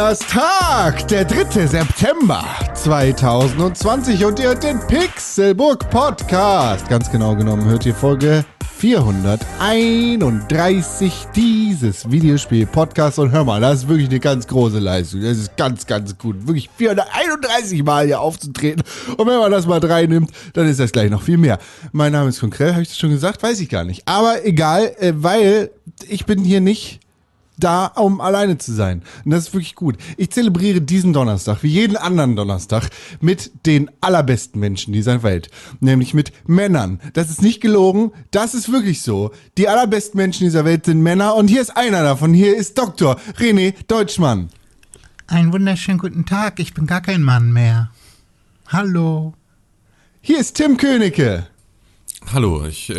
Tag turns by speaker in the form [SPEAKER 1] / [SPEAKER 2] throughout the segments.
[SPEAKER 1] Donnerstag, der 3. September 2020 und ihr hört den Pixelburg Podcast. Ganz genau genommen hört ihr Folge 431 dieses Videospiel-Podcasts. Und hör mal, das ist wirklich eine ganz große Leistung. Das ist ganz, ganz gut. Wirklich 431 Mal hier aufzutreten. Und wenn man das mal 3 nimmt, dann ist das gleich noch viel mehr. Mein Name ist Konkrell, habe ich das schon gesagt? Weiß ich gar nicht. Aber egal, weil ich bin hier nicht da, um alleine zu sein. Und das ist wirklich gut. Ich zelebriere diesen Donnerstag, wie jeden anderen Donnerstag, mit den allerbesten Menschen dieser Welt. Nämlich mit Männern. Das ist nicht gelogen, das ist wirklich so. Die allerbesten Menschen dieser Welt sind Männer und hier ist einer davon. Hier ist Dr. René Deutschmann.
[SPEAKER 2] Einen wunderschönen guten Tag, ich bin gar kein Mann mehr. Hallo.
[SPEAKER 1] Hier ist Tim Königke.
[SPEAKER 3] Hallo, ich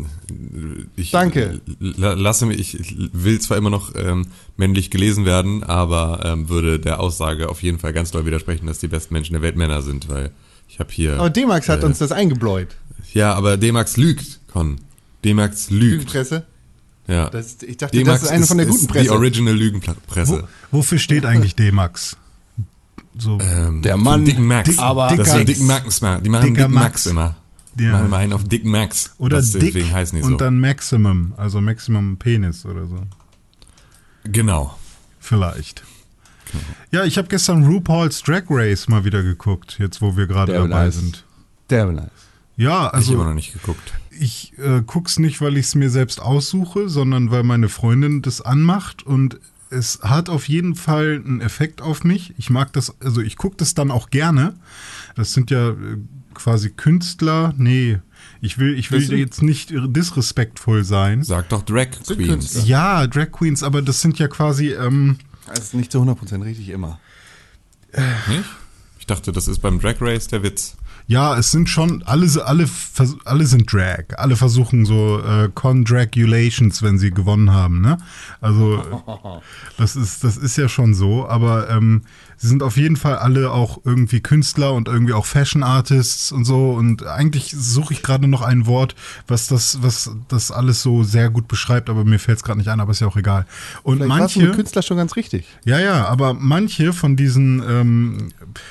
[SPEAKER 1] Danke.
[SPEAKER 3] Ich will zwar immer noch männlich gelesen werden, aber würde der Aussage auf jeden Fall ganz doll widersprechen, dass die besten Menschen der Welt Männer sind, weil ich habe hier...
[SPEAKER 1] Aber D-Max hat uns das eingebläut.
[SPEAKER 3] Ja, aber D-Max lügt, Con. D-Max lügt.
[SPEAKER 1] Lügenpresse?
[SPEAKER 3] Ja.
[SPEAKER 1] Ich dachte, das ist eine von der guten Presse.
[SPEAKER 3] Die Original Lügenpresse.
[SPEAKER 2] Wofür steht eigentlich D-Max? So.
[SPEAKER 1] Der Mann,
[SPEAKER 3] Dicken Max.
[SPEAKER 1] aber
[SPEAKER 3] das ist Dicken Max. Die machen Dicken Max immer.
[SPEAKER 2] Ja.
[SPEAKER 3] Machen immer einen auf Dicken Max.
[SPEAKER 2] Oder Dick
[SPEAKER 3] deswegen heißen die so.
[SPEAKER 2] Und dann Maximum, also Maximum Penis oder so.
[SPEAKER 3] Genau.
[SPEAKER 2] Vielleicht. Ja, ich habe gestern RuPaul's Drag Race mal wieder geguckt, jetzt wo wir gerade dabei sind.
[SPEAKER 1] Der nice.
[SPEAKER 2] Ja, also
[SPEAKER 3] ich habe noch nicht geguckt.
[SPEAKER 2] Ich guck's nicht, weil ich es mir selbst aussuche, sondern weil meine Freundin das anmacht und es hat auf jeden Fall einen Effekt auf mich. Ich mag das, also ich gucke das dann auch gerne. Das sind ja quasi Künstler. Nee, ich will jetzt nicht disrespektvoll sein.
[SPEAKER 3] Sag doch Drag Queens.
[SPEAKER 2] Ja, Drag Queens, aber das sind ja quasi...
[SPEAKER 1] das ist nicht zu 100% richtig immer.
[SPEAKER 3] Nicht? Ich dachte, das ist beim Drag Race der Witz.
[SPEAKER 2] Ja, es sind schon, alle sind Drag. Alle versuchen so Congratulations, wenn sie gewonnen haben, ne? Also das ist ja schon so, aber sie sind auf jeden Fall alle auch irgendwie Künstler und irgendwie auch Fashion Artists und so, und eigentlich suche ich gerade noch ein Wort, was das alles so sehr gut beschreibt, aber mir fällt es gerade nicht ein, aber ist ja auch egal. Und
[SPEAKER 1] vielleicht warst du mit Künstler schon ganz richtig.
[SPEAKER 2] Ja, aber manche von diesen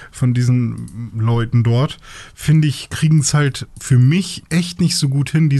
[SPEAKER 2] Leuten dort, finde ich, kriegen es halt für mich echt nicht so gut hin,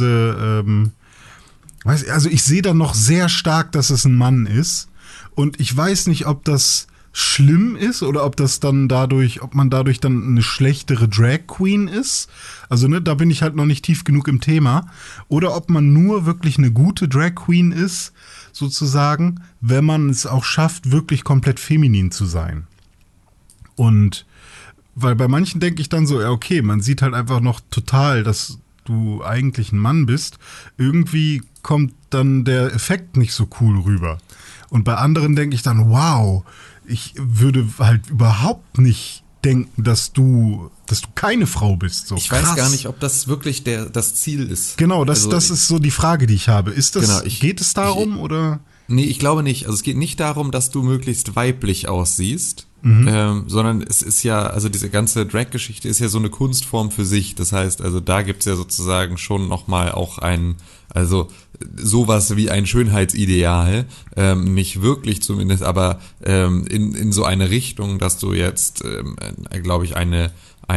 [SPEAKER 2] also ich sehe da noch sehr stark, dass es ein Mann ist, und ich weiß nicht, ob das schlimm ist oder ob man dadurch dann eine schlechtere Drag Queen ist. Also ne, da bin ich halt noch nicht tief genug im Thema. Oder ob man nur wirklich eine gute Drag Queen ist, sozusagen, wenn man es auch schafft, wirklich komplett feminin zu sein. Und weil bei manchen denke ich dann so, ja okay, man sieht halt einfach noch total, dass du eigentlich ein Mann bist. Irgendwie kommt dann der Effekt nicht so cool rüber. Und bei anderen denke ich dann, wow, ich würde halt überhaupt nicht denken, dass du keine Frau bist. So
[SPEAKER 3] ich
[SPEAKER 2] krass.
[SPEAKER 3] weiß gar nicht, ob das wirklich das Ziel ist.
[SPEAKER 2] Genau, das ist so die Frage, die ich habe. Geht es darum, oder?
[SPEAKER 3] Nee, ich glaube nicht. Also es geht nicht darum, dass du möglichst weiblich aussiehst, sondern es ist ja, also diese ganze Drag-Geschichte ist ja so eine Kunstform für sich. Das heißt, also da gibt's ja sozusagen schon nochmal auch sowas wie ein Schönheitsideal, nicht wirklich zumindest, aber in so eine Richtung, dass du jetzt, glaube ich, ein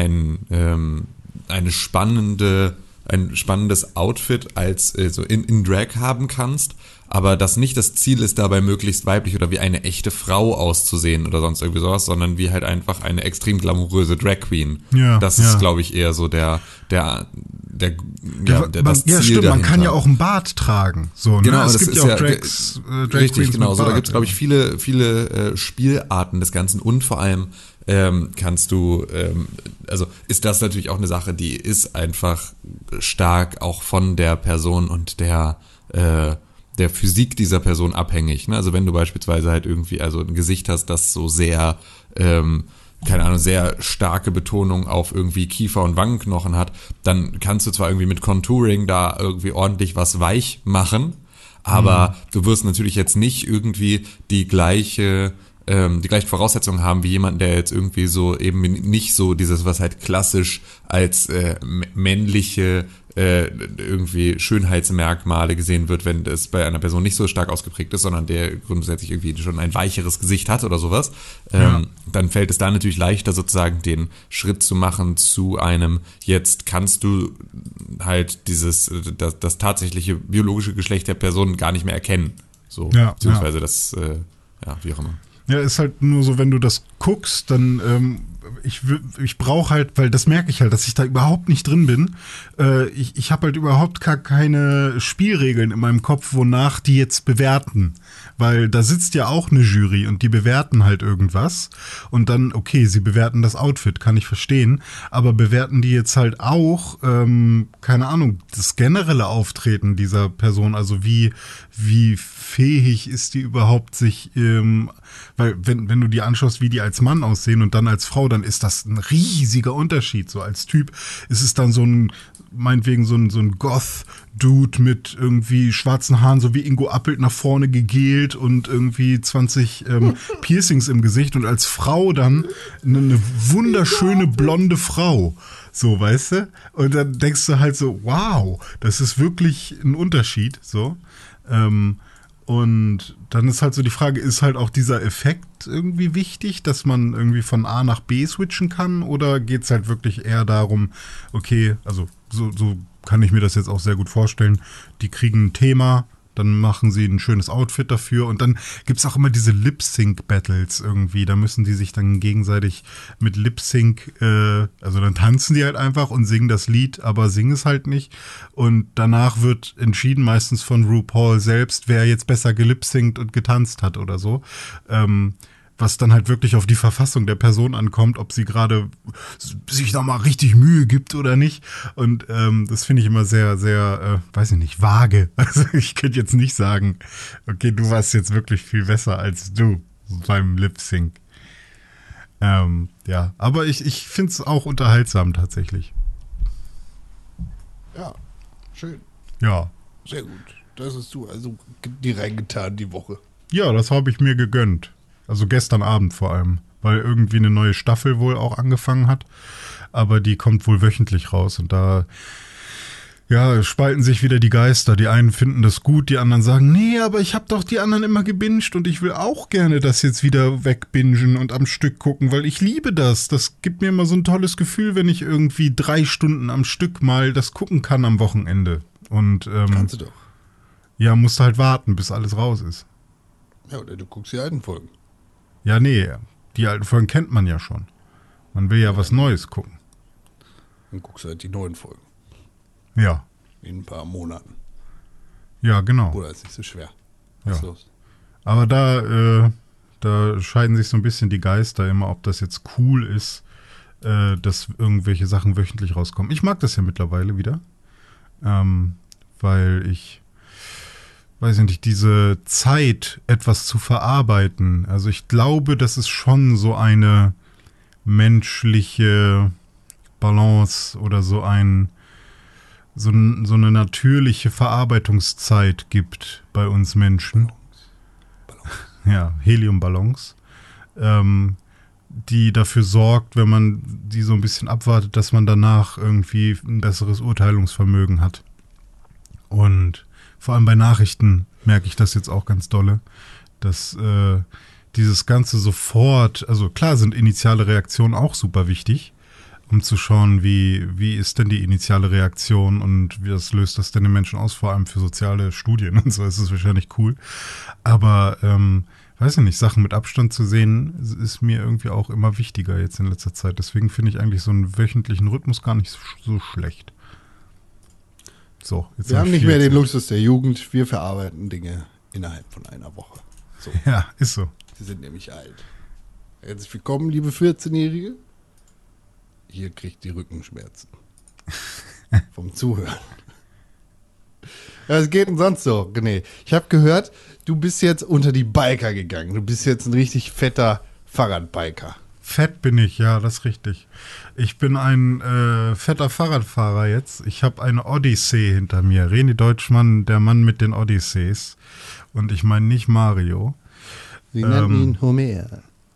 [SPEAKER 3] spannendes Outfit als so in Drag haben kannst, aber das nicht das Ziel ist, dabei möglichst weiblich oder wie eine echte Frau auszusehen oder sonst irgendwie sowas, sondern wie halt einfach eine extrem glamouröse Drag Queen.
[SPEAKER 2] Ja,
[SPEAKER 3] das ist, glaube ich, eher so das Ziel
[SPEAKER 2] ja, stimmt, man kann ja
[SPEAKER 3] dahinter.
[SPEAKER 2] auch einen Bart tragen. So, ne?
[SPEAKER 3] Genau,
[SPEAKER 2] es
[SPEAKER 3] das
[SPEAKER 2] gibt
[SPEAKER 3] ist
[SPEAKER 2] ja auch Drag
[SPEAKER 3] richtig,
[SPEAKER 2] Queens
[SPEAKER 3] genau.
[SPEAKER 2] mit
[SPEAKER 3] So, da
[SPEAKER 2] Bart,
[SPEAKER 3] gibt es, glaube ich, viele Spielarten des Ganzen, und vor allem kannst du, also ist das natürlich auch eine Sache, die ist einfach stark auch von der Person und der Physik dieser Person abhängig. Ne? Also wenn du beispielsweise halt irgendwie also ein Gesicht hast, das so sehr, keine Ahnung, sehr starke Betonung auf irgendwie Kiefer und Wangenknochen hat, dann kannst du zwar irgendwie mit Contouring da irgendwie ordentlich was weich machen, aber du wirst natürlich jetzt nicht irgendwie die gleiche die gleichen Voraussetzungen haben wie jemand, der jetzt irgendwie so eben nicht so dieses, was halt klassisch als männliche irgendwie Schönheitsmerkmale gesehen wird, wenn es bei einer Person nicht so stark ausgeprägt ist, sondern der grundsätzlich irgendwie schon ein weicheres Gesicht hat oder sowas, dann fällt es da natürlich leichter, sozusagen den Schritt zu machen zu einem, jetzt kannst du halt das tatsächliche biologische Geschlecht der Person gar nicht mehr erkennen. So, beziehungsweise das, wie auch immer.
[SPEAKER 2] Ja, ist halt nur so, wenn du das guckst, dann ich brauche halt, weil das merke ich halt, dass ich da überhaupt nicht drin bin. Ich habe halt überhaupt gar keine Spielregeln in meinem Kopf, wonach die jetzt bewerten. Weil da sitzt ja auch eine Jury und die bewerten halt irgendwas. Und dann, okay, sie bewerten das Outfit, kann ich verstehen. Aber bewerten die jetzt halt auch, keine Ahnung, das generelle Auftreten dieser Person. Also wie fähig ist die überhaupt sich, weil wenn du die anschaust, wie die als Mann aussehen und dann als Frau, dann ist das ein riesiger Unterschied. So als Typ ist es dann meinetwegen so ein Goth-Dude mit irgendwie schwarzen Haaren, so wie Ingo Appelt nach vorne gegelt und irgendwie 20 Piercings im Gesicht und als Frau dann eine wunderschöne blonde Frau. So, weißt du? Und dann denkst du halt so, wow, das ist wirklich ein Unterschied, so. Und dann ist halt so die Frage, ist halt auch dieser Effekt irgendwie wichtig, dass man irgendwie von A nach B switchen kann, oder geht es halt wirklich eher darum, okay, also so kann ich mir das jetzt auch sehr gut vorstellen, die kriegen ein Thema, dann machen sie ein schönes Outfit dafür und dann gibt es auch immer diese Lip-Sync-Battles irgendwie, da müssen die sich dann gegenseitig mit Lip-Sync, also dann tanzen die halt einfach und singen das Lied, aber singen es halt nicht und danach wird entschieden, meistens von RuPaul selbst, wer jetzt besser gelip-synct und getanzt hat oder so, was dann halt wirklich auf die Verfassung der Person ankommt, ob sie gerade sich da mal richtig Mühe gibt oder nicht. Und das finde ich immer sehr, sehr, weiß ich nicht, vage. Also ich könnte jetzt nicht sagen, okay, du warst jetzt wirklich viel besser als du beim Lip-Sync. Ja, aber ich finde es auch unterhaltsam tatsächlich.
[SPEAKER 1] Ja, schön.
[SPEAKER 2] Ja.
[SPEAKER 1] Sehr gut. Das hast du also dir reingetan die Woche.
[SPEAKER 2] Ja, das habe ich mir gegönnt. Also gestern Abend vor allem, weil irgendwie eine neue Staffel wohl auch angefangen hat. Aber die kommt wohl wöchentlich raus und da spalten sich wieder die Geister. Die einen finden das gut, die anderen sagen, nee, aber ich habe doch die anderen immer gebinged und ich will auch gerne das jetzt wieder wegbingen und am Stück gucken, weil ich liebe das. Das gibt mir immer so ein tolles Gefühl, wenn ich irgendwie 3 Stunden am Stück mal das gucken kann am Wochenende. Und
[SPEAKER 1] kannst du doch.
[SPEAKER 2] Ja, musst du halt warten, bis alles raus ist.
[SPEAKER 1] Ja, oder du guckst die alten Folgen.
[SPEAKER 2] Ja, nee, die alten Folgen kennt man ja schon. Man will ja was Neues gucken.
[SPEAKER 1] Dann guckst du halt die neuen Folgen.
[SPEAKER 2] Ja.
[SPEAKER 1] In ein paar Monaten.
[SPEAKER 2] Ja, genau.
[SPEAKER 1] Oder ist nicht so schwer. Was ist los?
[SPEAKER 2] Aber da scheiden sich so ein bisschen die Geister immer, ob das jetzt cool ist, dass irgendwelche Sachen wöchentlich rauskommen. Ich mag das ja mittlerweile wieder, weil ich weiß ich nicht, diese Zeit, etwas zu verarbeiten. Also ich glaube, das ist schon so eine menschliche Balance oder so eine natürliche Verarbeitungszeit gibt bei uns Menschen.
[SPEAKER 1] Ballons.
[SPEAKER 2] Ja, Heliumballons. Die dafür sorgt, wenn man die so ein bisschen abwartet, dass man danach irgendwie ein besseres Urteilungsvermögen hat. Und vor allem bei Nachrichten merke ich das jetzt auch ganz dolle, dass dieses Ganze sofort, also klar sind initiale Reaktionen auch super wichtig, um zu schauen, wie ist denn die initiale Reaktion und was löst das denn den Menschen aus, vor allem für soziale Studien und so ist es wahrscheinlich cool. Aber, weiß ich nicht, Sachen mit Abstand zu sehen, ist mir irgendwie auch immer wichtiger jetzt in letzter Zeit. Deswegen finde ich eigentlich so einen wöchentlichen Rhythmus gar nicht so schlecht. So, jetzt
[SPEAKER 1] wir haben nicht mehr den Luxus der Jugend, wir verarbeiten Dinge innerhalb von einer Woche. So.
[SPEAKER 2] Ja, ist so.
[SPEAKER 1] Sie sind nämlich alt. Herzlich willkommen, liebe 14-Jährige. Hier kriegt die Rückenschmerzen. Vom Zuhören. Was geht denn sonst so, René? Ich habe gehört, du bist jetzt unter die Biker gegangen. Du bist jetzt ein richtig fetter Fahrradbiker.
[SPEAKER 2] Fett bin ich, ja, das ist richtig. Ich bin ein fetter Fahrradfahrer jetzt. Ich habe eine Odyssee hinter mir. René Deutschmann, der Mann mit den Odyssees. Und ich meine nicht Mario.
[SPEAKER 1] Sie nennen ihn Homer.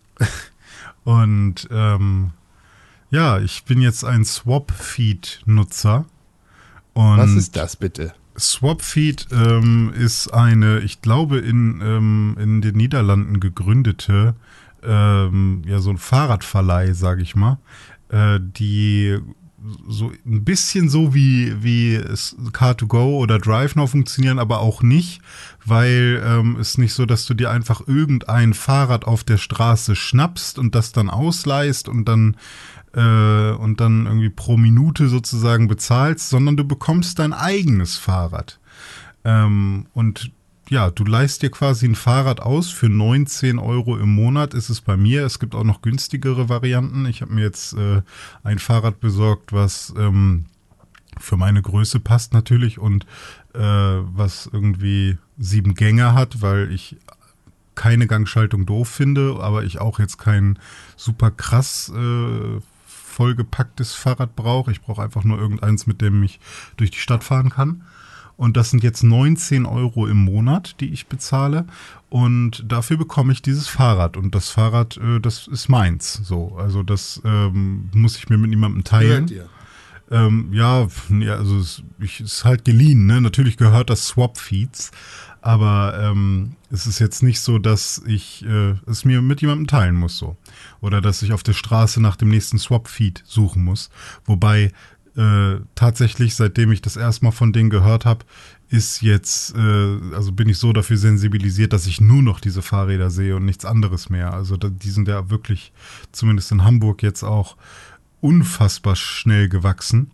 [SPEAKER 2] Und ja, ich bin jetzt ein Swapfeed-Nutzer. Und
[SPEAKER 1] Was ist das bitte?
[SPEAKER 2] Swapfeed ist eine, ich glaube, in den Niederlanden gegründete, ja, so ein Fahrradverleih, sage ich mal, die so ein bisschen so wie Car2Go oder DriveNow funktionieren, aber auch nicht, weil es nicht so, dass du dir einfach irgendein Fahrrad auf der Straße schnappst und das dann ausleihst und dann irgendwie pro Minute sozusagen bezahlst, sondern du bekommst dein eigenes Fahrrad. Und ja, du leihst dir quasi ein Fahrrad aus für 19 € im Monat, ist es bei mir. Es gibt auch noch günstigere Varianten. Ich habe mir jetzt ein Fahrrad besorgt, was für meine Größe passt natürlich und was irgendwie 7 Gänge hat, weil ich keine Gangschaltung doof finde, aber ich auch jetzt kein super krass vollgepacktes Fahrrad brauche. Ich brauche einfach nur irgendeins, mit dem ich durch die Stadt fahren kann. Und das sind jetzt 19 € im Monat, die ich bezahle. Und dafür bekomme ich dieses Fahrrad. Und das Fahrrad, das ist meins. So, also das muss ich mir mit niemandem teilen.
[SPEAKER 1] Gehört dir?
[SPEAKER 2] Ja, also es ist halt geliehen. Ne? Natürlich gehört das Swapfeeds. Aber es ist jetzt nicht so, dass ich es mir mit jemandem teilen muss. So. Oder dass ich auf der Straße nach dem nächsten Swapfeed suchen muss. Wobei tatsächlich, seitdem ich das erstmal von denen gehört habe, ist jetzt, also bin ich so dafür sensibilisiert, dass ich nur noch diese Fahrräder sehe und nichts anderes mehr. Also die sind ja wirklich, zumindest in Hamburg jetzt auch unfassbar schnell gewachsen.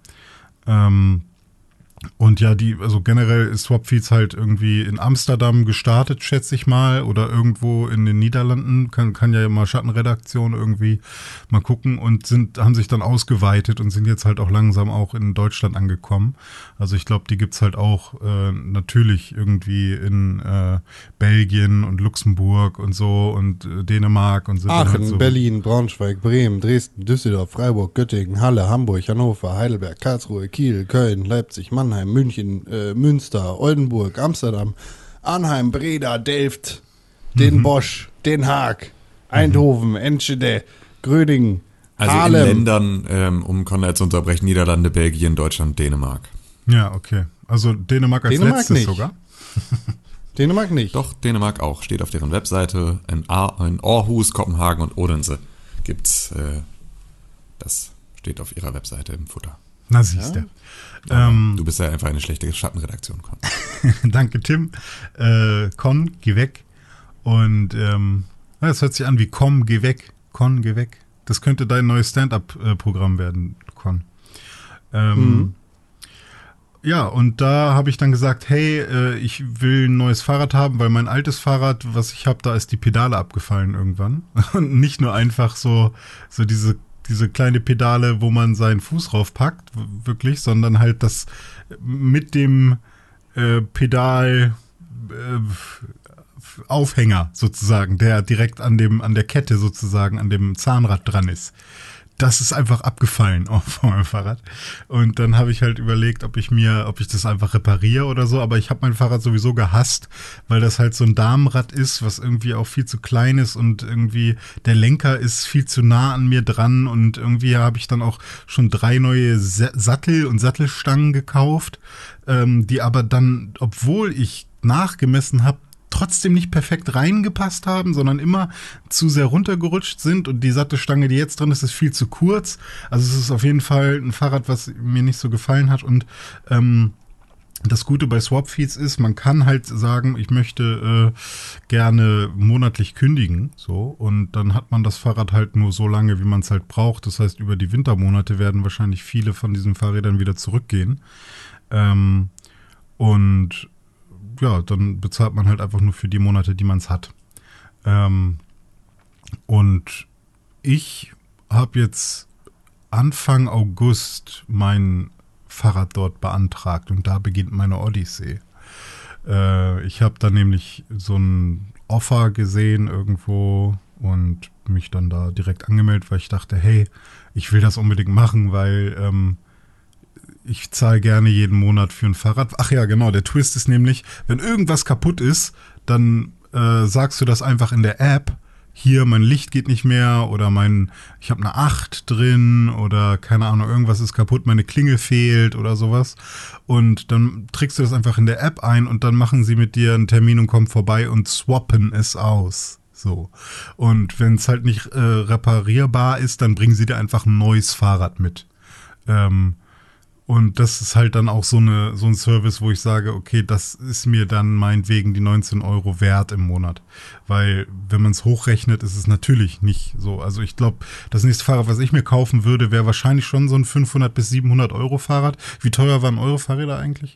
[SPEAKER 2] Und ja, also generell ist Swapfeeds halt irgendwie in Amsterdam gestartet, schätze ich mal, oder irgendwo in den Niederlanden, kann ja mal Schattenredaktion irgendwie mal gucken und haben sich dann ausgeweitet und sind jetzt halt auch langsam auch in Deutschland angekommen. Also ich glaube, die gibt's halt auch natürlich irgendwie in Belgien und Luxemburg und so und Dänemark und so.
[SPEAKER 1] Aachen,
[SPEAKER 2] halt so.
[SPEAKER 1] Berlin, Braunschweig, Bremen, Dresden, Düsseldorf, Freiburg, Göttingen, Halle, Hamburg, Hannover, Heidelberg, Karlsruhe, Kiel, Köln, Leipzig, Mannheim, München, Münster, Oldenburg, Amsterdam, Arnheim, Breda, Delft, Den Bosch, Den Haag, Eindhoven, Enschede, Grödingen,
[SPEAKER 3] Also
[SPEAKER 1] Haarlem.
[SPEAKER 3] in Ländern, um Konrad zu unterbrechen, Niederlande, Belgien, Deutschland, Dänemark.
[SPEAKER 2] Ja, okay. Also Dänemark als
[SPEAKER 1] Dänemark
[SPEAKER 2] letztes
[SPEAKER 1] nicht.
[SPEAKER 2] sogar.
[SPEAKER 1] Dänemark nicht.
[SPEAKER 3] Doch, Dänemark auch. Steht auf deren Webseite. In Aarhus, Kopenhagen und Odense gibt's, das steht auf ihrer Webseite im Futter.
[SPEAKER 2] Na, siehst du.
[SPEAKER 3] Du bist ja einfach eine schlechte Schattenredaktion, Con.
[SPEAKER 2] Danke, Tim. Con, geh weg. Und es hört sich an wie Komm, geh weg. Con, geh weg. Das könnte dein neues Stand-up-Programm werden, Con. Ja, und da habe ich dann gesagt, hey, ich will ein neues Fahrrad haben, weil mein altes Fahrrad, was ich habe, da ist die Pedale abgefallen irgendwann. Und nicht nur einfach so diese kleine Pedale, wo man seinen Fuß raufpackt, wirklich, sondern halt das mit dem Pedal Aufhänger sozusagen, der direkt an der Kette sozusagen, an dem Zahnrad dran ist. Das ist einfach abgefallen von meinem Fahrrad. Und dann habe ich halt überlegt, ob ich das einfach repariere oder so. Aber ich habe mein Fahrrad sowieso gehasst, weil das halt so ein Damenrad ist, was irgendwie auch viel zu klein ist und irgendwie der Lenker ist viel zu nah an mir dran. Und irgendwie habe ich dann auch schon 3 neue Sattel und Sattelstangen gekauft, die aber dann, obwohl ich nachgemessen habe, trotzdem nicht perfekt reingepasst haben, sondern immer zu sehr runtergerutscht sind und die Sattelstange, die jetzt drin ist, ist viel zu kurz. Also es ist auf jeden Fall ein Fahrrad, was mir nicht so gefallen hat und das Gute bei Swapfeeds ist, man kann halt sagen, ich möchte gerne monatlich kündigen, so, und dann hat man das Fahrrad halt nur so lange, wie man es halt braucht. Das heißt, über die Wintermonate werden wahrscheinlich viele von diesen Fahrrädern wieder zurückgehen. Und ja, dann bezahlt man halt einfach nur für die Monate, die man es hat. Und ich habe jetzt Anfang August mein Fahrrad dort beantragt und da beginnt meine Odyssee. Ich habe da nämlich so ein Offer gesehen irgendwo und mich dann da direkt angemeldet, weil ich dachte, hey, ich will das unbedingt machen, weil ich zahle gerne jeden Monat für ein Fahrrad. Ach ja, genau, der Twist ist nämlich, wenn irgendwas kaputt ist, dann sagst du das einfach in der App, hier, mein Licht geht nicht mehr oder ich habe eine 8 drin oder keine Ahnung, irgendwas ist kaputt, meine Klingel fehlt oder sowas. Und dann trägst du das einfach in der App ein und dann machen sie mit dir einen Termin und kommen vorbei und swappen es aus. So. Und wenn es halt nicht reparierbar ist, dann bringen sie dir einfach ein neues Fahrrad mit. Und das ist halt dann auch so ein Service, wo ich sage, okay, das ist mir dann meinetwegen die 19 € wert im Monat. Weil, wenn man es hochrechnet, ist es natürlich nicht so. Also ich glaube, das nächste Fahrrad, was ich mir kaufen würde, wäre wahrscheinlich schon so ein 500 bis 700 € Fahrrad. Wie teuer waren eure Fahrräder eigentlich?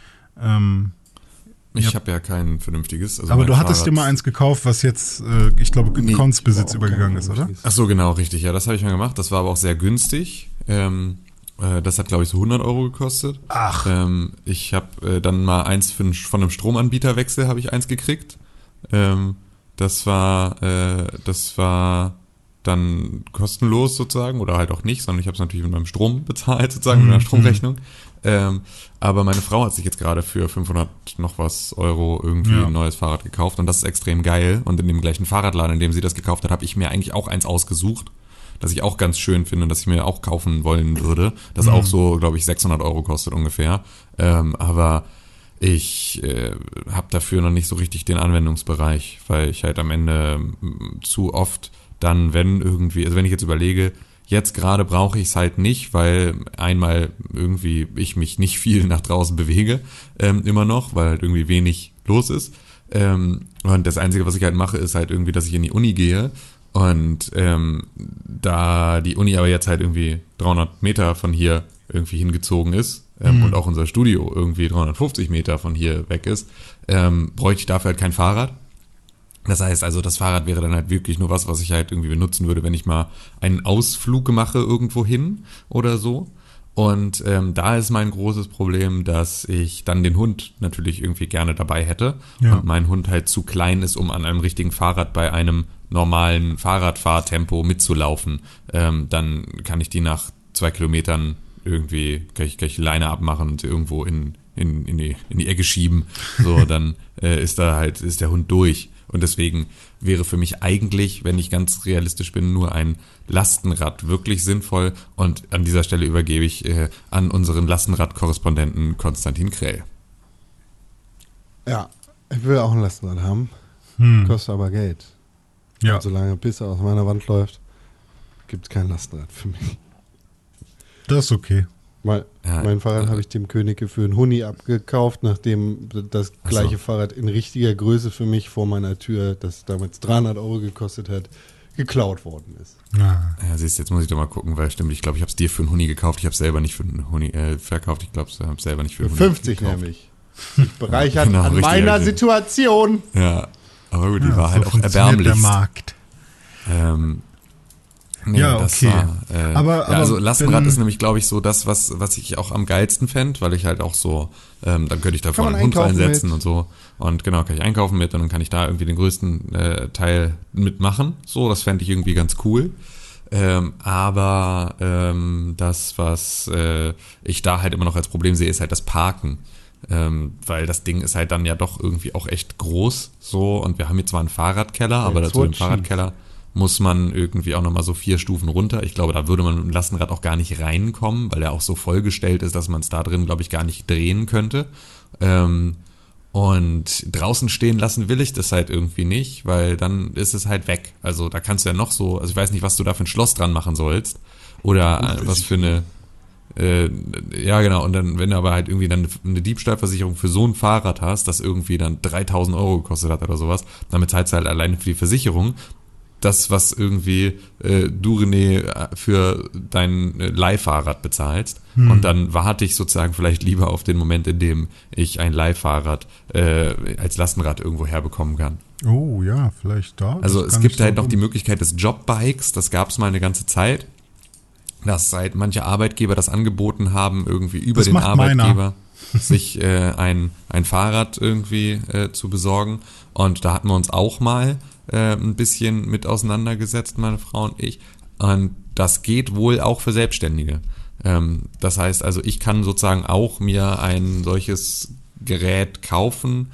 [SPEAKER 3] Ich habe ja kein vernünftiges. Also
[SPEAKER 2] aber du hattest dir mal eins gekauft, was jetzt, ich glaube, in Konsbesitz übergegangen ist, oder?
[SPEAKER 3] Ach so, genau, richtig. Ja, das habe ich mal gemacht. Das war aber auch sehr günstig. Das hat, glaube ich, so 100 € gekostet.
[SPEAKER 2] Ach.
[SPEAKER 3] Ich habe dann mal eins von einem Stromanbieterwechsel habe ich eins gekriegt. Das war dann kostenlos sozusagen oder halt auch nicht, sondern ich habe es natürlich mit meinem Strom bezahlt sozusagen, mit meiner Stromrechnung. Aber meine Frau hat sich jetzt gerade für 500 noch was Euro irgendwie ein neues Fahrrad gekauft und das ist extrem geil. Und in dem gleichen Fahrradladen, in dem sie das gekauft hat, habe ich mir eigentlich auch eins ausgesucht, das ich auch ganz schön finde und das ich mir auch kaufen wollen würde. Das auch so, glaube ich, 600 € kostet ungefähr. Aber ich habe dafür noch nicht so richtig den Anwendungsbereich, weil ich halt am Ende zu oft dann, wenn ich jetzt überlege, jetzt gerade brauche ich es halt nicht, weil einmal irgendwie ich mich nicht viel nach draußen bewege, immer noch, weil halt irgendwie wenig los ist. Und das Einzige, was ich halt mache, ist halt irgendwie, dass ich in die Uni gehe. Und da die Uni aber jetzt halt irgendwie 300 Meter von hier irgendwie hingezogen ist und auch unser Studio irgendwie 350 Meter von hier weg ist, bräuchte ich dafür halt kein Fahrrad. Das heißt also, das Fahrrad wäre dann halt wirklich nur was ich halt irgendwie benutzen würde, wenn ich mal einen Ausflug mache irgendwo hin oder so. Und da ist mein großes Problem, dass ich dann den Hund natürlich irgendwie gerne dabei hätte und mein Hund halt zu klein ist, um an einem richtigen Fahrrad bei einem normalen Fahrradfahrtempo mitzulaufen. Dann kann ich die nach 2 Kilometern irgendwie, kann ich Leine abmachen und irgendwo in die Ecke schieben. So, dann ist der Hund durch. Und deswegen wäre für mich eigentlich, wenn ich ganz realistisch bin, nur ein Lastenrad wirklich sinnvoll. Und an dieser Stelle übergebe ich an unseren Lastenrad-Korrespondenten Konstantin Krell.
[SPEAKER 1] Ja, ich will auch ein Lastenrad haben. Kostet aber Geld.
[SPEAKER 2] Ja.
[SPEAKER 1] Und solange Pisse aus meiner Wand läuft, gibt es kein Lastenrad für mich.
[SPEAKER 2] Das ist okay.
[SPEAKER 1] Mein Fahrrad habe ich dem König für einen Huni abgekauft, nachdem das gleiche Fahrrad in richtiger Größe für mich vor meiner Tür, das damals 300 € gekostet hat, geklaut worden ist.
[SPEAKER 2] Ja,
[SPEAKER 3] siehst du, jetzt muss ich doch mal gucken, weil stimmt, ich glaube, ich habe es dir für einen Huni gekauft, ich habe es selber nicht für einen Huni verkauft, ich glaube, ich habe es selber nicht für einen Huni
[SPEAKER 1] 50 gekauft. Nämlich. Sich bereichert
[SPEAKER 3] Genau,
[SPEAKER 1] an meiner Situation.
[SPEAKER 3] Ja, aber gut, die
[SPEAKER 2] ja,
[SPEAKER 3] war halt
[SPEAKER 2] so
[SPEAKER 3] auch
[SPEAKER 2] funktioniert
[SPEAKER 3] erbärmlich.
[SPEAKER 2] Der Markt.
[SPEAKER 3] Nee,
[SPEAKER 2] ja,
[SPEAKER 3] das
[SPEAKER 2] okay.
[SPEAKER 3] war,
[SPEAKER 2] aber
[SPEAKER 3] also Lastenrad ist nämlich, glaube ich, so das, was ich auch am geilsten fände, weil ich halt auch so, dann könnte ich da vorne einen Hund reinsetzen und so. Und genau, kann ich einkaufen mit und dann kann ich da irgendwie den größten Teil mitmachen. So, das fände ich irgendwie ganz cool. Aber das, was ich da halt immer noch als Problem sehe, ist halt das Parken. Weil das Ding ist halt dann ja doch irgendwie auch echt groß. So, und wir haben hier zwar einen Fahrradkeller, aber dazu im Fahrradkeller muss man irgendwie auch nochmal so 4 Stufen runter. Ich glaube, da würde man mit dem Lastenrad auch gar nicht reinkommen, weil der auch so vollgestellt ist, dass man es da drin, glaube ich, gar nicht drehen könnte. Und draußen stehen lassen will ich das halt irgendwie nicht, weil dann ist es halt weg. Also da kannst du ja noch so, also ich weiß nicht, was du da für ein Schloss dran machen sollst oder was für eine, ja genau, und dann, wenn du aber halt irgendwie dann eine Diebstahlversicherung für so ein Fahrrad hast, das irgendwie dann 3.000 € gekostet hat oder sowas, damit zahlst du halt alleine für die Versicherung das, was irgendwie du, René, für dein Leihfahrrad bezahlst. Und dann warte ich sozusagen vielleicht lieber auf den Moment, in dem ich ein Leihfahrrad als Lastenrad irgendwo herbekommen kann.
[SPEAKER 2] Oh ja, vielleicht da.
[SPEAKER 3] Also es gibt halt noch die Möglichkeit des Jobbikes, das gab es mal eine ganze Zeit, dass halt manche Arbeitgeber das angeboten haben, irgendwie über den Arbeitgeber sich ein Fahrrad irgendwie zu besorgen. Und da hatten wir uns auch mal ein bisschen mit auseinandergesetzt, meine Frau und ich. Und das geht wohl auch für Selbstständige. Das heißt also, ich kann sozusagen auch mir ein solches Gerät kaufen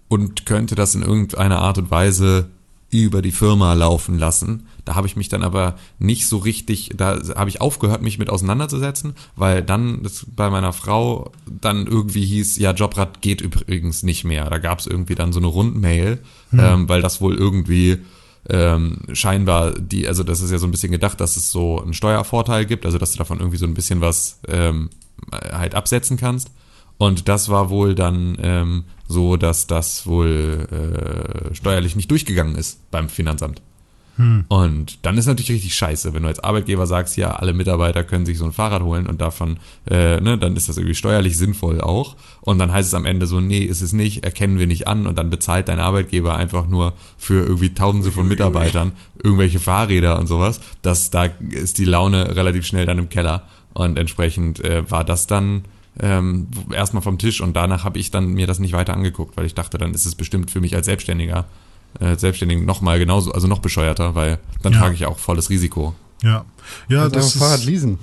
[SPEAKER 3] und könnte das in irgendeiner Art und Weise über die Firma laufen lassen. Da habe ich mich dann aber nicht so richtig, da habe ich aufgehört, mich mit auseinanderzusetzen, weil dann das bei meiner Frau dann irgendwie hieß, ja, Jobrad geht übrigens nicht mehr. Da gab es irgendwie dann so eine Rundmail, weil das wohl irgendwie scheinbar also das ist ja so ein bisschen gedacht, dass es so einen Steuervorteil gibt, also dass du davon irgendwie so ein bisschen was halt absetzen kannst. Und das war wohl dann so, dass das wohl steuerlich nicht durchgegangen ist beim Finanzamt. Und dann ist natürlich richtig scheiße, wenn du als Arbeitgeber sagst, ja, alle Mitarbeiter können sich so ein Fahrrad holen und davon, dann ist das irgendwie steuerlich sinnvoll auch. Und dann heißt es am Ende so, nee, ist es nicht, erkennen wir nicht an. Und dann bezahlt dein Arbeitgeber einfach nur für irgendwie Tausende von Mitarbeitern irgendwelche Fahrräder und sowas. Da ist die Laune relativ schnell dann im Keller. Und entsprechend war das dann erstmal vom Tisch und danach habe ich dann mir das nicht weiter angeguckt, weil ich dachte, dann ist es bestimmt für mich als Selbstständigen nochmal genauso, also noch bescheuerter, weil dann trage ich auch volles Risiko.
[SPEAKER 2] Ja,
[SPEAKER 1] das Fahrrad leasen.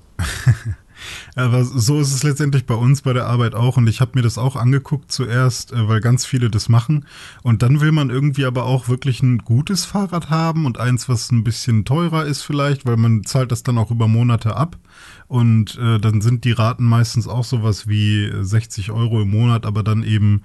[SPEAKER 2] Aber so ist es letztendlich bei uns bei der Arbeit auch und ich habe mir das auch angeguckt zuerst, weil ganz viele das machen und dann will man irgendwie aber auch wirklich ein gutes Fahrrad haben und eins, was ein bisschen teurer ist vielleicht, weil man zahlt das dann auch über Monate ab und dann sind die Raten meistens auch sowas wie 60 € im Monat, aber dann eben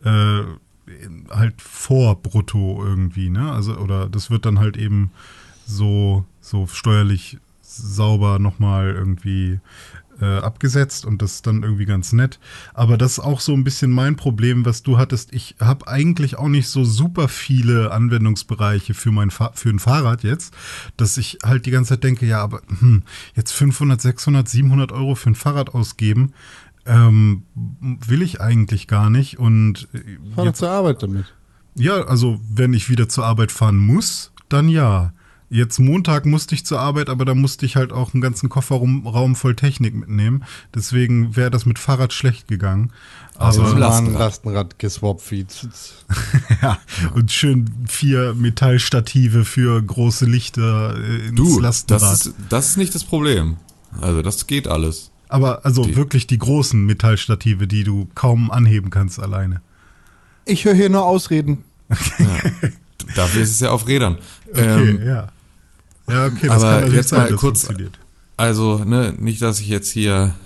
[SPEAKER 2] halt vor Brutto irgendwie, ne? Also, oder das wird dann halt eben so steuerlich sauber nochmal irgendwie abgesetzt und das ist dann irgendwie ganz nett. Aber das ist auch so ein bisschen mein Problem, was du hattest. Ich habe eigentlich auch nicht so super viele Anwendungsbereiche für ein Fahrrad jetzt, dass ich halt die ganze Zeit denke, ja, aber jetzt 500, 600, 700 € für ein Fahrrad ausgeben, will ich eigentlich gar nicht. Und
[SPEAKER 1] fahr zur Arbeit damit.
[SPEAKER 2] Ja, also wenn ich wieder zur Arbeit fahren muss, dann ja. Jetzt Montag musste ich zur Arbeit, aber da musste ich halt auch einen ganzen Kofferraum voll Technik mitnehmen. Deswegen wäre das mit Fahrrad schlecht gegangen.
[SPEAKER 1] Also
[SPEAKER 2] Aber
[SPEAKER 1] Lastenrad geswappt.
[SPEAKER 2] ja, und schön 4 Metallstative für große Lichter ins Lastenrad.
[SPEAKER 3] Das ist nicht das Problem. Also das geht alles.
[SPEAKER 2] Aber also wirklich die großen Metallstative, die du kaum anheben kannst alleine.
[SPEAKER 1] Ich höre hier nur Ausreden.
[SPEAKER 3] Ja. Dafür ist es ja auf Rädern.
[SPEAKER 2] Okay, ja. Ja, okay, das
[SPEAKER 3] aber
[SPEAKER 2] kann natürlich
[SPEAKER 3] jetzt
[SPEAKER 2] sein,
[SPEAKER 3] mal
[SPEAKER 2] das
[SPEAKER 3] kurz,
[SPEAKER 2] funktioniert.
[SPEAKER 3] also, nicht, dass ich jetzt hier,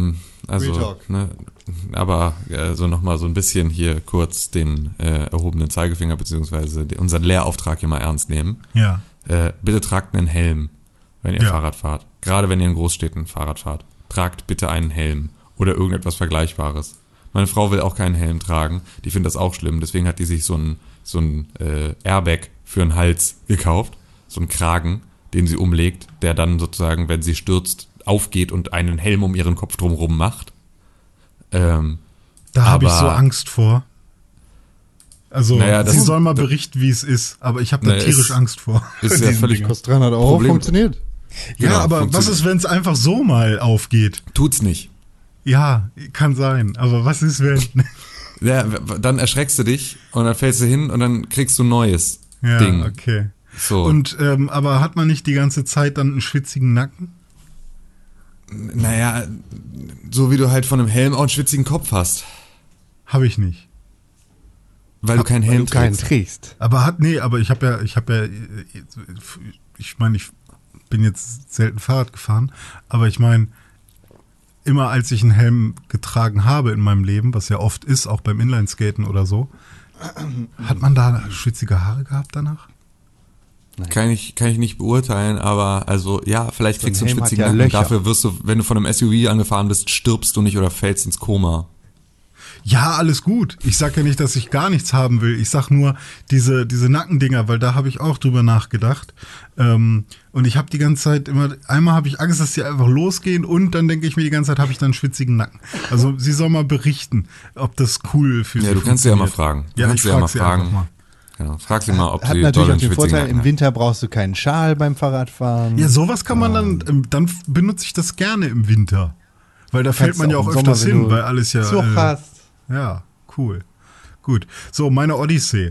[SPEAKER 3] aber so nochmal so ein bisschen hier kurz den erhobenen Zeigefinger beziehungsweise unseren Lehrauftrag hier mal ernst nehmen.
[SPEAKER 2] Ja.
[SPEAKER 3] Bitte tragt einen Helm, wenn ihr Fahrrad fahrt. Gerade wenn ihr in Großstädten Fahrrad fahrt. Tragt bitte einen Helm oder irgendetwas Vergleichbares. Meine Frau will auch keinen Helm tragen. Die findet das auch schlimm. Deswegen hat die sich so ein Airbag für den Hals gekauft. So einen Kragen, den sie umlegt, der dann sozusagen, wenn sie stürzt, aufgeht und einen Helm um ihren Kopf drumherum macht.
[SPEAKER 2] Da habe ich so Angst vor. Also, sie soll mal berichten, wie es ist, aber ich habe da tierisch Angst vor.
[SPEAKER 3] Ist ja völlig
[SPEAKER 1] kostet 300 € funktioniert.
[SPEAKER 2] Ja, genau, aber was ist, wenn es einfach so mal aufgeht?
[SPEAKER 3] Tut's nicht.
[SPEAKER 2] Ja, kann sein, aber was ist, wenn...
[SPEAKER 3] Ja, dann erschreckst du dich und dann fällst du hin und dann kriegst du ein neues Ding.
[SPEAKER 2] Ja, okay.
[SPEAKER 3] So.
[SPEAKER 2] Und, aber hat man nicht die ganze Zeit dann einen schwitzigen Nacken?
[SPEAKER 3] Naja, so wie du halt von einem Helm auch einen schwitzigen Kopf hast.
[SPEAKER 2] Habe ich nicht.
[SPEAKER 3] Weil du keinen Helm
[SPEAKER 1] trägst.
[SPEAKER 2] Aber ich meine, ich bin jetzt selten Fahrrad gefahren, aber ich meine, immer als ich einen Helm getragen habe in meinem Leben, was ja oft ist, auch beim Inlineskaten oder so, hat man da schwitzige Haare gehabt danach?
[SPEAKER 3] Nein. Kann ich nicht beurteilen, aber also ja, vielleicht kriegst du einen schwitzigen Nacken.
[SPEAKER 1] Löcher.
[SPEAKER 3] Dafür wirst du, wenn du von einem SUV angefahren bist, stirbst du nicht oder fällst ins Koma.
[SPEAKER 2] Ja, alles gut. Ich sag ja nicht, dass ich gar nichts haben will. Ich sag nur diese Nackendinger, weil da habe ich auch drüber nachgedacht. Und ich habe die ganze Zeit einmal habe ich Angst, dass die einfach losgehen und dann denke ich mir die ganze Zeit, habe ich dann einen schwitzigen Nacken. Also sie soll mal berichten, ob das cool für sie ist.
[SPEAKER 3] Ja, du kannst sie ja mal fragen.
[SPEAKER 2] Ich frag sie einfach mal.
[SPEAKER 3] Genau, frag sie mal, ob
[SPEAKER 1] hat
[SPEAKER 3] sie
[SPEAKER 1] natürlich
[SPEAKER 3] doll
[SPEAKER 1] auch den Vorteil,
[SPEAKER 3] Nacken
[SPEAKER 1] im Winter brauchst du keinen Schal beim Fahrradfahren.
[SPEAKER 2] Ja, sowas kann man dann benutze ich das gerne im Winter. Weil da fällt man ja auch öfters hin, weil alles ja...
[SPEAKER 1] Zug hast.
[SPEAKER 2] Ja, cool. Gut. So, meine Odyssee.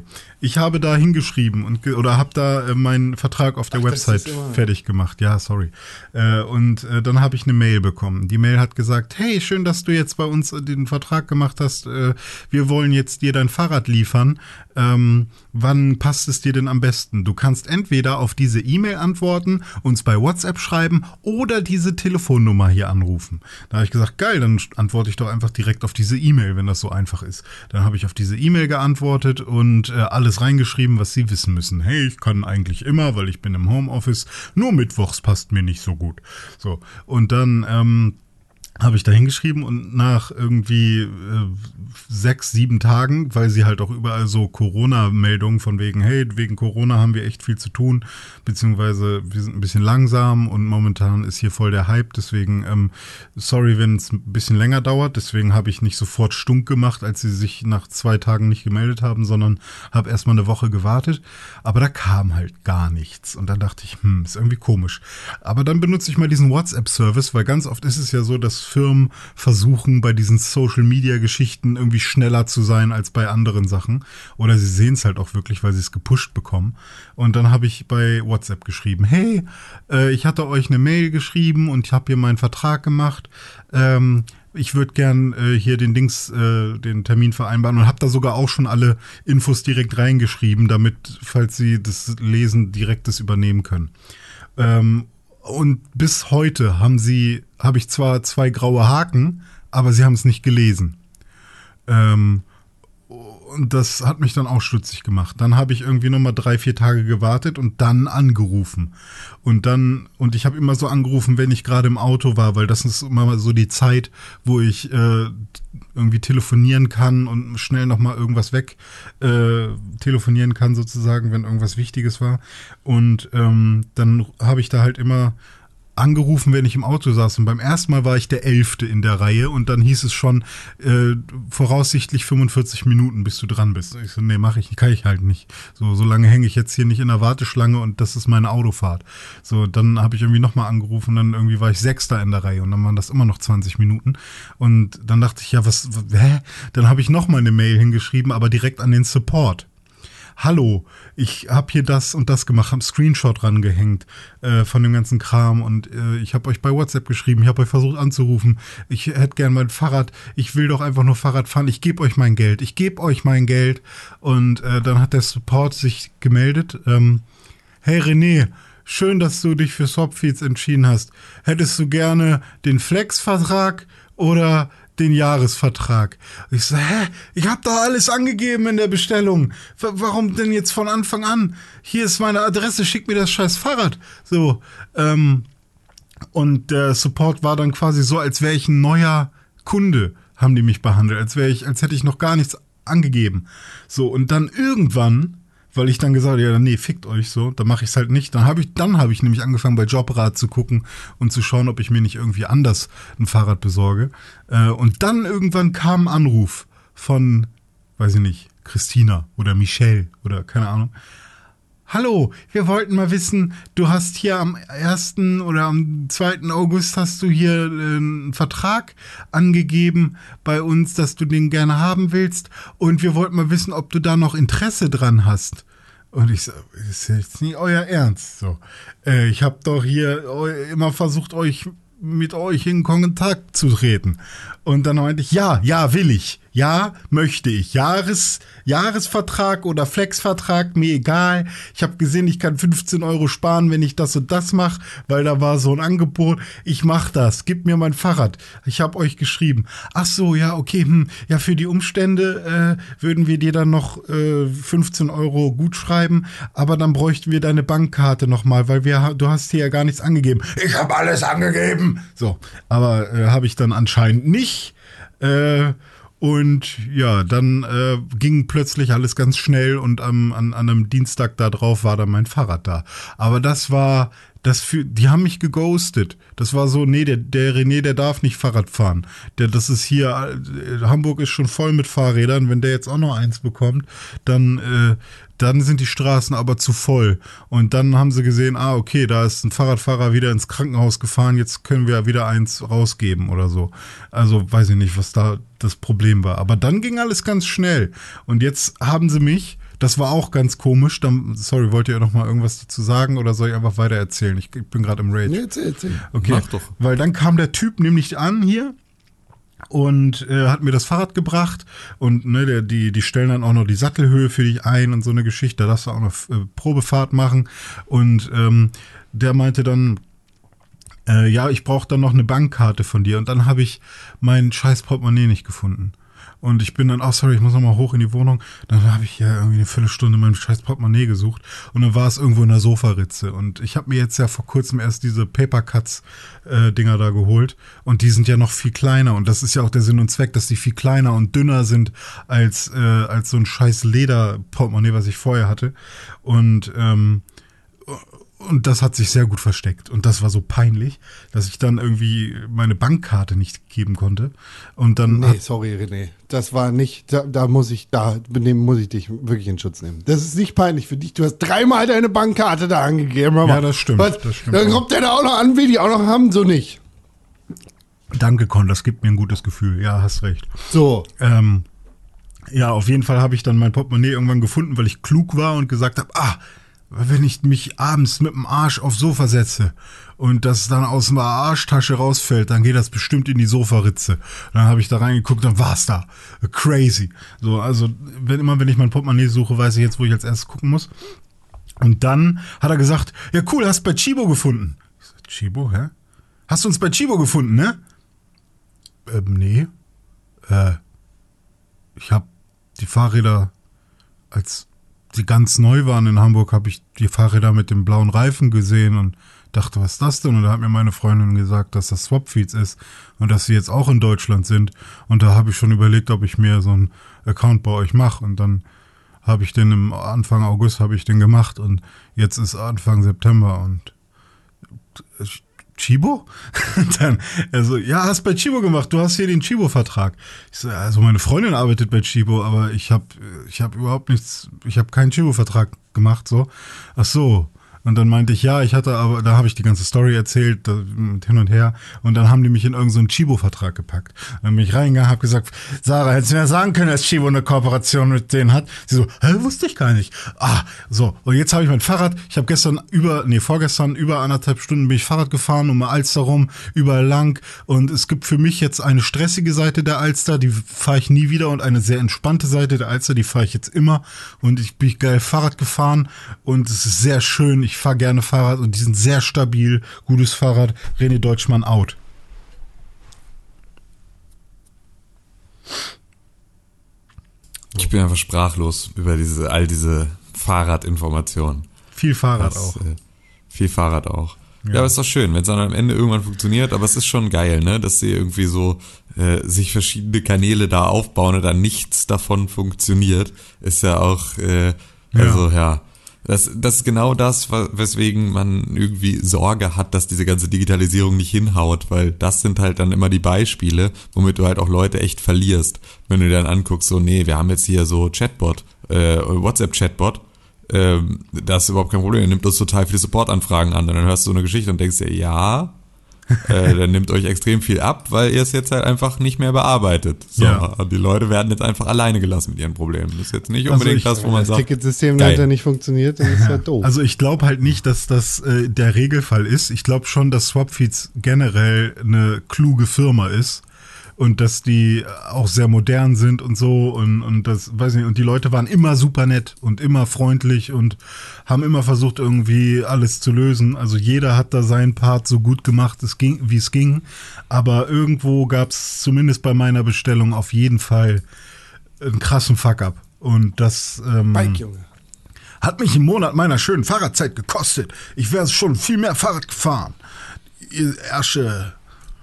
[SPEAKER 2] Ich habe da hingeschrieben oder habe da meinen Vertrag auf der Website fertig gemacht. Ja, sorry. Und dann habe ich eine Mail bekommen. Die Mail hat gesagt, hey, schön, dass du jetzt bei uns den Vertrag gemacht hast. Wir wollen jetzt dir dein Fahrrad liefern. Wann passt es dir denn am besten? Du kannst entweder auf diese E-Mail antworten, uns bei WhatsApp schreiben oder diese Telefonnummer hier anrufen. Da habe ich gesagt, geil, dann antworte ich doch einfach direkt auf diese E-Mail, wenn das so einfach ist. Dann habe ich auf diese E-Mail geantwortet und alles reingeschrieben, was sie wissen müssen. Hey, ich kann eigentlich immer, weil ich bin im Homeoffice, nur mittwochs passt mir nicht so gut. So, und dann habe ich da hingeschrieben und nach irgendwie 6, 7 Tagen, weil sie halt auch überall so Corona-Meldungen von wegen, hey, wegen Corona haben wir echt viel zu tun, beziehungsweise wir sind ein bisschen langsam und momentan ist hier voll der Hype, deswegen sorry, wenn es ein bisschen länger dauert, deswegen habe ich nicht sofort stunk gemacht, als sie sich nach 2 Tagen nicht gemeldet haben, sondern habe erstmal eine Woche gewartet, aber da kam halt gar nichts und dann dachte ich, ist irgendwie komisch. Aber dann benutze ich mal diesen WhatsApp-Service, weil ganz oft ist es ja so, dass Firmen versuchen, bei diesen Social-Media-Geschichten irgendwie schneller zu sein als bei anderen Sachen. Oder sie sehen es halt auch wirklich, weil sie es gepusht bekommen. Und dann habe ich bei WhatsApp geschrieben, hey, ich hatte euch eine Mail geschrieben und ich habe hier meinen Vertrag gemacht. Ich würde gern hier den Termin vereinbaren und habe da sogar auch schon alle Infos direkt reingeschrieben, damit, falls sie das lesen, direkt das übernehmen können. Und bis heute habe ich zwar 2 graue Haken, aber sie haben es nicht gelesen. Und das hat mich dann auch stutzig gemacht. Dann habe ich irgendwie nochmal 3, 4 Tage gewartet und dann angerufen. Und ich habe immer so angerufen, wenn ich gerade im Auto war, weil das ist immer so die Zeit, wo ich irgendwie telefonieren kann und schnell nochmal irgendwas weg telefonieren kann sozusagen, wenn irgendwas Wichtiges war. Und dann habe ich da halt immer angerufen, wenn ich im Auto saß. Und beim ersten Mal war ich der 11. in der Reihe und dann hieß es schon voraussichtlich 45 Minuten, bis du dran bist. Ich so, nee, kann ich halt nicht. So lange hänge ich jetzt hier nicht in der Warteschlange und das ist meine Autofahrt. So, dann habe ich irgendwie nochmal angerufen, dann irgendwie war ich 6. in der Reihe und dann waren das immer noch 20 Minuten. Und dann dachte ich, ja, Dann habe ich nochmal eine Mail hingeschrieben, aber direkt an den Support. Hallo, ich habe hier das und das gemacht, habe einen Screenshot rangehängt von dem ganzen Kram und ich habe euch bei WhatsApp geschrieben, ich habe euch versucht anzurufen, ich hätte gern mein Fahrrad, ich will doch einfach nur Fahrrad fahren, ich gebe euch mein Geld. Und dann hat der Support sich gemeldet, hey René, schön, dass du dich für Swapfeeds entschieden hast. Hättest du gerne den Flex-Vertrag oder den Jahresvertrag? Ich so, ich habe doch alles angegeben in der Bestellung. Warum denn jetzt von Anfang an? Hier ist meine Adresse, schick mir das scheiß Fahrrad. So, und der Support war dann quasi so, als wäre ich ein neuer Kunde, haben die mich behandelt, als hätte ich noch gar nichts angegeben. So, und dann irgendwann, weil ich dann gesagt habe, ja, nee, fickt euch so, dann mache ich es halt nicht. Dann habe ich nämlich angefangen, bei Jobrad zu gucken und zu schauen, ob ich mir nicht irgendwie anders ein Fahrrad besorge. Und dann irgendwann kam ein Anruf von, weiß ich nicht, Christina oder Michelle oder keine Ahnung. Hallo, wir wollten mal wissen, du hast hier am 1. oder am 2. August hast du hier einen Vertrag angegeben bei uns, dass du den gerne haben willst und wir wollten mal wissen, ob du da noch Interesse dran hast. Und ich so, ist jetzt nicht euer Ernst. So, ich habe doch hier immer versucht, mit euch in Kontakt zu treten. Und dann meinte ich, ja, will ich. Ja, möchte ich. Jahresvertrag oder Flexvertrag, mir egal. Ich habe gesehen, ich kann 15 € sparen, wenn ich das und das mache, weil da war so ein Angebot. Ich mache das. Gib mir mein Fahrrad. Ich habe euch geschrieben. Ach so, ja, okay. Ja, für die Umstände würden wir dir dann noch 15 € gut schreiben, aber dann bräuchten wir deine Bankkarte nochmal, weil du hast hier ja gar nichts angegeben. Ich habe alles angegeben. So, aber habe ich dann anscheinend nicht. Und ja, dann ging plötzlich alles ganz schnell und an einem Dienstag da drauf war dann mein Fahrrad da. Aber die haben mich geghostet. Das war so, nee, der René, der darf nicht Fahrrad fahren. Das ist hier, Hamburg ist schon voll mit Fahrrädern. Wenn der jetzt auch noch eins bekommt, dann sind die Straßen aber zu voll. Und dann haben sie gesehen, okay, da ist ein Fahrradfahrer wieder ins Krankenhaus gefahren, jetzt können wir wieder eins rausgeben oder so. Also weiß ich nicht, was da das Problem war. Aber dann ging alles ganz schnell. Und jetzt haben sie mich Das war auch ganz komisch. Sorry, wollt ihr noch mal irgendwas dazu sagen oder soll ich einfach weiter erzählen? Ich bin gerade im Rage.
[SPEAKER 1] Nee, erzähl.
[SPEAKER 2] Okay,
[SPEAKER 3] Mach doch.
[SPEAKER 2] weil dann kam der Typ nämlich an hier und hat mir das Fahrrad gebracht und ne, die stellen dann auch noch die Sattelhöhe für dich ein und so eine Geschichte. Da darfst du auch noch Probefahrt machen und der meinte dann, ja, ich brauche dann noch eine Bankkarte von dir und dann habe ich mein scheiß Portemonnaie nicht gefunden. Und ich bin dann, sorry, ich muss noch mal hoch in die Wohnung. Dann habe ich ja irgendwie eine Viertelstunde mein scheiß Portemonnaie gesucht. Und dann war es irgendwo in der Sofaritze. Und ich habe mir jetzt ja vor kurzem erst diese Paper Cuts Dinger da geholt. Und die sind ja noch viel kleiner. Und das ist ja auch der Sinn und Zweck, dass die viel kleiner und dünner sind als so ein scheiß Leder-Portemonnaie, was ich vorher hatte. Und das hat sich sehr gut versteckt. Und das war so peinlich, dass ich dann irgendwie meine Bankkarte nicht geben konnte. Und dann.
[SPEAKER 1] Nee, sorry, René. Das war nicht, da muss ich dich wirklich in Schutz nehmen. Das ist nicht peinlich für dich. Du hast 3-mal deine Bankkarte da angegeben.
[SPEAKER 2] Ja, das stimmt.
[SPEAKER 1] Dann kommt der da auch noch an, will die auch noch haben, so nicht.
[SPEAKER 2] Danke, Con, das gibt mir ein gutes Gefühl. Ja, hast recht.
[SPEAKER 1] So.
[SPEAKER 2] Ja, auf jeden Fall habe ich dann mein Portemonnaie irgendwann gefunden, weil ich klug war und gesagt habe, wenn ich mich abends mit dem Arsch aufs Sofa setze und das dann aus der Arschtasche rausfällt, dann geht das bestimmt in die Sofaritze. Dann habe ich da reingeguckt, dann war's da. Crazy. So, also wenn ich mein Portemonnaie suche, weiß ich jetzt, wo ich als erstes gucken muss. Und dann hat er gesagt, ja cool, hast bei Chibo gefunden. Ich so, Chibo, hä? Hast du uns bei Chibo gefunden, ne? Nee. Ich habe die Fahrräder als die ganz neu waren in Hamburg, habe ich die Fahrräder mit dem blauen Reifen gesehen und dachte, was ist das denn? Und da hat mir meine Freundin gesagt, dass das Swapfeeds ist und dass sie jetzt auch in Deutschland sind. Und da habe ich schon überlegt, ob ich mir so einen Account bei euch mache. Und dann habe ich den im Anfang August gemacht und jetzt ist Anfang September und Chibo? Dann, ja, hast bei Chibo gemacht, du hast hier den Chibo-Vertrag. Ich so, also meine Freundin arbeitet bei Chibo, aber ich hab überhaupt nichts, ich habe keinen Chibo-Vertrag gemacht, so. Ach so. Und dann meinte ich, ja, da habe ich die ganze Story erzählt, hin und her. Und dann haben die mich in irgendeinen Chibo-Vertrag gepackt. Dann bin ich reingegangen, habe gesagt, Sarah, hättest du mir sagen können, dass Chibo eine Kooperation mit denen hat? Sie so, wusste ich gar nicht. So. Und jetzt habe ich mein Fahrrad, ich habe vorgestern über 1,5 Stunden bin ich Fahrrad gefahren, um Alster rum, überall lang. Und es gibt für mich jetzt eine stressige Seite der Alster, die fahre ich nie wieder. Und eine sehr entspannte Seite der Alster, die fahre ich jetzt immer. Und ich bin geil Fahrrad gefahren und es ist sehr schön. Ich fahre gerne Fahrrad und die sind sehr stabil. Gutes Fahrrad. René Deutschmann out.
[SPEAKER 3] Ich bin einfach sprachlos über all diese Fahrradinformationen.
[SPEAKER 2] Viel Fahrrad auch.
[SPEAKER 3] Viel Fahrrad auch. Ja, aber ist doch schön, wenn es dann am Ende irgendwann funktioniert. Aber es ist schon geil, ne, dass sie irgendwie so sich verschiedene Kanäle da aufbauen und dann nichts davon funktioniert. Ist ja auch, Das ist genau das, weswegen man irgendwie Sorge hat, dass diese ganze Digitalisierung nicht hinhaut, weil das sind halt dann immer die Beispiele, womit du halt auch Leute echt verlierst. Wenn du dir dann anguckst, so, nee, wir haben jetzt hier so Chatbot, WhatsApp-Chatbot, das ist überhaupt kein Problem, er nimmt uns total viele Support-Anfragen an und dann hörst du so eine Geschichte und denkst dir, ja, der nimmt euch extrem viel ab, weil ihr es jetzt halt einfach nicht mehr bearbeitet. So, ja. Und die Leute werden jetzt einfach alleine gelassen mit ihren Problemen. Das ist jetzt nicht unbedingt das, wo man sagt,
[SPEAKER 1] das Ticketsystem leider nicht funktioniert, dann ist ja doof.
[SPEAKER 2] Also ich glaube halt nicht, dass das der Regelfall ist. Ich glaube schon, dass Swapfeeds generell eine kluge Firma ist und dass die auch sehr modern sind und so und das, weiß nicht, und die Leute waren immer super nett und immer freundlich und haben immer versucht, irgendwie alles zu lösen. Also jeder hat da seinen Part so gut gemacht, wie es ging. Aber irgendwo gab es zumindest bei meiner Bestellung auf jeden Fall einen krassen Fuck-up. Und das
[SPEAKER 1] Bike, Junge.
[SPEAKER 2] Hat mich im Monat meiner schönen Fahrradzeit gekostet. Ich wäre schon viel mehr Fahrrad gefahren. Ihr Ärsche.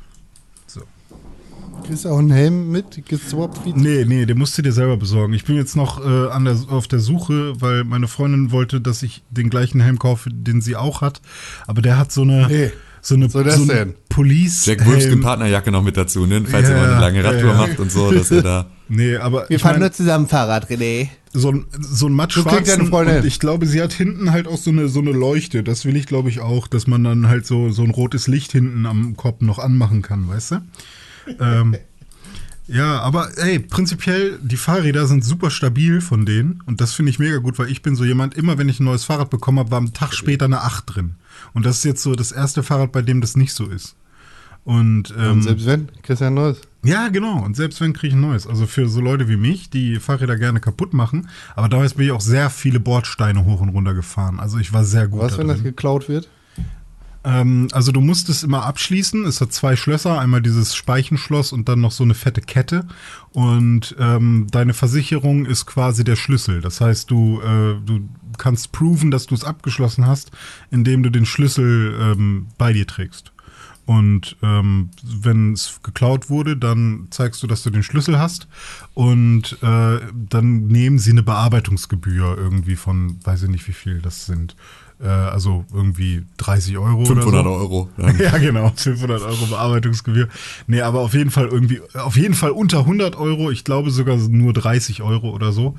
[SPEAKER 1] Kriegst du auch einen Helm mit? Geswappt?
[SPEAKER 2] Nee, den musst du dir selber besorgen. Ich bin jetzt noch auf der Suche, weil meine Freundin wollte, dass ich den gleichen Helm kaufe, den sie auch hat. Aber der hat so eine Police.
[SPEAKER 3] Jack Wolfskin Partnerjacke noch mit dazu, ne? Falls ihr mal eine lange Radtour macht und so, dass ihr da.
[SPEAKER 2] Nee, aber.
[SPEAKER 1] Wir fahren nur zusammen Fahrrad, René.
[SPEAKER 2] So ein mattschwarzen, und ich glaube, sie hat hinten halt auch so eine Leuchte. Das will ich, glaube ich, auch, dass man dann halt so ein rotes Licht hinten am Kopf noch anmachen kann, weißt du? Ja, aber ey, prinzipiell, die Fahrräder sind super stabil von denen und das finde ich mega gut, weil ich bin so jemand, immer wenn ich ein neues Fahrrad bekommen habe, war am Tag später eine 8 drin. Und das ist jetzt so das erste Fahrrad, bei dem das nicht so ist. Und
[SPEAKER 1] selbst wenn, kriegst du ein neues.
[SPEAKER 2] ja, genau. Und selbst wenn, kriege ich ein neues. Also für so Leute wie mich, die Fahrräder gerne kaputt machen. Aber damals bin ich auch sehr viele Bordsteine hoch und runter gefahren. Also ich war sehr gut
[SPEAKER 1] Was,
[SPEAKER 2] da
[SPEAKER 1] wenn das
[SPEAKER 2] drin.
[SPEAKER 1] geklaut wird?
[SPEAKER 2] Also du musst es immer abschließen. Es hat 2 Schlösser. Einmal dieses Speichenschloss und dann noch so eine fette Kette. Und deine Versicherung ist quasi der Schlüssel. Das heißt, du kannst proven, dass du es abgeschlossen hast, indem du den Schlüssel bei dir trägst. Und wenn es geklaut wurde, dann zeigst du, dass du den Schlüssel hast. Und dann nehmen sie eine Bearbeitungsgebühr irgendwie von, weiß ich nicht, wie viel das sind. Also irgendwie 30 Euro
[SPEAKER 3] 500
[SPEAKER 2] oder so.
[SPEAKER 3] Euro.
[SPEAKER 2] Ja, genau, 500 Euro Bearbeitungsgebühr. Nee, aber auf jeden Fall unter 100 Euro. Ich glaube sogar nur 30 Euro oder so.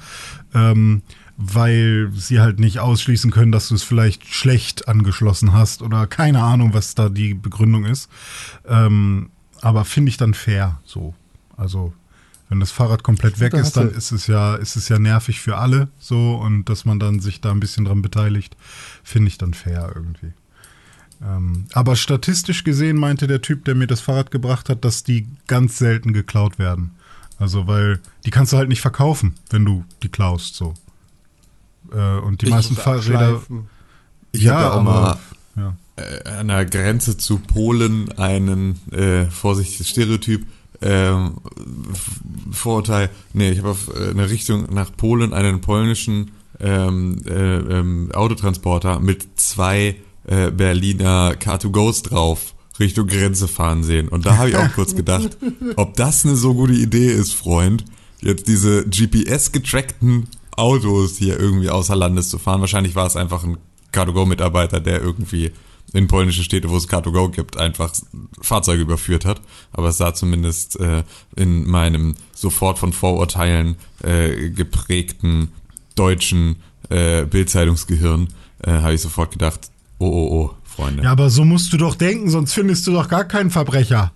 [SPEAKER 2] Weil sie halt nicht ausschließen können, dass du es vielleicht schlecht angeschlossen hast oder keine Ahnung, was da die Begründung ist. Aber finde ich dann fair so. Also wenn das Fahrrad komplett weg ist, dann ist es ja nervig für alle so und dass man dann sich da ein bisschen dran beteiligt, finde ich dann fair irgendwie. Aber statistisch gesehen meinte der Typ, der mir das Fahrrad gebracht hat, dass die ganz selten geklaut werden. Also weil die kannst du halt nicht verkaufen, wenn du die klaust so. Und die meisten Fahrräder.
[SPEAKER 3] Ich habe ja auch mal
[SPEAKER 2] ja.
[SPEAKER 3] an der Grenze zu Polen einen, vorsichtiges Stereotyp, Vorurteil. Nee, ich habe auf eine Richtung nach Polen einen polnischen Autotransporter mit 2 Berliner Car2Go's drauf Richtung Grenze fahren sehen. Und da habe ich auch kurz gedacht, ob das eine so gute Idee ist, Freund, jetzt diese GPS-getrackten Autos hier irgendwie außer Landes zu fahren. Wahrscheinlich war es einfach ein Car2Go-Mitarbeiter, der irgendwie in polnische Städte, wo es Car2Go gibt, einfach Fahrzeuge überführt hat. Aber es sah zumindest in meinem sofort von Vorurteilen geprägten deutschen Bild-Zeitungsgehirn habe ich sofort gedacht, oh, Freunde.
[SPEAKER 2] Ja, aber so musst du doch denken, sonst findest du doch gar keinen Verbrecher.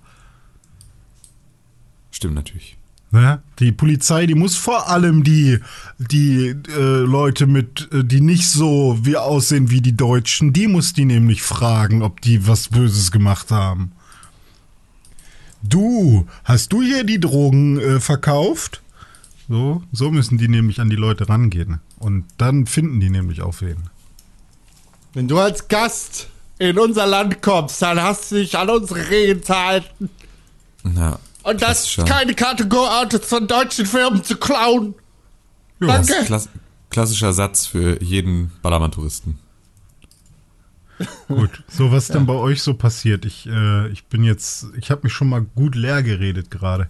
[SPEAKER 3] Stimmt natürlich.
[SPEAKER 2] Ne? Die Polizei, die muss vor allem die Leute die nicht so wie aussehen wie die Deutschen, die muss die nämlich fragen, ob die was Böses gemacht haben. Hast du hier die Drogen verkauft? So müssen die nämlich an die Leute rangehen. Und dann finden die nämlich auch wen.
[SPEAKER 1] Wenn du als Gast in unser Land kommst, dann hast du dich an unsere Regeln zu halten.
[SPEAKER 3] Ja.
[SPEAKER 1] Und das ist keine Car2Go-Autos von deutschen Firmen zu klauen.
[SPEAKER 2] Ja.
[SPEAKER 1] Danke.
[SPEAKER 3] Klassischer Satz für jeden Ballermann-Touristen.
[SPEAKER 2] Gut, so was denn bei euch so passiert? Ich habe mich schon mal gut leer geredet gerade.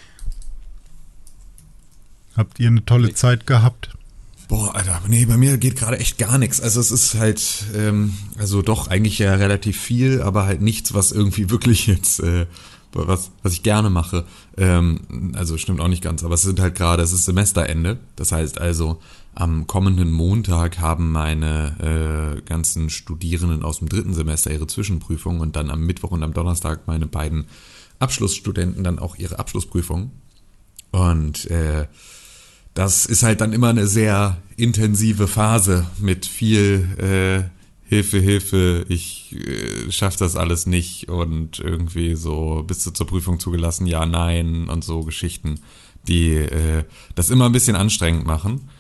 [SPEAKER 2] Habt ihr eine tolle Zeit gehabt?
[SPEAKER 3] Boah, Alter, nee, bei mir geht gerade echt gar nichts. Also es ist halt, also doch eigentlich ja relativ viel, aber halt nichts, was irgendwie wirklich jetzt, was ich gerne mache. Also stimmt auch nicht ganz, aber es ist Semesterende. Das heißt also, am kommenden Montag haben meine ganzen Studierenden aus dem 3. Semester ihre Zwischenprüfung und dann am Mittwoch und am Donnerstag meine beiden Abschlussstudenten dann auch ihre Abschlussprüfung. Und das ist halt dann immer eine sehr intensive Phase mit viel Hilfe, ich schaff das alles nicht und irgendwie so, bist du zur Prüfung zugelassen, ja, nein und so Geschichten, die das immer ein bisschen anstrengend machen.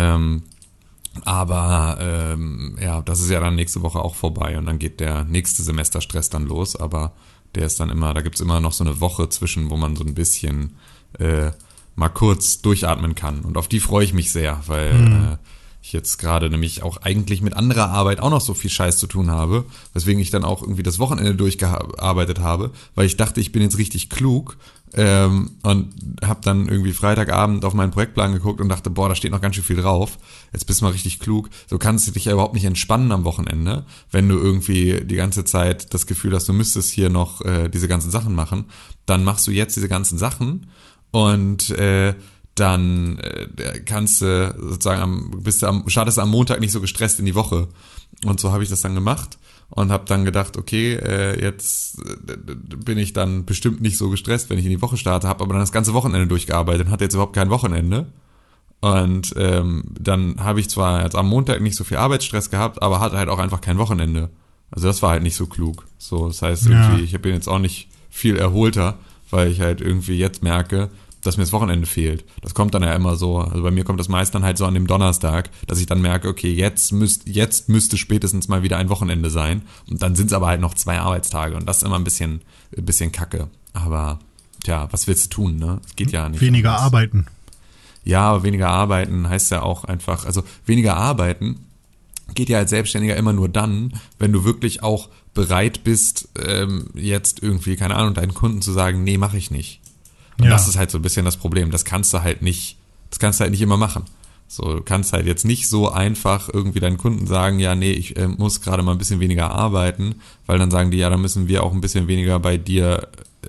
[SPEAKER 3] Aber das ist ja dann nächste Woche auch vorbei und dann geht der nächste Semesterstress dann los, aber der ist dann immer, da gibt's immer noch so eine Woche zwischen, wo man so ein bisschen mal kurz durchatmen kann. Und auf die freue ich mich sehr, weil ich jetzt gerade nämlich auch eigentlich mit anderer Arbeit auch noch so viel Scheiß zu tun habe, weswegen ich dann auch irgendwie das Wochenende durchgearbeitet habe, weil ich dachte, ich bin jetzt richtig klug und habe dann irgendwie Freitagabend auf meinen Projektplan geguckt und dachte, boah, da steht noch ganz schön viel drauf. Jetzt bist du mal richtig klug. So kannst du dich ja überhaupt nicht entspannen am Wochenende, wenn du irgendwie die ganze Zeit das Gefühl hast, du müsstest hier noch diese ganzen Sachen machen. Dann machst du jetzt diese ganzen Sachen und dann kannst du sozusagen startest am Montag nicht so gestresst in die Woche. Und so habe ich das dann gemacht. und habe dann gedacht, okay, jetzt bin ich dann bestimmt nicht so gestresst, wenn ich in die Woche starte, habe aber dann das ganze Wochenende durchgearbeitet und hatte jetzt überhaupt kein Wochenende. Und dann habe ich zwar jetzt am Montag nicht so viel Arbeitsstress gehabt, aber hatte halt auch einfach kein Wochenende. Also das war halt nicht so klug. So, das heißt irgendwie, ich bin jetzt auch nicht viel erholter, weil ich halt irgendwie jetzt merke, dass mir das Wochenende fehlt. Das kommt dann ja immer so, also bei mir kommt das meist dann halt so an dem Donnerstag, dass ich dann merke, okay, jetzt müsste spätestens mal wieder ein Wochenende sein. Und dann sind es aber halt noch 2 Arbeitstage und das ist immer ein bisschen kacke. Aber tja, was willst du tun, ne? Es geht ja nicht.
[SPEAKER 2] Weniger arbeiten.
[SPEAKER 3] Ja, aber weniger arbeiten heißt ja auch einfach, also weniger arbeiten geht ja als Selbstständiger immer nur dann, wenn du wirklich auch bereit bist, jetzt irgendwie, keine Ahnung, deinen Kunden zu sagen, nee, mache ich nicht. Und das ist halt so ein bisschen das Problem. Das kannst du halt nicht immer machen. So, du kannst halt jetzt nicht so einfach irgendwie deinen Kunden sagen, ja, nee, ich muss gerade mal ein bisschen weniger arbeiten, weil dann sagen die, ja, dann müssen wir auch ein bisschen weniger bei dir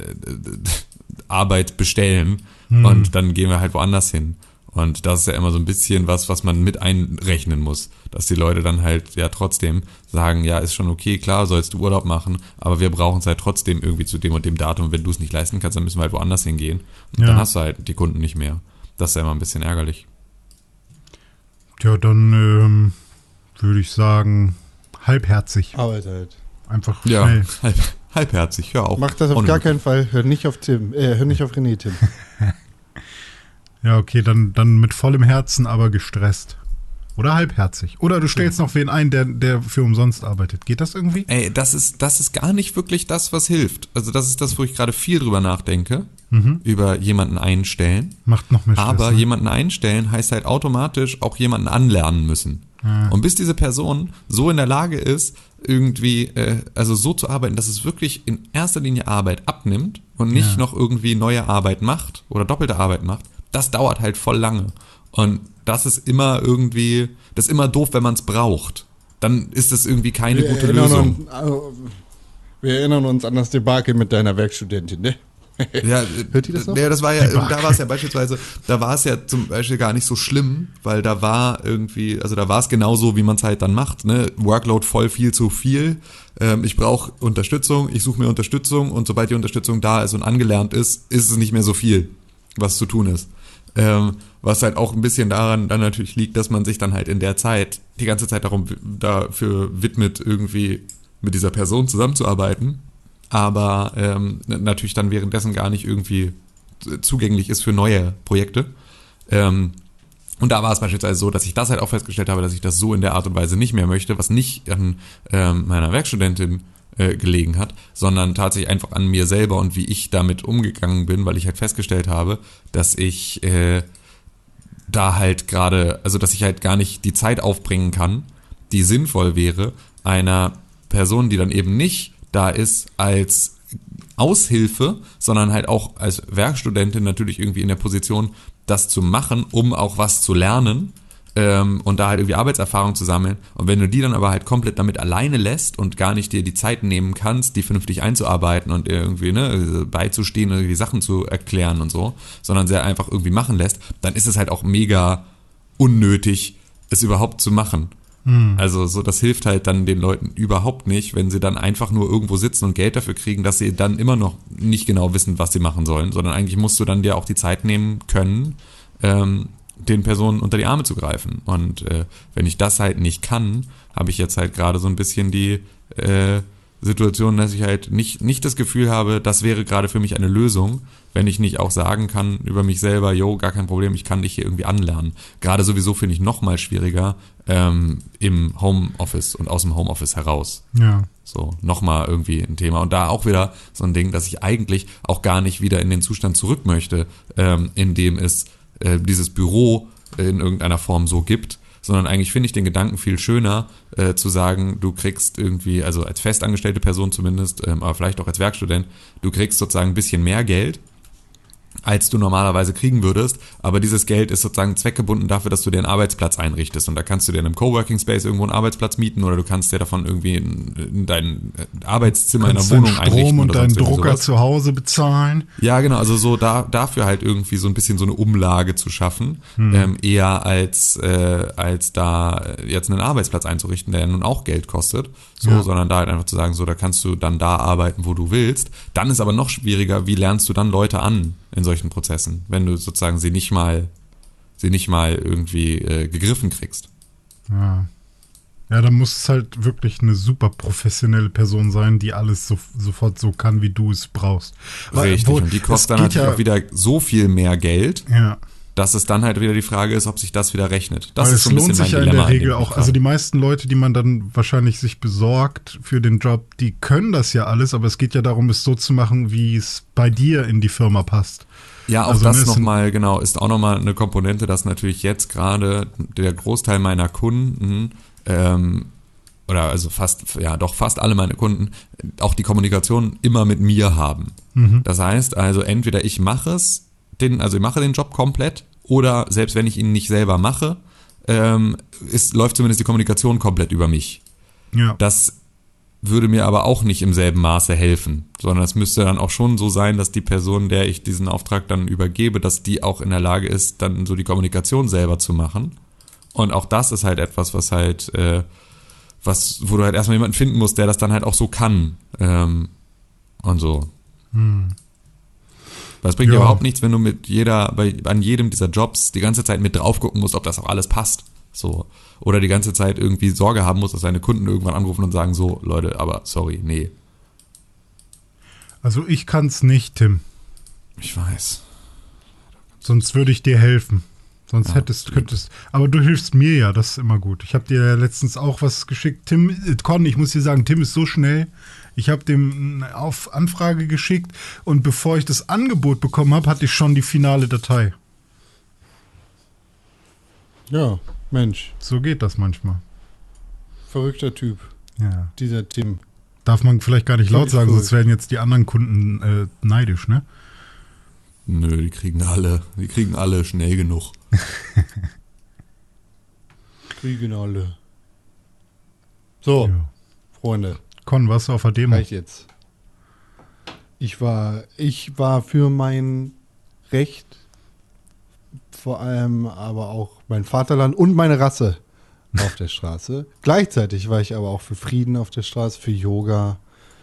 [SPEAKER 3] Arbeit bestellen und dann gehen wir halt woanders hin. Und das ist ja immer so ein bisschen was man mit einrechnen muss, dass die Leute dann halt ja trotzdem sagen, ja, ist schon okay, klar, sollst du Urlaub machen, aber wir brauchen es halt trotzdem irgendwie zu dem und dem Datum. Wenn du es nicht leisten kannst, dann müssen wir halt woanders hingehen. Und dann hast du halt die Kunden nicht mehr. Das ist ja immer ein bisschen ärgerlich.
[SPEAKER 2] Ja, dann würde ich sagen, halbherzig.
[SPEAKER 1] Arbeit halt.
[SPEAKER 2] Einfach schnell.
[SPEAKER 3] Ja, halbherzig, ja auch.
[SPEAKER 1] Mach das auf gar keinen Fall. Hör nicht auf René, Tim.
[SPEAKER 2] Ja, okay, dann mit vollem Herzen, aber gestresst. Oder halbherzig. Oder du stellst noch wen ein, der für umsonst arbeitet. Geht das irgendwie?
[SPEAKER 3] Ey, das ist gar nicht wirklich das, was hilft. Also das ist das, wo ich gerade viel drüber nachdenke. Über jemanden einstellen.
[SPEAKER 2] Macht noch mehr Stress.
[SPEAKER 3] Aber jemanden einstellen heißt halt automatisch auch jemanden anlernen müssen. Und bis diese Person so in der Lage ist, irgendwie, also so zu arbeiten, dass es wirklich in erster Linie Arbeit abnimmt und nicht noch irgendwie neue Arbeit macht oder doppelte Arbeit macht, das dauert halt voll lange. Und das ist immer irgendwie, das ist immer doof, wenn man es braucht. Dann ist das irgendwie keine gute Lösung.
[SPEAKER 1] Wir erinnern uns an das Debakel mit deiner Werkstudentin, ne?
[SPEAKER 3] Ja,
[SPEAKER 1] hört ihr das noch?
[SPEAKER 3] Ja, das war ja, da war es ja beispielsweise, da war es ja zum Beispiel gar nicht so schlimm, weil da war irgendwie, also da war es genauso, wie man es halt dann macht, ne? Workload voll viel zu viel. Ich brauche Unterstützung, ich suche mir Unterstützung und sobald die Unterstützung da ist und angelernt ist, ist es nicht mehr so viel, was zu tun ist. Was halt auch ein bisschen daran dann natürlich liegt, dass man sich dann halt in der Zeit die ganze Zeit dafür widmet, irgendwie mit dieser Person zusammenzuarbeiten, aber natürlich dann währenddessen gar nicht irgendwie zugänglich ist für neue Projekte. Und da war es beispielsweise so, dass ich das halt auch festgestellt habe, dass ich das so in der Art und Weise nicht mehr möchte, was nicht an meiner Werkstudentin gelegen hat, sondern tatsächlich einfach an mir selber und wie ich damit umgegangen bin, weil ich halt festgestellt habe, dass ich da halt gerade, also dass ich halt gar nicht die Zeit aufbringen kann, die sinnvoll wäre, einer Person, die dann eben nicht da ist als Aushilfe, sondern halt auch als Werkstudentin natürlich irgendwie in der Position, das zu machen, um auch was zu lernen, und da halt irgendwie Arbeitserfahrung zu sammeln. Und wenn du die dann aber halt komplett damit alleine lässt und gar nicht dir die Zeit nehmen kannst, die vernünftig einzuarbeiten und irgendwie beizustehen oder die Sachen zu erklären und so, sondern sie einfach irgendwie machen lässt, dann ist es halt auch mega unnötig, es überhaupt zu machen. Also so, das hilft halt dann den Leuten überhaupt nicht, wenn sie dann einfach nur irgendwo sitzen und Geld dafür kriegen, dass sie dann immer noch nicht genau wissen, was sie machen sollen, sondern eigentlich musst du dann dir auch die Zeit nehmen können, den Personen unter die Arme zu greifen. Und wenn ich das halt nicht kann, habe ich jetzt halt gerade so ein bisschen die Situation, dass ich halt nicht das Gefühl habe, das wäre gerade für mich eine Lösung, wenn ich nicht auch sagen kann über mich selber, gar kein Problem, ich kann dich hier irgendwie anlernen. Gerade sowieso finde ich noch mal schwieriger im Homeoffice und aus dem Homeoffice heraus.
[SPEAKER 2] Ja.
[SPEAKER 3] So, nochmal irgendwie ein Thema. Und da auch wieder so ein Ding, dass ich eigentlich auch gar nicht wieder in den Zustand zurück möchte, in dem es dieses Büro in irgendeiner Form so gibt, sondern eigentlich finde ich den Gedanken viel schöner, zu sagen, du kriegst irgendwie, also als festangestellte Person zumindest, aber vielleicht auch als Werkstudent, du kriegst sozusagen ein bisschen mehr Geld, als du normalerweise kriegen würdest, aber dieses Geld ist sozusagen zweckgebunden dafür, dass du dir einen Arbeitsplatz einrichtest und da kannst du dir in einem Coworking Space irgendwo einen Arbeitsplatz mieten oder du kannst dir davon irgendwie in dein Arbeitszimmer in einer Wohnung einrichten.
[SPEAKER 2] Strom und
[SPEAKER 3] oder
[SPEAKER 2] deinen
[SPEAKER 3] sonst
[SPEAKER 2] Drucker
[SPEAKER 3] sowas.
[SPEAKER 2] zu Hause bezahlen.
[SPEAKER 3] Ja, genau, also so dafür halt irgendwie so ein bisschen so eine Umlage zu schaffen, eher als da jetzt einen Arbeitsplatz einzurichten, der ja nun auch Geld kostet, sondern da halt einfach zu sagen, so, da kannst du dann da arbeiten, wo du willst. Dann ist aber noch schwieriger, wie lernst du dann Leute an in solchen Prozessen, wenn du sozusagen sie nicht mal irgendwie gegriffen kriegst.
[SPEAKER 2] Ja. Ja, da muss es halt wirklich eine super professionelle Person sein, die alles sofort so kann, wie du es brauchst.
[SPEAKER 3] Richtig, und die kostet dann natürlich auch wieder so viel mehr Geld, dass es dann halt wieder die Frage ist, ob sich das wieder rechnet. Das ist so ein bisschen mein Dilemma. Es lohnt sich ja in der Regel auch, also die meisten Leute, die man dann wahrscheinlich sich besorgt für den Job, die können das ja alles, aber es geht ja darum, es so zu machen, wie es bei dir in die Firma passt. Ja, auch also das nochmal, genau, ist auch nochmal eine Komponente, dass natürlich jetzt gerade der Großteil meiner Kunden, oder also fast alle meine Kunden, auch die Kommunikation immer mit mir haben. Das heißt also, entweder ich mache den Job komplett, oder selbst wenn ich ihn nicht selber mache, läuft zumindest die Kommunikation komplett über mich.
[SPEAKER 2] Ja.
[SPEAKER 3] Das würde mir aber auch nicht im selben Maße helfen, sondern es müsste dann auch schon so sein, dass die Person, der ich diesen Auftrag dann übergebe, dass die auch in der Lage ist, dann so die Kommunikation selber zu machen. Und auch das ist halt etwas, was halt, wo du halt erstmal jemanden finden musst, der das dann halt auch so kann. Und so. Weil es bringt ja überhaupt nichts, wenn du an jedem dieser Jobs die ganze Zeit mit drauf gucken musst, ob das auch alles passt. So. Oder die ganze Zeit irgendwie Sorge haben musst, dass deine Kunden irgendwann anrufen und sagen, so, Leute, aber sorry, nee.
[SPEAKER 2] Also ich kann's nicht, Tim.
[SPEAKER 3] Ich weiß.
[SPEAKER 2] Sonst würde ich dir helfen. Sonst könntest. Aber du hilfst mir ja, das ist immer gut. Ich habe dir ja letztens auch was geschickt. Con, ich muss dir sagen, Tim ist so schnell. Ich habe dem eine Anfrage geschickt und bevor ich das Angebot bekommen habe, hatte ich schon die finale Datei.
[SPEAKER 1] Ja, Mensch.
[SPEAKER 2] So geht das manchmal.
[SPEAKER 1] Verrückter Typ.
[SPEAKER 2] Ja.
[SPEAKER 1] Dieser Tim.
[SPEAKER 2] Darf man vielleicht gar nicht laut sagen, sonst werden jetzt die anderen Kunden neidisch, ne?
[SPEAKER 3] Nö, die kriegen alle schnell genug.
[SPEAKER 1] Kriegen alle. So, ja. Freunde.
[SPEAKER 2] Con, warst du auf der Demo?
[SPEAKER 1] Reicht jetzt. Ich war für mein Recht, vor allem aber auch mein Vaterland und meine Rasse auf der Straße. Gleichzeitig war ich aber auch für Frieden auf der Straße, für Yoga,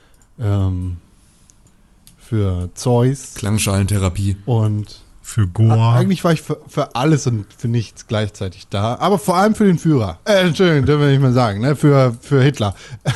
[SPEAKER 1] für Zeus.
[SPEAKER 3] Klangschalentherapie.
[SPEAKER 1] Und
[SPEAKER 2] für Goa.
[SPEAKER 1] Eigentlich war ich für alles und für nichts gleichzeitig da. Aber vor allem für den Führer. Entschuldigung, dürfen wir nicht mehr sagen, ne? Für Hitler.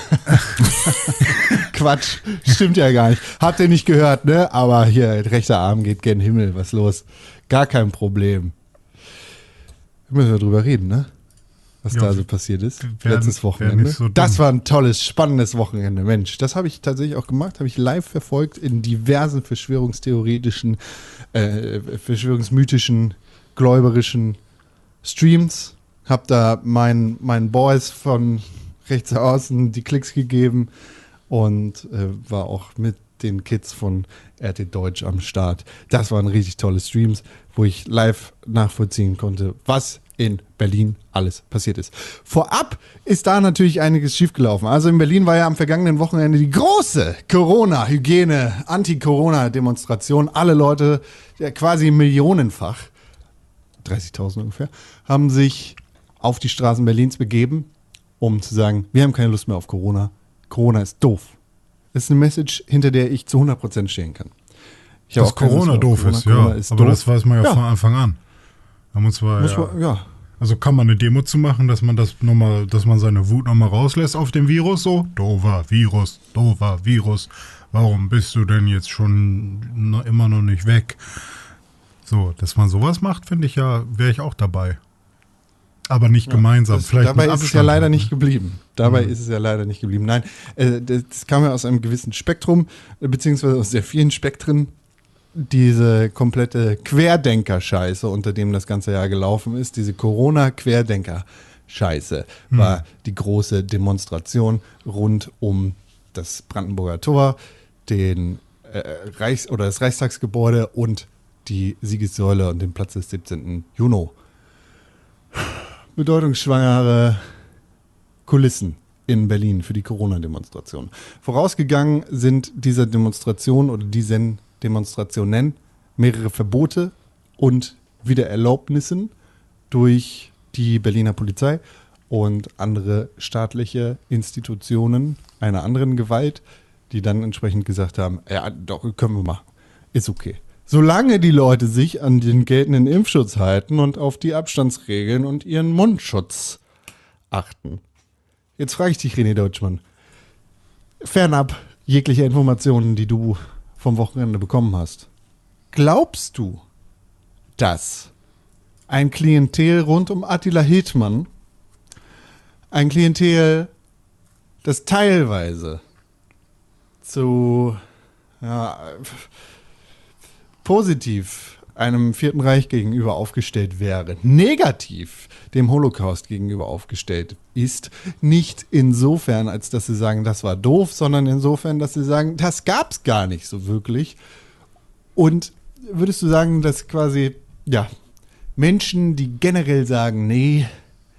[SPEAKER 1] Quatsch, stimmt ja gar nicht. Habt ihr nicht gehört, ne? Aber hier, rechter Arm geht gen Himmel, was los? Gar kein Problem. Müssen wir drüber reden, ne? Was da so passiert ist. Letztes Wochenende. So das war ein tolles, spannendes Wochenende. Mensch, das habe ich tatsächlich auch gemacht. Habe ich live verfolgt in diversen verschwörungstheoretischen, verschwörungsmythischen, gläuberischen Streams. Habe da meinen Boys von rechts außen die Klicks gegeben und war auch mit den Kids von RT Deutsch am Start. Das waren richtig tolle Streams, wo ich live nachvollziehen konnte, was in Berlin alles passiert ist. Vorab ist da natürlich einiges schiefgelaufen. Also in Berlin war ja am vergangenen Wochenende die große Corona-Hygiene, Anti-Corona-Demonstration. Alle Leute, ja quasi millionenfach, 30.000 ungefähr, haben sich auf die Straßen Berlins begeben, um zu sagen, wir haben keine Lust mehr auf Corona. Corona ist doof. Das ist eine Message, hinter der ich zu 100% stehen kann.
[SPEAKER 2] Dass Corona doof ist, ja. Aber das weiß man ja von Anfang an. Also kann man eine Demo zu machen, dass man dass man seine Wut nochmal rauslässt auf den Virus, so? Doofer Virus. Warum bist du denn jetzt schon immer noch nicht weg? So, dass man sowas macht, finde ich ja, wäre ich auch dabei. Aber nicht gemeinsam. Vielleicht
[SPEAKER 1] dabei ist es ja leider nicht geblieben. Nein, das kam ja aus einem gewissen Spektrum, beziehungsweise aus sehr vielen Spektren. Diese komplette Querdenker-Scheiße, unter dem das ganze Jahr gelaufen ist, diese Corona-Querdenker-Scheiße, war die große Demonstration rund um das Brandenburger Tor, das Reichstagsgebäude und die Siegessäule und den Platz des 17. Juni. Bedeutungsschwangere Kulissen in Berlin für die Corona-Demonstration. Vorausgegangen sind dieser Demonstration oder diesen Demonstrationen mehrere Verbote und Wiedererlaubnissen durch die Berliner Polizei und andere staatliche Institutionen einer anderen Gewalt, die dann entsprechend gesagt haben, ja, doch, können wir machen. Ist okay. Solange die Leute sich an den geltenden Impfschutz halten und auf die Abstandsregeln und ihren Mundschutz achten. Jetzt frage ich dich, René Deutschmann, fernab jeglicher Informationen, die du vom Wochenende bekommen hast, glaubst du, dass ein Klientel rund um Attila Hildmann, ein Klientel, das teilweise zu positiv einem Vierten Reich gegenüber aufgestellt wäre, negativ dem Holocaust gegenüber aufgestellt ist, nicht insofern, als dass sie sagen, das war doof, sondern insofern, dass sie sagen, das gab's gar nicht so wirklich. Und würdest du sagen, dass quasi, Menschen, die generell sagen, nee,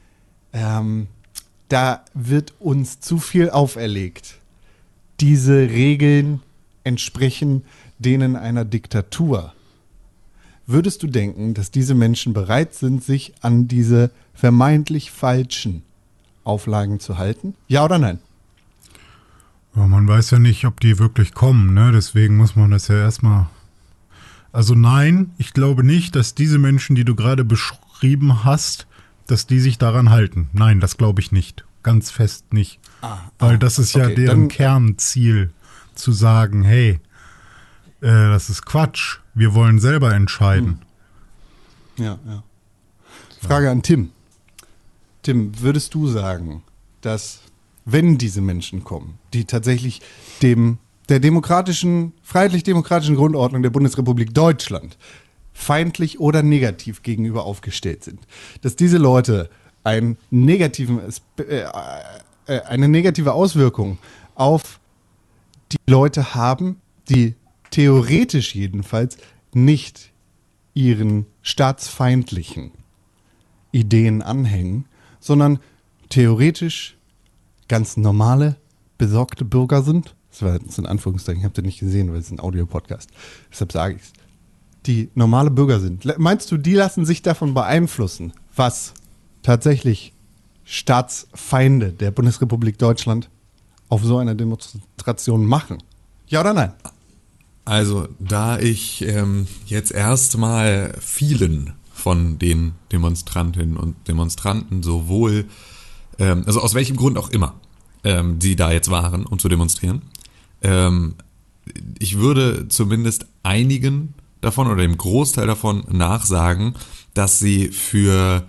[SPEAKER 1] da wird uns zu viel auferlegt, diese Regeln entsprechen denen einer Diktatur. Würdest du denken, dass diese Menschen bereit sind, sich an diese vermeintlich falschen Auflagen zu halten? Ja oder nein?
[SPEAKER 2] Ja, man weiß ja nicht, ob die wirklich kommen, ne? Deswegen muss man das ja erstmal. Also nein, ich glaube nicht, dass diese Menschen, die du gerade beschrieben hast, dass die sich daran halten. Nein, das glaube ich nicht. Ganz fest nicht. Weil das ist ja deren Kernziel, zu sagen, hey, das ist Quatsch. Wir wollen selber entscheiden.
[SPEAKER 1] Ja. Frage an Tim. Tim, würdest du sagen, dass, wenn diese Menschen kommen, die tatsächlich der freiheitlich-demokratischen Grundordnung der Bundesrepublik Deutschland feindlich oder negativ gegenüber aufgestellt sind, dass diese Leute eine negative Auswirkung auf die Leute haben, die theoretisch jedenfalls nicht ihren staatsfeindlichen Ideen anhängen, sondern theoretisch ganz normale, besorgte Bürger sind? Das war jetzt in Anführungszeichen, habt ihr nicht gesehen, weil es ist ein Audiopodcast. Deshalb sage ich es. Die normale Bürger sind. Meinst du, die lassen sich davon beeinflussen, was tatsächlich Staatsfeinde der Bundesrepublik Deutschland auf so einer Demonstration machen? Ja oder nein?
[SPEAKER 3] Also, da ich jetzt erstmal vielen von den Demonstrantinnen und Demonstranten sowohl, also aus welchem Grund auch immer, die da jetzt waren, um zu demonstrieren, ich würde zumindest einigen davon oder dem Großteil davon nachsagen, dass sie für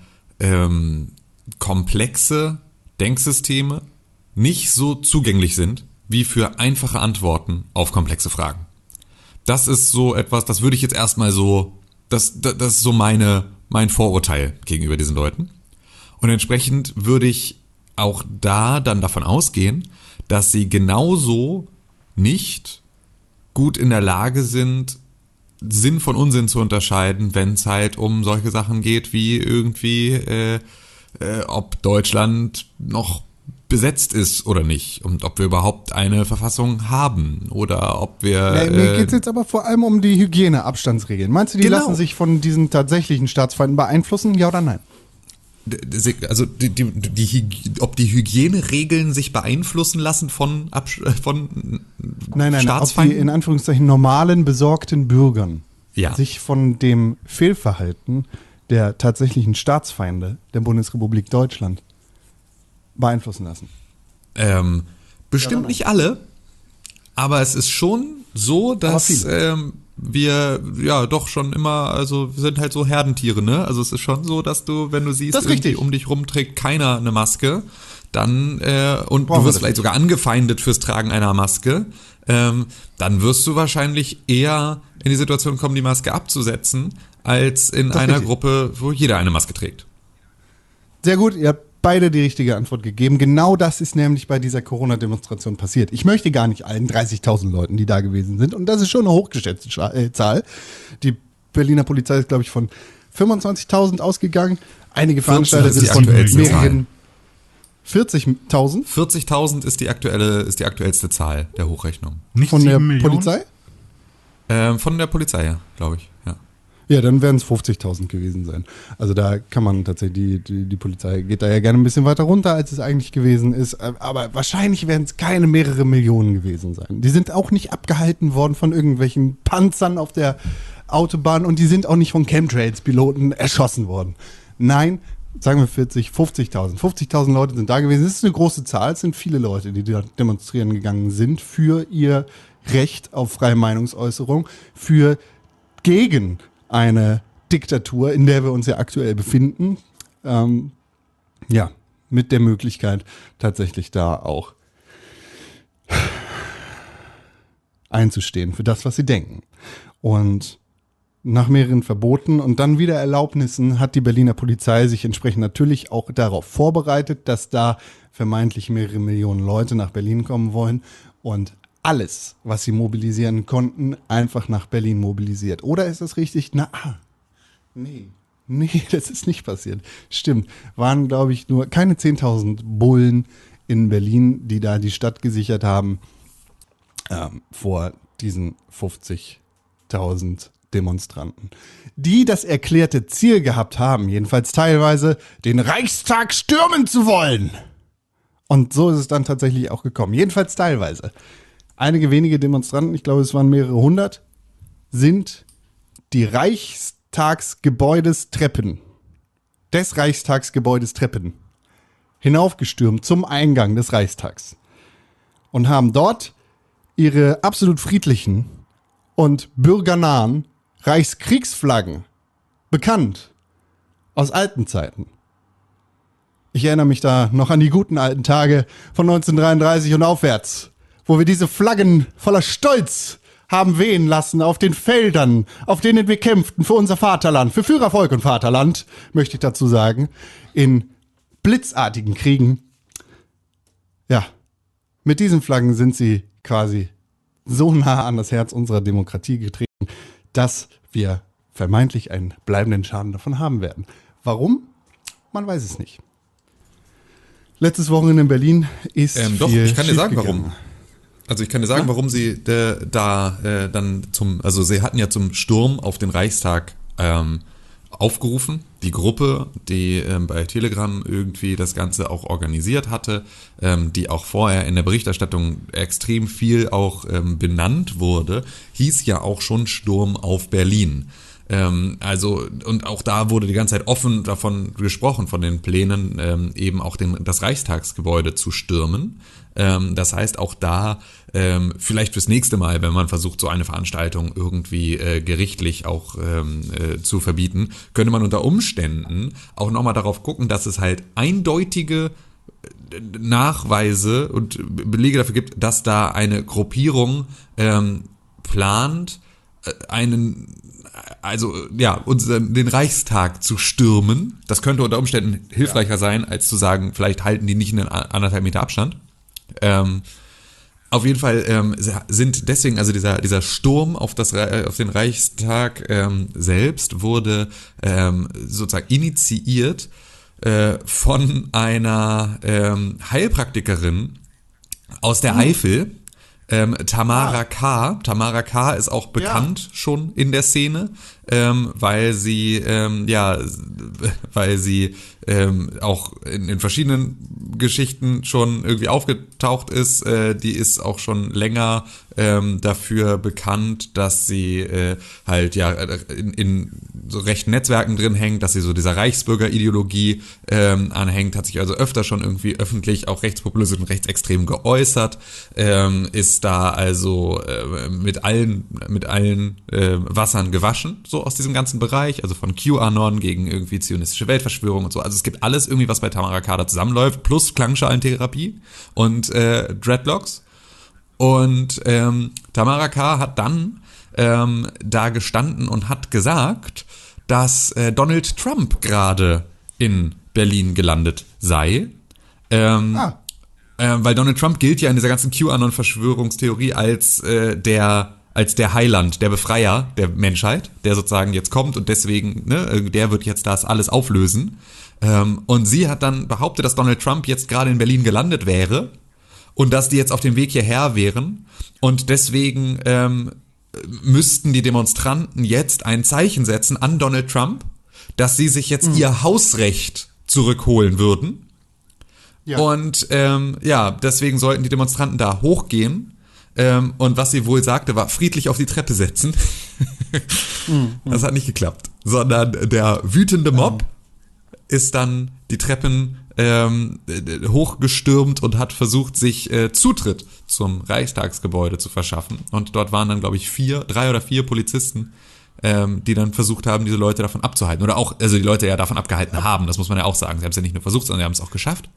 [SPEAKER 3] komplexe Denksysteme nicht so zugänglich sind wie für einfache Antworten auf komplexe Fragen. Das ist so etwas, das würde ich jetzt erstmal so, das ist so mein Vorurteil gegenüber diesen Leuten. Und entsprechend würde ich auch da dann davon ausgehen, dass sie genauso nicht gut in der Lage sind, Sinn von Unsinn zu unterscheiden, wenn es halt um solche Sachen geht wie irgendwie, ob Deutschland noch besetzt ist oder nicht und ob wir überhaupt eine Verfassung haben oder ob wir...
[SPEAKER 1] mir geht es jetzt aber vor allem um die Hygieneabstandsregeln. Meinst du, die lassen sich von diesen tatsächlichen Staatsfeinden beeinflussen, ja oder nein?
[SPEAKER 3] Also ob die Hygieneregeln sich beeinflussen lassen von
[SPEAKER 1] Nein, ob die in Anführungszeichen normalen, besorgten Bürgern sich von dem Fehlverhalten der tatsächlichen Staatsfeinde der Bundesrepublik Deutschland beeinflussen lassen.
[SPEAKER 3] Bestimmt nicht alle, aber es ist schon so, dass wir doch schon immer, also wir sind halt so Herdentiere, ne? Also es ist schon so, dass du, wenn du siehst, irgendwie um dich rum trägt keiner eine Maske, dann und du wirst vielleicht sogar angefeindet fürs Tragen einer Maske, dann wirst du wahrscheinlich eher in die Situation kommen, die Maske abzusetzen, als in einer Gruppe, wo jeder eine Maske trägt.
[SPEAKER 1] Sehr gut, ihr habt beide die richtige Antwort gegeben. Genau das ist nämlich bei dieser Corona-Demonstration passiert. Ich möchte gar nicht allen 30.000 Leuten, die da gewesen sind, und das ist schon eine hochgeschätzte Zahl, die Berliner Polizei ist, glaube ich, von 25.000 ausgegangen. Einige
[SPEAKER 3] 40
[SPEAKER 1] Veranstalter
[SPEAKER 3] ist
[SPEAKER 1] sind
[SPEAKER 3] die
[SPEAKER 1] von
[SPEAKER 3] aktuellste
[SPEAKER 1] mehreren 40.000
[SPEAKER 3] 40.000 ist die aktuellste Zahl der Hochrechnung.
[SPEAKER 2] Nicht
[SPEAKER 1] von der
[SPEAKER 2] 7 Millionen?
[SPEAKER 1] Polizei.
[SPEAKER 3] Von der Polizei, ja, glaube ich. Ja.
[SPEAKER 1] Ja, dann werden es 50.000 gewesen sein. Also da kann man tatsächlich, die Polizei geht da ja gerne ein bisschen weiter runter, als es eigentlich gewesen ist. Aber wahrscheinlich werden es keine mehrere Millionen gewesen sein. Die sind auch nicht abgehalten worden von irgendwelchen Panzern auf der Autobahn und die sind auch nicht von Chemtrails-Piloten erschossen worden. Nein, sagen wir 50.000. 50.000 Leute sind da gewesen. Das ist eine große Zahl. Es sind viele Leute, die da demonstrieren gegangen sind für ihr Recht auf freie Meinungsäußerung, gegen eine Diktatur, in der wir uns ja aktuell befinden. Ja, mit der Möglichkeit tatsächlich da auch einzustehen für das, was sie denken. Und nach mehreren Verboten und dann wieder Erlaubnissen hat die Berliner Polizei sich entsprechend natürlich auch darauf vorbereitet, dass da vermeintlich mehrere Millionen Leute nach Berlin kommen wollen und alles, was sie mobilisieren konnten, einfach nach Berlin mobilisiert. Oder ist das richtig? Nee, das ist nicht passiert. Stimmt, waren, glaube ich, nur keine 10.000 Bullen in Berlin, die da die Stadt gesichert haben, vor diesen 50.000 Demonstranten, die das erklärte Ziel gehabt haben, jedenfalls teilweise, den Reichstag stürmen zu wollen. Und so ist es dann tatsächlich auch gekommen, jedenfalls teilweise. Einige wenige Demonstranten, ich glaube, es waren mehrere hundert, sind die des Reichstagsgebäudes Treppen hinaufgestürmt zum Eingang des Reichstags und haben dort ihre absolut friedlichen und bürgernahen Reichskriegsflaggen, bekannt aus alten Zeiten. Ich erinnere mich da noch an die guten alten Tage von 1933 und aufwärts, wo wir diese Flaggen voller Stolz haben wehen lassen auf den Feldern, auf denen wir kämpften für unser Vaterland, für Führervolk und Vaterland, möchte ich dazu sagen, in blitzartigen Kriegen. Ja, mit diesen Flaggen sind sie quasi so nah an das Herz unserer Demokratie getreten, dass wir vermeintlich einen bleibenden Schaden davon haben werden. Warum? Man weiß es nicht. Letztes Wochenende in Berlin ist
[SPEAKER 3] Doch,
[SPEAKER 1] viel
[SPEAKER 3] ich kann dir sagen,
[SPEAKER 1] schiefgegangen.
[SPEAKER 3] warum. Also ich kann dir sagen, warum sie dann sie hatten ja zum Sturm auf den Reichstag aufgerufen. Die Gruppe, die bei Telegram irgendwie das Ganze auch organisiert hatte, die auch vorher in der Berichterstattung extrem viel auch benannt wurde, hieß ja auch schon Sturm auf Berlin. Und auch da wurde die ganze Zeit offen davon gesprochen, von den Plänen, eben auch das Reichstagsgebäude zu stürmen. Das heißt, auch da, vielleicht fürs nächste Mal, wenn man versucht, so eine Veranstaltung irgendwie gerichtlich auch zu verbieten, könnte man unter Umständen auch nochmal darauf gucken, dass es halt eindeutige Nachweise und Belege dafür gibt, dass da eine Gruppierung plant, den Reichstag zu stürmen. Das könnte unter Umständen hilfreicher sein, als zu sagen, vielleicht halten die nicht einen 1,5 Meter Abstand. Auf jeden Fall sind deswegen, also dieser Sturm auf den Reichstag selbst wurde sozusagen initiiert von einer Heilpraktikerin aus der Eifel, Tamara K. Tamara K. ist auch bekannt schon in der Szene, weil sie auch in verschiedenen Geschichten schon irgendwie aufgetaucht ist. Die ist auch schon länger dafür bekannt, dass sie in so rechten Netzwerken drin hängt, dass sie so dieser Reichsbürgerideologie anhängt, hat sich also öfter schon irgendwie öffentlich auch rechtspopulistisch und rechtsextrem geäußert, ist da also mit allen Wassern gewaschen, so aus diesem ganzen Bereich, also von QAnon gegen irgendwie zionistische Weltverschwörung und so. Also es gibt alles irgendwie, was bei Tamara K. da zusammenläuft, plus Klangschalentherapie und Dreadlocks. Und Tamara K. hat dann da gestanden und hat gesagt, dass Donald Trump gerade in Berlin gelandet sei. Weil Donald Trump gilt ja in dieser ganzen QAnon-Verschwörungstheorie als als der Heiland, der Befreier der Menschheit, der sozusagen jetzt kommt und deswegen, ne, der wird jetzt das alles auflösen. Und sie hat dann behauptet, dass Donald Trump jetzt gerade in Berlin gelandet wäre und dass die jetzt auf dem Weg hierher wären und deswegen müssten die Demonstranten jetzt ein Zeichen setzen an Donald Trump, dass sie sich jetzt ihr Hausrecht zurückholen würden. Ja. Und deswegen sollten die Demonstranten da hochgehen. Und was sie wohl sagte, war friedlich auf die Treppe setzen. Das hat nicht geklappt. Sondern der wütende Mob ist dann die Treppen hochgestürmt und hat versucht, sich Zutritt zum Reichstagsgebäude zu verschaffen. Und dort waren dann, glaube ich, 3 oder 4 Polizisten, die dann versucht haben, diese Leute davon abzuhalten. Oder auch, also die Leute ja davon abgehalten haben, das muss man ja auch sagen. Sie haben es ja nicht nur versucht, sondern sie haben es auch geschafft.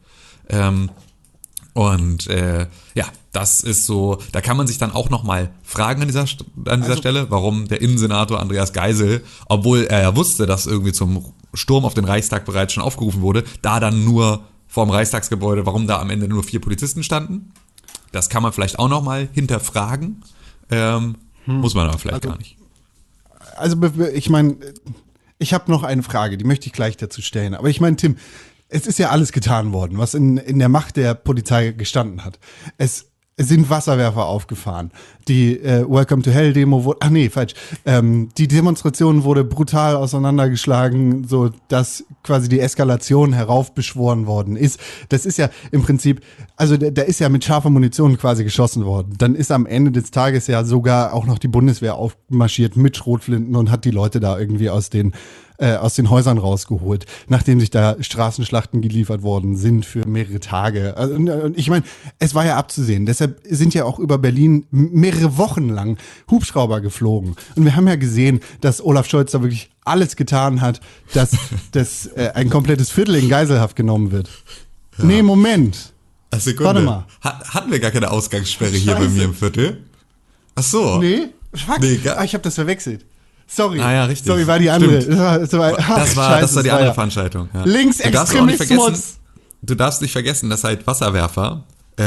[SPEAKER 3] Das ist so, da kann man sich dann auch nochmal fragen an dieser Stelle, warum der Innensenator Andreas Geisel, obwohl er ja wusste, dass irgendwie zum Sturm auf den Reichstag bereits schon aufgerufen wurde, da dann nur vorm Reichstagsgebäude, warum da am Ende nur 4 Polizisten standen. Das kann man vielleicht auch nochmal hinterfragen, muss man aber vielleicht gar nicht.
[SPEAKER 1] Also ich meine, ich habe noch eine Frage, die möchte ich gleich dazu stellen, aber ich meine, Tim, es ist ja alles getan worden, was in der Macht der Polizei gestanden hat. Es sind Wasserwerfer aufgefahren. Die Welcome to Hell Demo wurde, die Demonstration wurde brutal auseinandergeschlagen, so dass quasi die Eskalation heraufbeschworen worden ist. Das ist ja im Prinzip, also da ist ja mit scharfer Munition quasi geschossen worden. Dann ist am Ende des Tages ja sogar auch noch die Bundeswehr aufmarschiert mit Schrotflinten und hat die Leute da irgendwie aus den Häusern rausgeholt, nachdem sich da Straßenschlachten geliefert worden sind für mehrere Tage. Also, und ich meine, es war ja abzusehen. Deshalb sind ja auch über Berlin mehrere Wochen lang Hubschrauber geflogen. Und wir haben ja gesehen, dass Olaf Scholz da wirklich alles getan hat, dass ein komplettes Viertel in Geiselhaft genommen wird. Ja. Nee, Moment.
[SPEAKER 3] Sekunde.
[SPEAKER 1] Warte mal.
[SPEAKER 3] Hatten wir gar keine Ausgangssperre hier bei mir im Viertel? Ach so.
[SPEAKER 1] Nee, fuck. Nee, ich habe das verwechselt. Sorry.
[SPEAKER 3] Ah ja, richtig.
[SPEAKER 1] Sorry, war die andere.
[SPEAKER 3] Das war die andere Veranstaltung. Ja.
[SPEAKER 1] Linksextremismus.
[SPEAKER 3] Du darfst nicht vergessen, dass halt Wasserwerfer,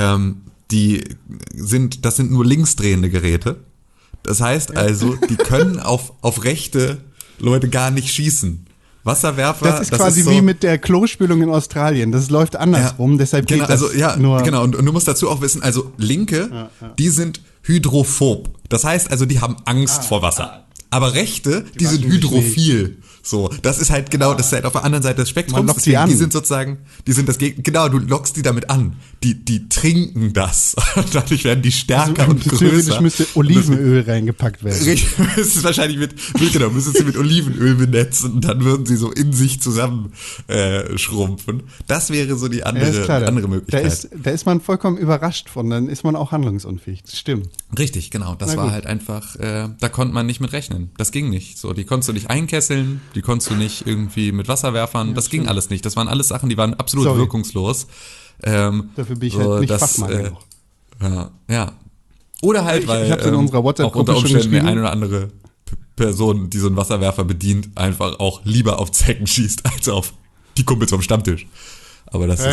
[SPEAKER 3] das sind nur linksdrehende Geräte. Das heißt also, die können auf rechte Leute gar nicht schießen. Wasserwerfer.
[SPEAKER 1] Das ist quasi so, wie mit der Klospülung in Australien. Das läuft andersrum, deshalb geht das nur.
[SPEAKER 3] Genau, und du musst dazu auch wissen, also Linke, die sind hydrophob. Das heißt also, die haben Angst vor Wasser. Aber Rechte, die sind hydrophil. So, das ist halt genau, das ist halt auf der anderen Seite des Spektrums.
[SPEAKER 1] Deswegen,
[SPEAKER 3] die sind sozusagen, die sind das Gegenteil. Genau, du lockst die damit an. Die trinken das. Und dadurch werden die stärker und größer.
[SPEAKER 1] Theoretisch müsste Olivenöl reingepackt werden.
[SPEAKER 3] Richtig, es ist wahrscheinlich müsstest du mit Olivenöl benetzen und dann würden sie so in sich zusammen schrumpfen. Das wäre so die andere Möglichkeit.
[SPEAKER 1] Da ist man vollkommen überrascht von, dann ist man auch handlungsunfähig. Das stimmt.
[SPEAKER 3] Richtig, genau. Das war halt einfach, da konnte man nicht mit rechnen. Das ging nicht. So, die konntest du nicht einkesseln. Die konntest du nicht irgendwie mit Wasserwerfern, das ging alles nicht. Das waren alles Sachen, die waren absolut wirkungslos.
[SPEAKER 1] Dafür bin ich halt nicht Fachmann genug.
[SPEAKER 3] Ja. Oder halt, weil
[SPEAKER 1] ich hab's in unserer WhatsApp-Gruppe
[SPEAKER 3] auch unter Umständen eine oder andere Person, die so einen Wasserwerfer bedient, einfach auch lieber auf Zecken schießt, als auf die Kumpels vom Stammtisch. Aber das ist...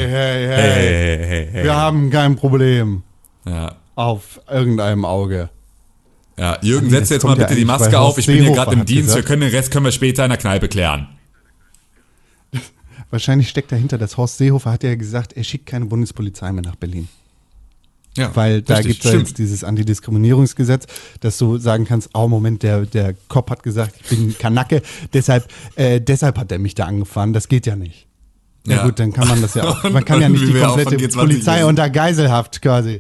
[SPEAKER 1] Hey. Wir haben kein Problem.
[SPEAKER 3] Ja.
[SPEAKER 1] Auf irgendeinem Auge.
[SPEAKER 3] Ja, Jürgen, setz jetzt mal bitte die Maske auf. Ich bin hier gerade im Dienst. Den Rest können wir später in der Kneipe klären.
[SPEAKER 1] Wahrscheinlich steckt dahinter, dass Horst Seehofer hat ja gesagt, er schickt keine Bundespolizei mehr nach Berlin. Ja, weil da gibt es ja jetzt dieses Antidiskriminierungsgesetz, dass du sagen kannst, Moment, der Cop hat gesagt, ich bin Kanacke, deshalb hat er mich da angefahren. Das geht ja nicht. Ja gut, dann kann man das ja auch. Man kann ja nicht die komplette Polizei unter Geiselhaft quasi.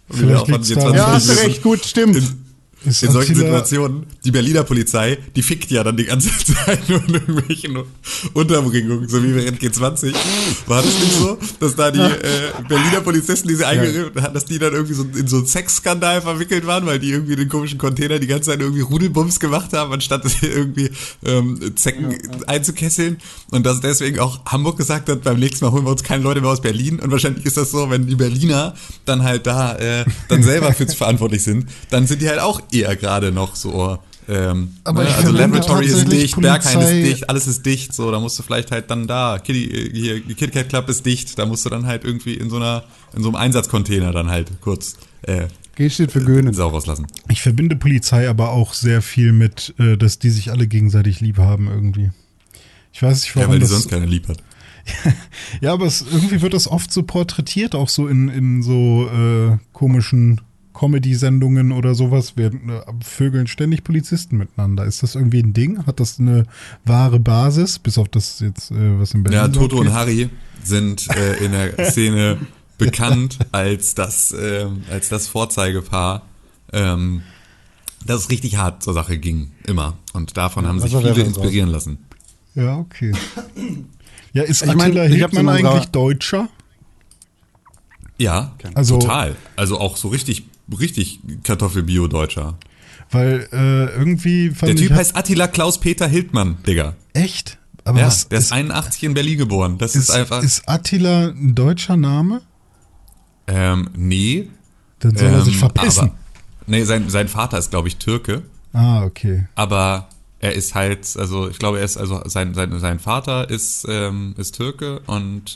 [SPEAKER 2] Ja,
[SPEAKER 1] hast du recht, gut, stimmt.
[SPEAKER 3] In solchen Situationen, die Berliner Polizei, die fickt ja dann die ganze Zeit nur in irgendwelchen Unterbringungen, so wie während G20. War das nicht so, dass da die Berliner Polizisten, die sie eingerichtet hatten, dass die dann irgendwie so in so einen Sexskandal verwickelt waren, weil die irgendwie in den komischen Container die ganze Zeit irgendwie Rudelbums gemacht haben, anstatt irgendwie Zecken einzukesseln. Und dass deswegen auch Hamburg gesagt hat, beim nächsten Mal holen wir uns keine Leute mehr aus Berlin. Und wahrscheinlich ist das so, wenn die Berliner dann halt da dann selber für verantwortlich sind, dann sind die halt auch eher gerade noch so, also Laboratory ist dicht, Berghain ist dicht, alles ist dicht, so, da musst du vielleicht halt dann Kitty Cat Club ist dicht, da musst du dann halt irgendwie in so einem Einsatzcontainer dann halt kurz
[SPEAKER 4] G steht für Gönen.
[SPEAKER 3] Sau rauslassen.
[SPEAKER 2] Ich verbinde Polizei aber auch sehr viel mit, dass die sich alle gegenseitig lieb haben irgendwie. Ich weiß nicht, warum
[SPEAKER 3] Ja, weil die
[SPEAKER 2] das
[SPEAKER 3] sonst keiner lieb hat.
[SPEAKER 2] Ja, aber irgendwie wird das oft so porträtiert, auch so in so komischen Comedy-Sendungen oder sowas. Vögeln ständig Polizisten miteinander. Ist das irgendwie ein Ding? Hat das eine wahre Basis? Bis auf das jetzt, was in Berlin
[SPEAKER 3] Ja, Toto und
[SPEAKER 2] abgeht?
[SPEAKER 3] Harry sind in der Szene bekannt als das Vorzeigepaar, das es richtig hart zur Sache ging, immer. Und davon haben sich
[SPEAKER 4] was
[SPEAKER 3] viele
[SPEAKER 4] wäre denn
[SPEAKER 3] inspirieren lassen.
[SPEAKER 2] Ja, okay. Ja, ist
[SPEAKER 4] Ich mein,
[SPEAKER 2] Attila
[SPEAKER 4] ich hab's
[SPEAKER 2] Hildmann
[SPEAKER 4] in unserer-
[SPEAKER 2] eigentlich Deutscher?
[SPEAKER 3] Ja,
[SPEAKER 2] Also-
[SPEAKER 3] total. Also auch so richtig Kartoffelbio-Deutscher.
[SPEAKER 2] Weil irgendwie fand
[SPEAKER 3] Der
[SPEAKER 2] ich...
[SPEAKER 3] Typ heißt Attila Klaus Peter Hildmann, Digga.
[SPEAKER 2] Echt? Aber
[SPEAKER 3] Ja,
[SPEAKER 2] was
[SPEAKER 3] der ist 81 in Berlin geboren. Das ist einfach...
[SPEAKER 2] Ist Attila ein deutscher Name?
[SPEAKER 3] Nee.
[SPEAKER 2] Dann soll er sich verpissen.
[SPEAKER 3] Aber, nee, sein Vater ist, glaube ich, Türke.
[SPEAKER 2] Okay.
[SPEAKER 3] Aber er ist halt, also ich glaube, sein Vater ist Türke und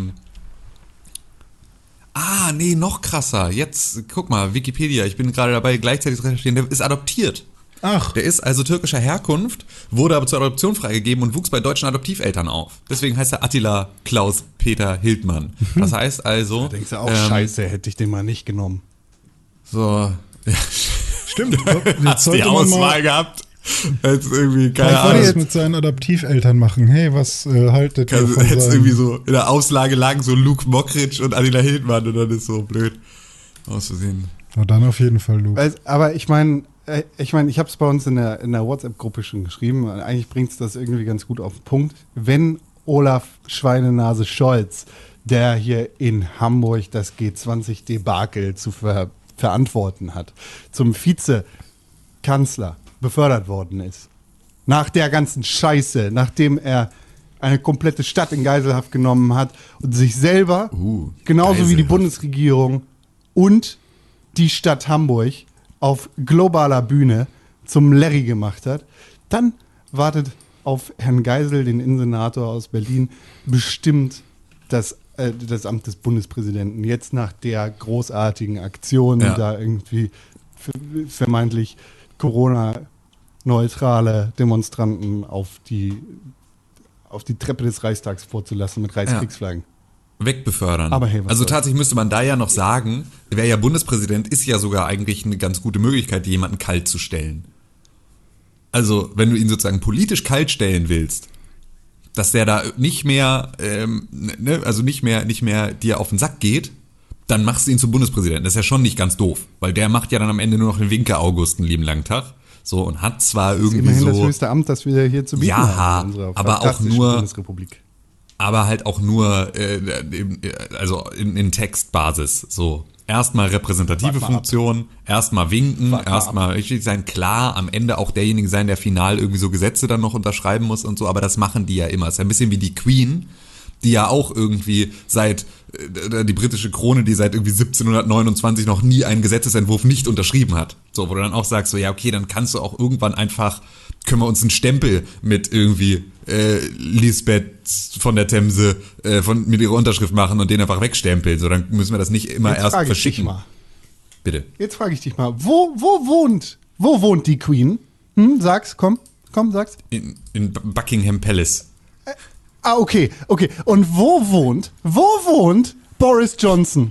[SPEAKER 3] nee, noch krasser. Jetzt, guck mal, Wikipedia, ich bin gerade dabei, gleichzeitig zu recherchieren, der ist adoptiert.
[SPEAKER 2] Ach,
[SPEAKER 3] Der ist also türkischer Herkunft, wurde aber zur Adoption freigegeben und wuchs bei deutschen Adoptiveltern auf. Deswegen heißt er Attila Klaus Peter Hildmann. Das heißt also...
[SPEAKER 4] Da denkst du auch, scheiße, hätte ich den mal nicht genommen.
[SPEAKER 3] So,
[SPEAKER 2] stimmt. Jetzt
[SPEAKER 3] hast die
[SPEAKER 2] sollte man
[SPEAKER 3] Auswahl
[SPEAKER 2] mal
[SPEAKER 3] gehabt. Jetzt irgendwie, keine
[SPEAKER 2] was
[SPEAKER 3] Ahnung.
[SPEAKER 2] mit seinen Adoptiveltern machen. Hey, was haltet ihr von
[SPEAKER 3] Jetzt
[SPEAKER 2] seinem...
[SPEAKER 3] irgendwie so, in der Auslage lagen so Luke Mockridge und Attila Hildmann und dann ist so blöd auszusehen.
[SPEAKER 2] Na, dann auf jeden Fall Luke.
[SPEAKER 4] Aber ich meine, ich habe es bei uns in der WhatsApp-Gruppe schon geschrieben. Eigentlich bringt es das irgendwie ganz gut auf den Punkt. Wenn Olaf Schweinenase Scholz, der hier in Hamburg das G20-Debakel zu verantworten hat, zum Vizekanzler befördert worden ist, nach der ganzen Scheiße, nachdem er eine komplette Stadt in Geiselhaft genommen hat und sich selber, genauso wie die
[SPEAKER 3] Geiselhaft.
[SPEAKER 4] Bundesregierung und die Stadt Hamburg auf globaler Bühne zum Larry gemacht hat, dann wartet auf Herrn Geisel, den Innensenator aus Berlin, bestimmt das Amt des Bundespräsidenten. Jetzt nach der großartigen Aktion,
[SPEAKER 3] Ja.
[SPEAKER 4] da irgendwie vermeintlich Corona-neutrale Demonstranten auf die Treppe des Reichstags vorzulassen mit Reichskriegsflaggen.
[SPEAKER 3] Wegbefördern.
[SPEAKER 4] Aber hey, was
[SPEAKER 3] also
[SPEAKER 4] soll's.
[SPEAKER 3] tatsächlich müsste man da ja noch sagen, wer ja Bundespräsident ist ja sogar eigentlich eine ganz gute Möglichkeit, jemanden kalt zu stellen. Also, wenn du ihn sozusagen politisch kalt stellen willst, dass der da nicht mehr, nicht mehr dir auf den Sack geht, dann machst du ihn zum Bundespräsidenten. Das ist ja schon nicht ganz doof, weil der macht ja dann am Ende nur noch den Winke-August einen lieben langen Tag. So, und hat zwar
[SPEAKER 4] Das ist
[SPEAKER 3] irgendwie
[SPEAKER 4] immerhin das
[SPEAKER 3] so,
[SPEAKER 4] höchste Amt, das wir hier zu bieten
[SPEAKER 3] Ja,
[SPEAKER 4] haben in unserer
[SPEAKER 3] aber auch
[SPEAKER 4] fantastischen
[SPEAKER 3] nur-
[SPEAKER 4] Bundesrepublik.
[SPEAKER 3] aber halt auch nur also in Textbasis. So, erstmal repräsentative
[SPEAKER 4] Wart mal ab.
[SPEAKER 3] Funktion, erstmal winken,
[SPEAKER 4] Wart mal
[SPEAKER 3] erstmal richtig sein, klar, am Ende auch derjenige sein, der final irgendwie so Gesetze dann noch unterschreiben muss und so, aber das machen die ja immer. Es ist ein bisschen wie die Queen, die ja auch irgendwie die britische Krone, die seit irgendwie 1729 noch nie einen Gesetzesentwurf nicht unterschrieben hat. So, wo du dann auch sagst, so, ja, okay, dann kannst du auch irgendwann einfach, können wir uns einen Stempel mit irgendwie Lisbeth von der Themse mit ihrer Unterschrift machen und den einfach wegstempeln. So, dann müssen wir das nicht immer
[SPEAKER 4] Jetzt
[SPEAKER 3] erst
[SPEAKER 4] frage ich dich
[SPEAKER 3] verschicken.
[SPEAKER 4] mal.
[SPEAKER 3] Bitte.
[SPEAKER 4] Jetzt frage ich dich mal, wo wohnt die Queen? Sag's, komm, sag's.
[SPEAKER 3] In Buckingham Palace.
[SPEAKER 4] Okay. Und wo wohnt Boris Johnson?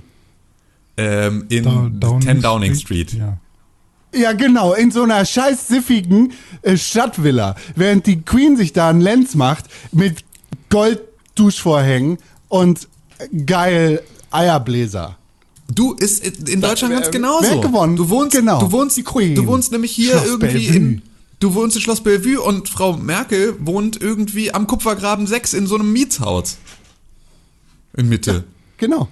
[SPEAKER 3] In 10 Downing Street.
[SPEAKER 2] Ja.
[SPEAKER 4] Ja, genau, in so einer scheiß siffigen Stadtvilla. Während die Queen sich da einen Lenz macht mit Gold-Duschvorhängen und geil Eierbläser.
[SPEAKER 3] Du, ist in Deutschland ganz
[SPEAKER 4] wer
[SPEAKER 3] genauso.
[SPEAKER 4] hat gewonnen?
[SPEAKER 3] Du wohnst,
[SPEAKER 4] Genau,
[SPEAKER 3] du wohnst,
[SPEAKER 4] die Queen.
[SPEAKER 3] Du wohnst nämlich hier
[SPEAKER 4] Schloss
[SPEAKER 3] irgendwie
[SPEAKER 4] Bellevue.
[SPEAKER 3] du wohnst in Schloss Bellevue und Frau Merkel wohnt irgendwie am Kupfergraben 6 in so einem Mietshaus. In Mitte.
[SPEAKER 4] Genau.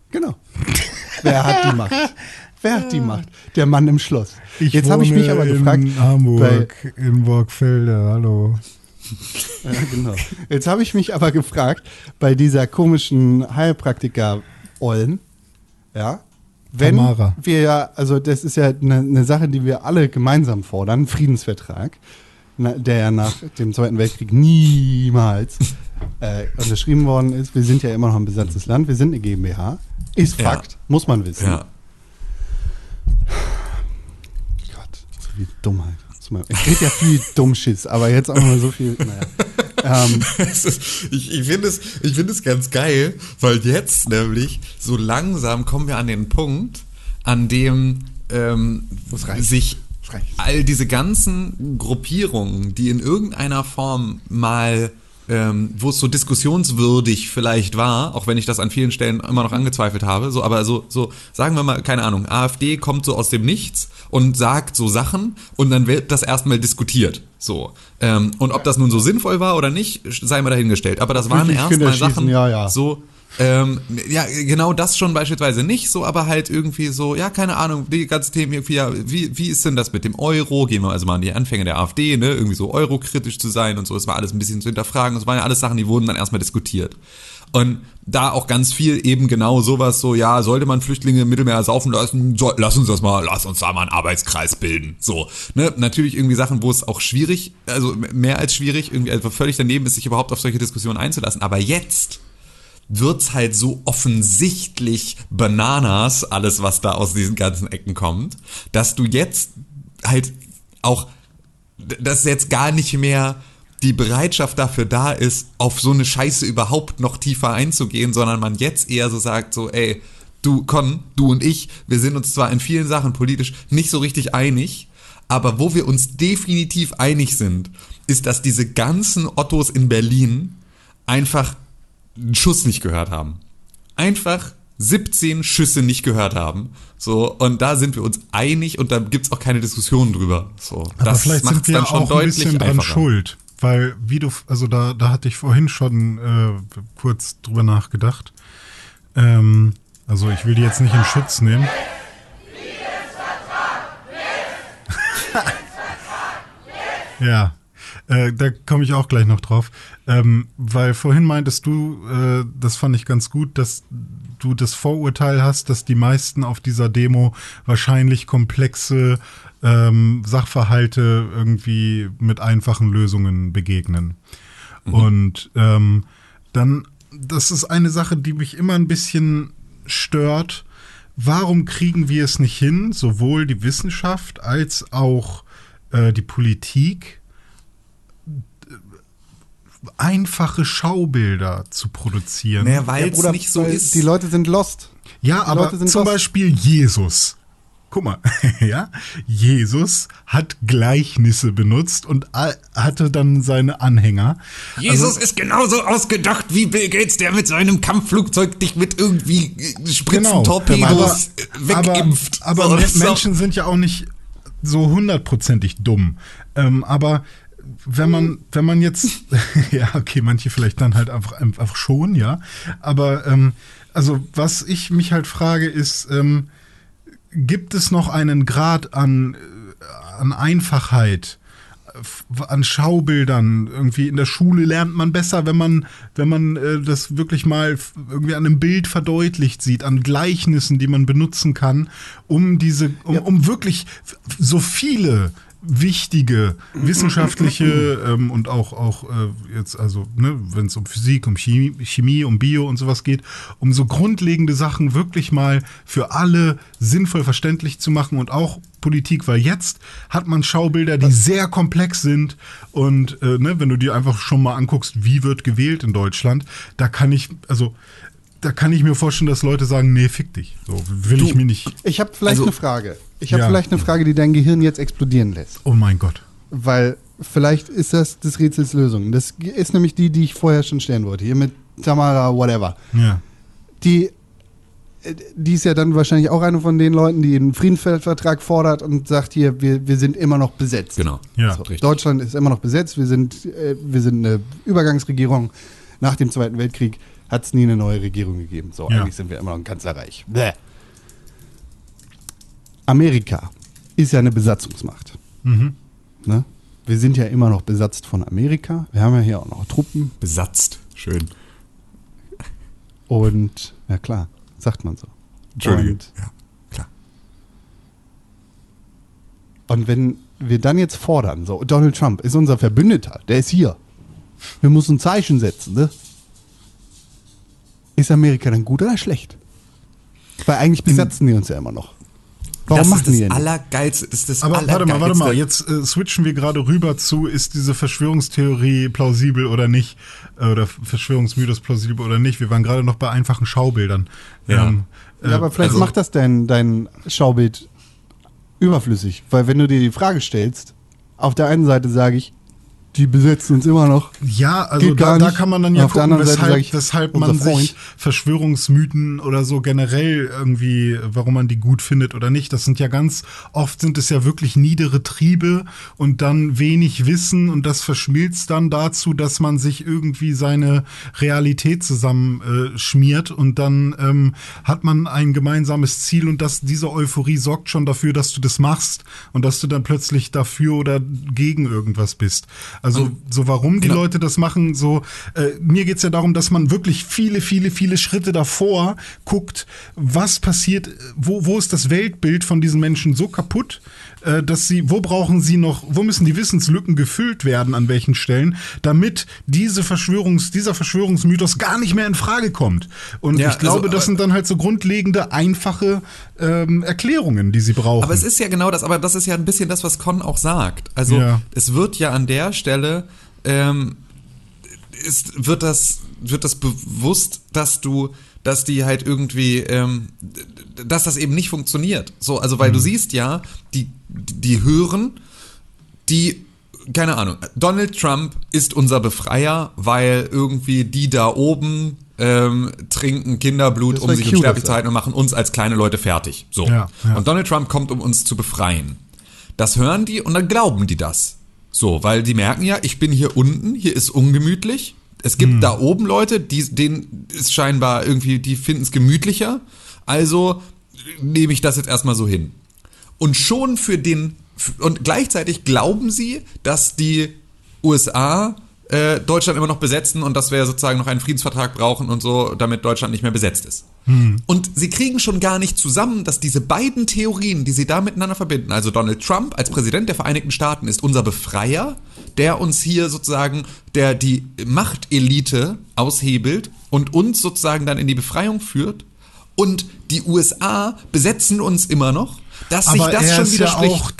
[SPEAKER 4] Wer hat die Macht? Der Mann im Schloss. Jetzt habe ich mich aber gefragt.
[SPEAKER 2] in Hamburg, in Borgfelde, hallo.
[SPEAKER 4] Ja, genau. Jetzt habe ich mich aber gefragt, bei dieser komischen Heilpraktiker-Ollen, ja, wenn
[SPEAKER 2] Tamara.
[SPEAKER 4] wir ja, also das ist ja eine Sache, die wir alle gemeinsam fordern, Friedensvertrag, der ja nach dem Zweiten Weltkrieg niemals unterschrieben worden ist. Wir sind ja immer noch ein besatztes Land, wir sind eine GmbH. Ist
[SPEAKER 3] Ja.
[SPEAKER 4] Fakt, muss man wissen.
[SPEAKER 3] Ja.
[SPEAKER 4] viel Dummheit. Es geht ja viel Dummschiss, aber jetzt auch mal so viel, naja.
[SPEAKER 3] Ich finde es ganz geil, weil jetzt nämlich so langsam kommen wir an den Punkt, an dem sich all diese ganzen Gruppierungen, die in irgendeiner Form mal, wo es so diskussionswürdig vielleicht war, auch wenn ich das an vielen Stellen immer noch angezweifelt habe, so, aber so sagen wir mal, keine Ahnung, AfD kommt so aus dem Nichts und sagt so Sachen und dann wird das erstmal diskutiert, so. Und ob das nun so sinnvoll war oder nicht, sei mal dahingestellt. Aber das waren erstmal Sachen, so, ja, genau das schon beispielsweise nicht, so, aber halt irgendwie so, ja, keine Ahnung, die ganzen Themen irgendwie, ja, wie ist denn das mit dem Euro? Gehen wir also mal an die Anfänge der AfD, ne, irgendwie so eurokritisch zu sein und so, das war alles ein bisschen zu hinterfragen, das waren ja alles Sachen, die wurden dann erstmal diskutiert. Und da auch ganz viel eben genau sowas so, ja, sollte man Flüchtlinge im Mittelmeer saufen lassen, lass uns da mal einen Arbeitskreis bilden, so, ne, natürlich irgendwie Sachen, wo es auch schwierig, also mehr als schwierig, irgendwie einfach völlig daneben ist, sich überhaupt auf solche Diskussionen einzulassen, aber jetzt wird's halt so offensichtlich Bananas, alles was da aus diesen ganzen Ecken kommt, dass du jetzt halt auch, dass jetzt gar nicht mehr die Bereitschaft dafür da ist, auf so eine Scheiße überhaupt noch tiefer einzugehen, sondern man jetzt eher so sagt, so, ey, du und ich, wir sind uns zwar in vielen Sachen politisch nicht so richtig einig, aber wo wir uns definitiv einig sind, ist, dass diese ganzen Ottos in Berlin einfach einen Schuss nicht gehört haben. Einfach 17 Schüsse nicht gehört haben. So, und da sind wir uns einig und da gibt's auch keine Diskussion drüber. So,
[SPEAKER 2] aber
[SPEAKER 3] das
[SPEAKER 2] vielleicht sind wir
[SPEAKER 3] dann schon
[SPEAKER 2] auch ein bisschen dran
[SPEAKER 3] einfacher.
[SPEAKER 2] schuld. Weil, da hatte ich vorhin schon kurz drüber nachgedacht. Also ich will die jetzt nicht in Schutz nehmen. Ja, da komme ich auch gleich noch drauf. Weil vorhin meintest du, das fand ich ganz gut, dass du das Vorurteil hast, dass die meisten auf dieser Demo wahrscheinlich komplexe Sachverhalte irgendwie mit einfachen Lösungen begegnen. Mhm. Und dann, das ist eine Sache, die mich immer ein bisschen stört. Warum kriegen wir es nicht hin, sowohl die Wissenschaft als auch die Politik, einfache Schaubilder zu produzieren?
[SPEAKER 3] Naja, weil es nicht so ist.
[SPEAKER 4] Die Leute sind lost.
[SPEAKER 2] Ja, aber zum Beispiel Jesus. Guck mal, ja, Jesus hat Gleichnisse benutzt und hatte dann seine Anhänger.
[SPEAKER 3] Jesus ist genauso ausgedacht wie Bill Gates, der mit seinem Kampfflugzeug dich mit irgendwie Spritzentorpedos wegimpft.
[SPEAKER 2] Aber Menschen sind ja auch nicht so 100%ig dumm. Aber wenn man jetzt, ja, okay, manche vielleicht dann halt einfach schon, ja. Aber also was ich mich halt frage ist, gibt es noch einen Grad an Einfachheit, an Schaubildern? Irgendwie in der Schule lernt man besser, wenn man das wirklich mal irgendwie an einem Bild verdeutlicht sieht, an Gleichnissen, die man benutzen kann, um wirklich so viele wichtige wissenschaftliche und auch jetzt, also ne, wenn es um Physik, um Chemie, um Bio und sowas geht, um so grundlegende Sachen wirklich mal für alle sinnvoll verständlich zu machen und auch Politik, weil jetzt hat man Schaubilder, die sehr komplex sind und wenn du dir einfach schon mal anguckst, wie wird gewählt in Deutschland, da kann ich mir vorstellen, dass Leute sagen, nee, fick dich. So will ich mir nicht.
[SPEAKER 4] Ich habe vielleicht eine Frage. Vielleicht eine Frage, die dein Gehirn jetzt explodieren lässt.
[SPEAKER 2] Oh mein Gott.
[SPEAKER 4] Weil vielleicht ist das des Rätsels Lösung. Das ist nämlich die ich vorher schon stellen wollte. Hier mit Tamara, whatever.
[SPEAKER 2] Ja.
[SPEAKER 4] Die ist ja dann wahrscheinlich auch eine von den Leuten, die einen Friedensvertrag fordert und sagt hier, wir sind immer noch besetzt.
[SPEAKER 3] Genau.
[SPEAKER 2] Ja.
[SPEAKER 4] So, Deutschland ist immer noch besetzt. Wir sind eine Übergangsregierung. Nach dem Zweiten Weltkrieg hat es nie eine neue Regierung gegeben. So, eigentlich sind wir immer noch ein Kanzlerreich. Bäh. Amerika ist ja eine Besatzungsmacht.
[SPEAKER 2] Mhm.
[SPEAKER 4] Ne? Wir sind ja immer noch besetzt von Amerika. Wir haben ja hier auch noch Truppen.
[SPEAKER 3] Besatzt. Schön.
[SPEAKER 4] Und, ja klar, sagt man so.
[SPEAKER 3] Entschuldigung. Ja, klar.
[SPEAKER 4] Und wenn wir dann jetzt fordern, so, Donald Trump ist unser Verbündeter, der ist hier. Wir müssen ein Zeichen setzen, ne? Ist Amerika dann gut oder schlecht? Weil eigentlich besetzen die uns ja immer noch. Warum
[SPEAKER 3] das
[SPEAKER 4] machen
[SPEAKER 3] ist das
[SPEAKER 4] die denn?
[SPEAKER 3] Allergeilste. Das ist das
[SPEAKER 2] Aber
[SPEAKER 3] Allergeilste.
[SPEAKER 2] warte mal, jetzt switchen wir gerade rüber zu, ist diese Verschwörungstheorie plausibel oder nicht? Oder Verschwörungsmythos plausibel oder nicht? Wir waren gerade noch bei einfachen Schaubildern.
[SPEAKER 3] Ja.
[SPEAKER 4] Ja, aber vielleicht macht das dein Schaubild überflüssig. Weil wenn du dir die Frage stellst, auf der einen Seite sage ich, die besetzen uns immer noch.
[SPEAKER 2] Ja, also
[SPEAKER 4] Geht gar
[SPEAKER 2] da
[SPEAKER 4] nicht.
[SPEAKER 2] kann man dann ja
[SPEAKER 4] Auf der
[SPEAKER 2] gucken,
[SPEAKER 4] anderen Seite sag ich,
[SPEAKER 2] weshalb
[SPEAKER 4] unser
[SPEAKER 2] man sich
[SPEAKER 4] Freund.
[SPEAKER 2] Verschwörungsmythen oder so generell irgendwie, warum man die gut findet oder nicht. Das sind ja ganz oft sind es ja wirklich niedere Triebe und dann wenig Wissen und das verschmilzt dann dazu, dass man sich irgendwie seine Realität zusammenschmiert und dann hat man ein gemeinsames Ziel und diese Euphorie sorgt schon dafür, dass du das machst und dass du dann plötzlich dafür oder gegen irgendwas bist. Also so warum die Leute das machen, so mir geht's ja darum, dass man wirklich viele Schritte davor guckt, was passiert, wo ist das Weltbild von diesen Menschen so kaputt, dass wo müssen die Wissenslücken gefüllt werden, an welchen Stellen, damit dieser Verschwörungsmythos gar nicht mehr in Frage kommt. Und
[SPEAKER 3] Ja,
[SPEAKER 2] ich glaube,
[SPEAKER 3] also,
[SPEAKER 2] das sind dann halt so grundlegende, einfache Erklärungen, die sie brauchen.
[SPEAKER 3] Aber es ist ja genau das, aber das ist ja ein bisschen das, was Con auch sagt. Also
[SPEAKER 2] Ja.
[SPEAKER 3] es wird ja an der Stelle wird das bewusst, dass die halt irgendwie, dass das eben nicht funktioniert. So, also weil du siehst ja, die hören, keine Ahnung, Donald Trump ist unser Befreier, weil irgendwie die da oben trinken Kinderblut,
[SPEAKER 4] Das
[SPEAKER 3] um
[SPEAKER 4] war
[SPEAKER 3] sich
[SPEAKER 4] cute,
[SPEAKER 3] unsterblich
[SPEAKER 4] das
[SPEAKER 3] zu halten und machen uns als kleine Leute fertig. So.
[SPEAKER 2] Ja.
[SPEAKER 3] Und Donald Trump kommt, um uns zu befreien. Das hören die und dann glauben die das. So, weil die merken ja, ich bin hier unten, hier ist ungemütlich. Es gibt da oben Leute, denen ist scheinbar irgendwie, die finden es gemütlicher. Also nehme ich das jetzt erstmal so hin. Und schon und gleichzeitig glauben sie, dass die USA Deutschland immer noch besetzen und dass wir sozusagen noch einen Friedensvertrag brauchen und so, damit Deutschland nicht mehr besetzt ist. Und sie kriegen schon gar nicht zusammen, dass diese beiden Theorien, die sie da miteinander verbinden, also Donald Trump als Präsident der Vereinigten Staaten ist unser Befreier, der uns hier sozusagen, der die Machtelite aushebelt und uns sozusagen dann in die Befreiung führt, und die USA besetzen uns immer noch, dass sich
[SPEAKER 2] Aber
[SPEAKER 3] das
[SPEAKER 2] er
[SPEAKER 3] schon
[SPEAKER 2] ist ja
[SPEAKER 3] widerspricht.
[SPEAKER 2] auch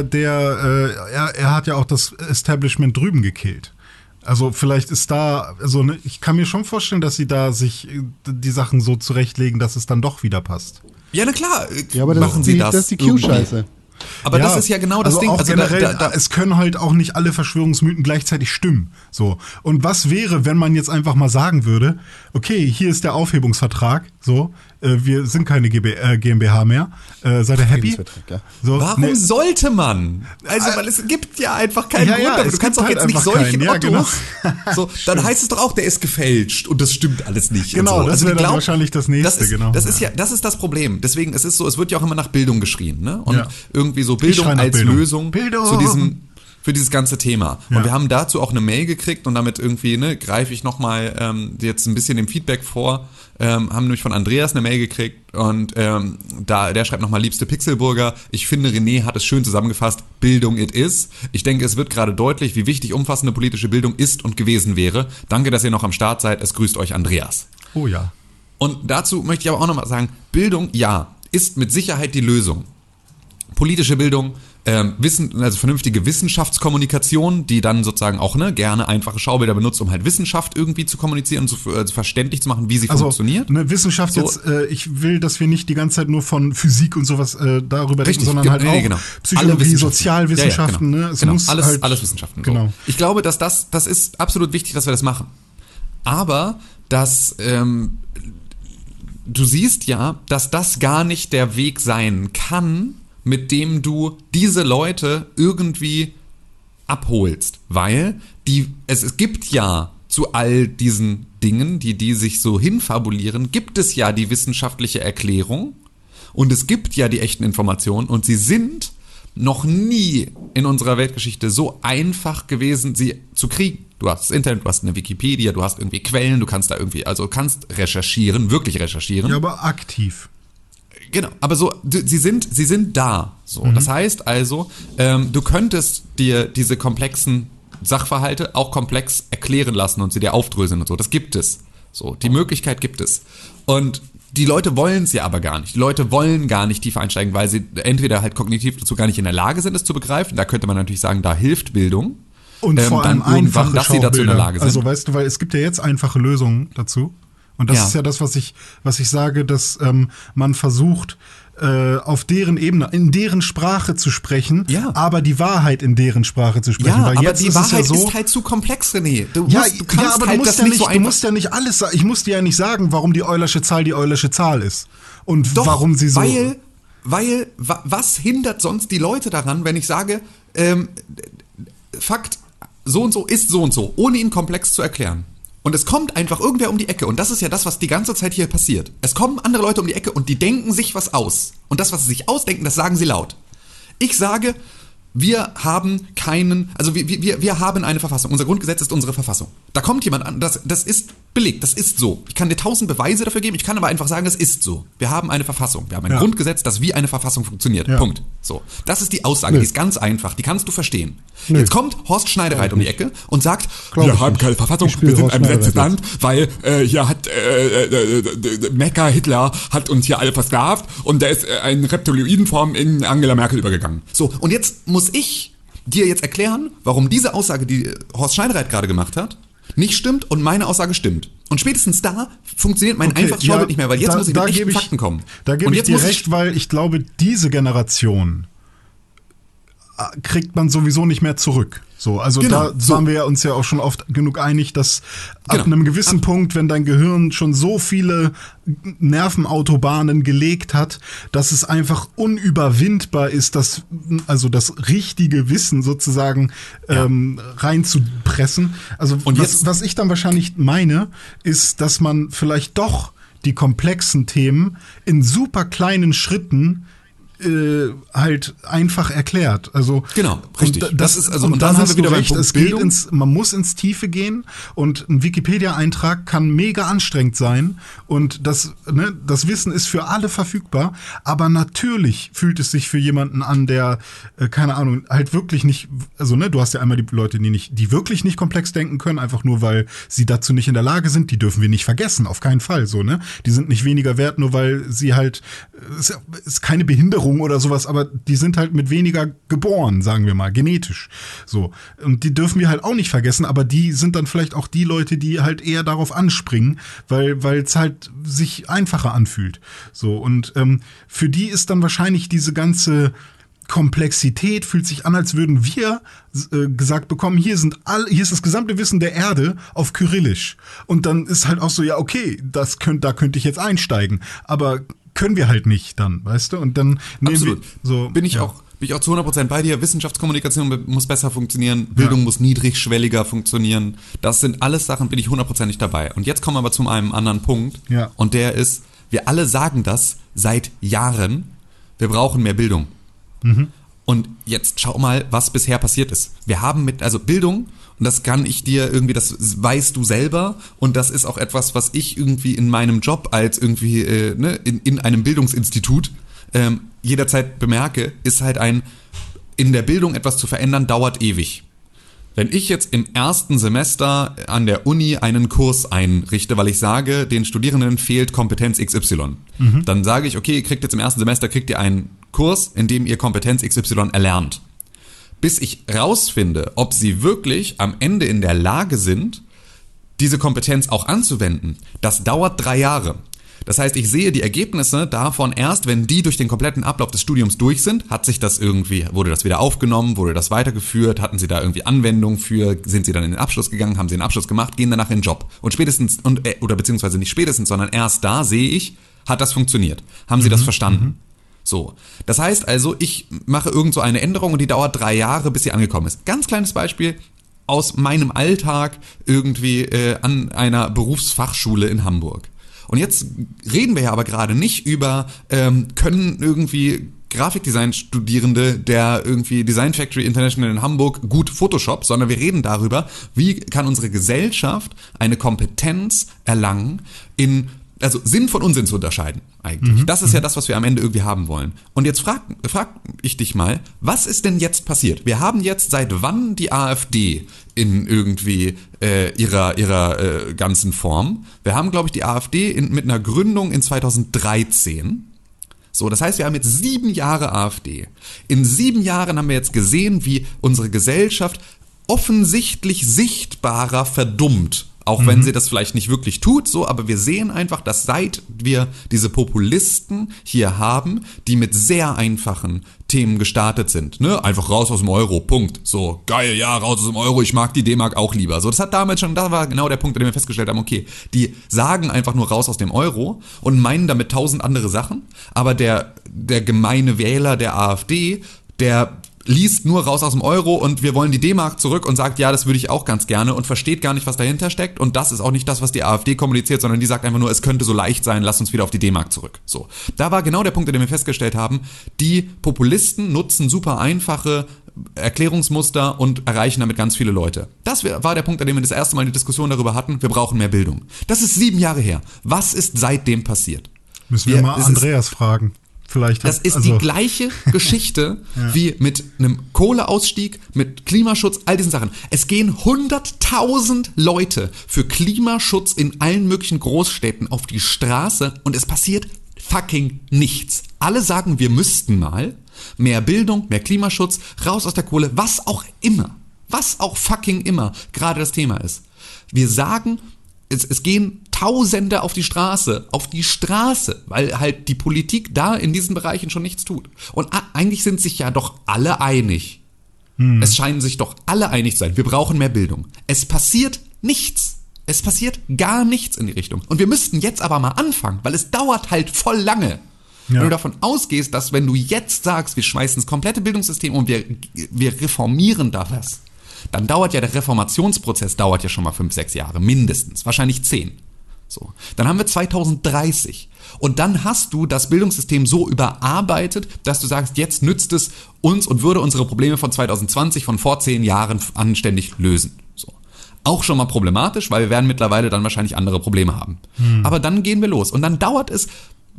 [SPEAKER 2] er hat ja auch das Establishment drüben gekillt. Also vielleicht ist da, ich kann mir schon vorstellen, dass sie da sich die Sachen so zurechtlegen, dass es dann doch wieder passt.
[SPEAKER 3] Ja, na klar,
[SPEAKER 4] Ja, aber das
[SPEAKER 3] machen
[SPEAKER 4] ist
[SPEAKER 3] sie
[SPEAKER 4] die,
[SPEAKER 3] das.
[SPEAKER 4] das ist die
[SPEAKER 3] irgendwie.
[SPEAKER 4] Q-Scheiße.
[SPEAKER 3] Aber das ist ja genau das Ding.
[SPEAKER 2] Auch
[SPEAKER 3] Also
[SPEAKER 2] generell, es können halt auch nicht alle Verschwörungsmythen gleichzeitig stimmen. So. Und was wäre, wenn man jetzt einfach mal sagen würde, okay, hier ist der Aufhebungsvertrag, so, wir sind keine GmbH mehr, seid ihr happy?
[SPEAKER 4] Friedensvertrag, ja.
[SPEAKER 2] So,
[SPEAKER 3] Warum sollte man? Also, weil es gibt ja einfach keinen
[SPEAKER 2] Ja,
[SPEAKER 3] Grund,
[SPEAKER 2] ja,
[SPEAKER 3] aber
[SPEAKER 2] es
[SPEAKER 3] du kannst
[SPEAKER 2] gibt
[SPEAKER 3] doch jetzt
[SPEAKER 2] halt
[SPEAKER 3] nicht
[SPEAKER 2] einfach
[SPEAKER 3] solchen
[SPEAKER 2] keinen, ja,
[SPEAKER 3] Ottos.
[SPEAKER 2] genau.
[SPEAKER 3] So, dann heißt es doch auch, der ist gefälscht und das stimmt alles nicht.
[SPEAKER 2] Genau,
[SPEAKER 3] und so.
[SPEAKER 2] das
[SPEAKER 3] die
[SPEAKER 2] wäre dann
[SPEAKER 3] glauben-
[SPEAKER 2] wahrscheinlich das Nächste, genau.
[SPEAKER 3] Das ist das Problem. Deswegen, es ist so, es wird ja auch immer nach Bildung geschrien, ne? Und
[SPEAKER 2] Ja.
[SPEAKER 3] irgendwie so
[SPEAKER 2] Ich
[SPEAKER 3] Bildung
[SPEAKER 2] schrei nach
[SPEAKER 3] als
[SPEAKER 2] Bildung.
[SPEAKER 3] Lösung
[SPEAKER 2] Bildung!
[SPEAKER 3] für dieses ganze Thema.
[SPEAKER 2] Ja.
[SPEAKER 3] Und wir haben dazu auch eine Mail gekriegt und damit irgendwie, greife ich nochmal jetzt ein bisschen dem Feedback vor. Haben nämlich von Andreas eine Mail gekriegt und der schreibt nochmal: Liebste Pixelburger, ich finde, René hat es schön zusammengefasst, Bildung it is. Ich denke, es wird gerade deutlich, wie wichtig umfassende politische Bildung ist und gewesen wäre. Danke, dass ihr noch am Start seid. Es grüßt euch Andreas.
[SPEAKER 2] Oh ja.
[SPEAKER 3] Und dazu möchte ich aber auch nochmal sagen, Bildung, ja, ist mit Sicherheit die Lösung. Politische Bildung, also vernünftige Wissenschaftskommunikation, die dann sozusagen auch gerne einfache Schaubilder benutzt, um halt Wissenschaft irgendwie zu kommunizieren und verständlich zu machen, wie sie funktioniert.
[SPEAKER 2] Eine Wissenschaft
[SPEAKER 3] So.
[SPEAKER 2] jetzt, ich will, dass wir nicht die ganze Zeit nur von Physik und sowas darüber reden,
[SPEAKER 3] Richtig,
[SPEAKER 2] sondern halt auch
[SPEAKER 3] genau.
[SPEAKER 2] Psychologie,
[SPEAKER 3] Alle Wissenschaften.
[SPEAKER 2] Sozialwissenschaften.
[SPEAKER 3] Ja,
[SPEAKER 2] Ne? Es
[SPEAKER 3] genau.
[SPEAKER 2] muss
[SPEAKER 3] alles,
[SPEAKER 2] halt,
[SPEAKER 3] alles Wissenschaften. So.
[SPEAKER 2] Genau.
[SPEAKER 3] Ich glaube, dass das ist absolut wichtig, dass wir das machen. Aber du siehst ja, dass das gar nicht der Weg sein kann, mit dem du diese Leute irgendwie abholst. Weil es gibt ja zu all diesen Dingen, die sich so hinfabulieren, gibt es ja die wissenschaftliche Erklärung und es gibt ja die echten Informationen und sie sind noch nie in unserer Weltgeschichte so einfach gewesen, sie zu kriegen. Du hast das Internet, du hast eine Wikipedia, du hast irgendwie Quellen, du kannst da irgendwie, also kannst recherchieren, wirklich recherchieren.
[SPEAKER 2] Ja, aber aktiv.
[SPEAKER 3] Genau, aber so, sie sind da. So, das heißt also, du könntest dir diese komplexen Sachverhalte auch komplex erklären lassen und sie dir aufdröseln und so. Das gibt es. So, die Möglichkeit gibt es. Und Die Leute wollen es ja aber gar nicht. Die Leute wollen gar nicht tiefer einsteigen, weil sie entweder halt kognitiv dazu gar nicht in der Lage sind, es zu begreifen. Da könnte man natürlich sagen, da hilft Bildung.
[SPEAKER 2] Und vor allem
[SPEAKER 3] dann irgendwann, dass sie dazu in der Lage sind.
[SPEAKER 2] Also weißt du, weil es gibt ja jetzt einfache Lösungen dazu. Und das ist ja das, was ich sage, dass man versucht, auf deren Ebene, in deren Sprache zu sprechen, aber die Wahrheit in deren Sprache zu sprechen.
[SPEAKER 3] Ja,
[SPEAKER 2] weil
[SPEAKER 3] aber
[SPEAKER 2] jetzt
[SPEAKER 3] die
[SPEAKER 2] ist
[SPEAKER 3] Wahrheit
[SPEAKER 2] es ja so,
[SPEAKER 3] ist halt zu komplex, René. Du
[SPEAKER 2] musst ja nicht alles sagen. Ich muss dir ja nicht sagen, warum die Eulersche Zahl die Eulersche Zahl ist. Und
[SPEAKER 3] Doch,
[SPEAKER 2] warum sie so...
[SPEAKER 3] Weil, was hindert sonst die Leute daran, wenn ich sage, Fakt, so und so, ohne ihn komplex zu erklären. Und es kommt einfach irgendwer um die Ecke. Und das ist ja das, was die ganze Zeit hier passiert. Es kommen andere Leute um die Ecke und die denken sich was aus. Und das, was sie sich ausdenken, das sagen sie laut. Ich sage, wir haben wir haben eine Verfassung. Unser Grundgesetz ist unsere Verfassung. Da kommt jemand an, das ist belegt, das ist so. Ich kann dir 1000 Beweise dafür geben, ich kann aber einfach sagen, das ist so. Wir haben eine Verfassung, wir haben ein Grundgesetz, das wie eine Verfassung funktioniert. Ja. Punkt. So. Das ist die Aussage, die ist ganz einfach, die kannst du verstehen. Jetzt kommt Horst Schneidereit um die Ecke und sagt, wir haben keine Verfassung, wir sind ein besetztes Land, weil hier hat Mecca Hitler hat uns hier alle versklavt und da ist eine Reptiloidenform in Angela Merkel übergegangen. So, und jetzt muss ich dir jetzt erklären, warum diese Aussage, die Horst Schneidereit gerade gemacht hat, nicht stimmt und meine Aussage stimmt. Und spätestens da funktioniert mein einfaches Schaubild nicht mehr, weil jetzt muss ich mit echten Fakten kommen.
[SPEAKER 2] Da gebe ich dir recht, weil ich glaube, diese Generation kriegt man sowieso nicht mehr zurück. So, also da waren wir uns ja auch schon oft genug einig, dass ab einem gewissen Punkt, wenn dein Gehirn schon so viele Nervenautobahnen gelegt hat, dass es einfach unüberwindbar ist, das richtige Wissen sozusagen reinzupressen. Also und was ich dann wahrscheinlich meine, ist, dass man vielleicht doch die komplexen Themen in super kleinen Schritten halt einfach erklärt. Also
[SPEAKER 3] genau, richtig.
[SPEAKER 2] Das ist also und dann haben wir wieder recht. Es geht man muss ins Tiefe gehen und ein Wikipedia-Eintrag kann mega anstrengend sein und das Wissen ist für alle verfügbar. Aber natürlich fühlt es sich für jemanden an, der keine Ahnung halt wirklich nicht. Also du hast ja einmal die Leute, die wirklich nicht komplex denken können, einfach nur weil sie dazu nicht in der Lage sind. Die dürfen wir nicht vergessen, auf keinen Fall. So die sind nicht weniger wert, nur weil sie halt ist keine Behinderung oder sowas, aber die sind halt mit weniger geboren, sagen wir mal, genetisch. So. Und die dürfen wir halt auch nicht vergessen, aber die sind dann vielleicht auch die Leute, die halt eher darauf anspringen, weil es halt sich einfacher anfühlt. So. Und für die ist dann wahrscheinlich diese ganze Komplexität fühlt sich an, als würden wir gesagt bekommen, hier ist das gesamte Wissen der Erde auf Kyrillisch. Und dann ist halt auch so, ja, okay, da könnte ich jetzt einsteigen. Aber können wir halt nicht dann, weißt du? Und dann nehmen wir so. Bin ich auch zu 100% bei dir. Wissenschaftskommunikation muss besser funktionieren. Bildung muss niedrigschwelliger funktionieren. Das sind alles Sachen, bin ich 100% dabei. Und jetzt kommen wir aber zu einem anderen Punkt. Ja. Und der ist, wir alle sagen das seit Jahren. Wir brauchen mehr Bildung. Mhm. Und jetzt schau mal, was bisher passiert ist. Wir haben Bildung, und das kann ich dir irgendwie, das weißt du selber, und das ist auch etwas, was ich irgendwie in meinem Job als irgendwie in einem Bildungsinstitut jederzeit bemerke, ist halt in der Bildung etwas zu verändern, dauert ewig. Wenn ich jetzt im ersten Semester an der Uni einen Kurs einrichte, weil ich sage, den Studierenden fehlt Kompetenz XY, dann sage ich, okay, ihr kriegt jetzt im ersten Semester einen Kurs, in dem ihr Kompetenz XY erlernt. Bis ich rausfinde, ob sie wirklich am Ende in der Lage sind, diese Kompetenz auch anzuwenden, das dauert 3 Jahre. Das heißt, ich sehe die Ergebnisse davon erst, wenn die durch den kompletten Ablauf des Studiums durch sind. Wurde das wieder aufgenommen, wurde das weitergeführt, hatten sie da irgendwie Anwendung für, sind sie dann in den Abschluss gegangen, haben sie den Abschluss gemacht, gehen danach in den Job. Und beziehungsweise nicht spätestens, sondern erst da sehe ich, hat das funktioniert? Haben sie das verstanden? So. Das heißt also, ich mache irgend so eine Änderung und die dauert 3 Jahre, bis sie angekommen ist. Ganz kleines Beispiel aus meinem Alltag irgendwie an einer Berufsfachschule in Hamburg. Und jetzt reden wir ja aber gerade nicht über, können irgendwie Grafikdesign-Studierende der irgendwie Design Factory International in Hamburg gut Photoshop, sondern wir reden darüber, wie kann unsere Gesellschaft eine Kompetenz erlangen in
[SPEAKER 3] also Sinn von Unsinn zu unterscheiden eigentlich. Das ist ja das, was wir am Ende irgendwie haben wollen. Und jetzt frag ich dich mal, was ist denn jetzt passiert? Wir haben jetzt seit wann die AfD in irgendwie ihrer ganzen Form? Wir haben, glaube ich, die AfD mit einer Gründung in 2013. So, das heißt, wir haben jetzt 7 Jahre AfD. In 7 Jahren haben wir jetzt gesehen, wie unsere Gesellschaft offensichtlich sichtbarer verdummt. Auch wenn sie das vielleicht nicht wirklich tut, so, aber wir sehen einfach, dass seit wir diese Populisten hier haben, die mit sehr einfachen Themen gestartet sind, ne, einfach raus aus dem Euro, Punkt. So, geil, ja, raus aus dem Euro, ich mag die D-Mark auch lieber. So, das hat damals schon, da war genau der Punkt, an dem wir festgestellt haben, okay, die sagen einfach nur raus aus dem Euro und meinen damit 1000 andere Sachen, aber der gemeine Wähler der AfD, der liest nur raus aus dem Euro und wir wollen die D-Mark zurück und sagt, ja, das würde ich auch ganz gerne und versteht gar nicht, was dahinter steckt und das ist auch nicht das, was die AfD kommuniziert, sondern die sagt einfach nur, es könnte so leicht sein, lass uns wieder auf die D-Mark zurück. So, da war genau der Punkt, an dem wir festgestellt haben, die Populisten nutzen super einfache Erklärungsmuster und erreichen damit ganz viele Leute. Das war der Punkt, an dem wir das erste Mal die Diskussion darüber hatten, wir brauchen mehr Bildung. Das ist 7 Jahre her. Was ist seitdem passiert?
[SPEAKER 2] Müssen wir mal Andreas fragen. Vielleicht
[SPEAKER 3] das ist die gleiche Geschichte wie mit einem Kohleausstieg, mit Klimaschutz, all diesen Sachen. Es gehen 100.000 Leute für Klimaschutz in allen möglichen Großstädten auf die Straße und es passiert fucking nichts. Alle sagen, wir müssten mal mehr Bildung, mehr Klimaschutz, raus aus der Kohle, was auch fucking immer gerade das Thema ist. Wir sagen, es gehen Tausende auf die Straße, weil halt die Politik da in diesen Bereichen schon nichts tut. Und eigentlich sind sich ja doch alle einig. Es scheinen sich doch alle einig zu sein. Wir brauchen mehr Bildung. Es passiert nichts. Es passiert gar nichts in die Richtung. Und wir müssten jetzt aber mal anfangen, weil es dauert halt voll lange. Ja. Wenn du davon ausgehst, dass wenn du jetzt sagst, wir schmeißen das komplette Bildungssystem und wir reformieren da was, dann dauert ja der Reformationsprozess schon mal 5-6 Jahre, mindestens, wahrscheinlich 10. So. Dann haben wir 2030 und dann hast du das Bildungssystem so überarbeitet, dass du sagst, jetzt nützt es uns und würde unsere Probleme von 2020, von vor 10 Jahren anständig lösen. So. Auch schon mal problematisch, weil wir werden mittlerweile dann wahrscheinlich andere Probleme haben. Aber dann gehen wir los und dann dauert es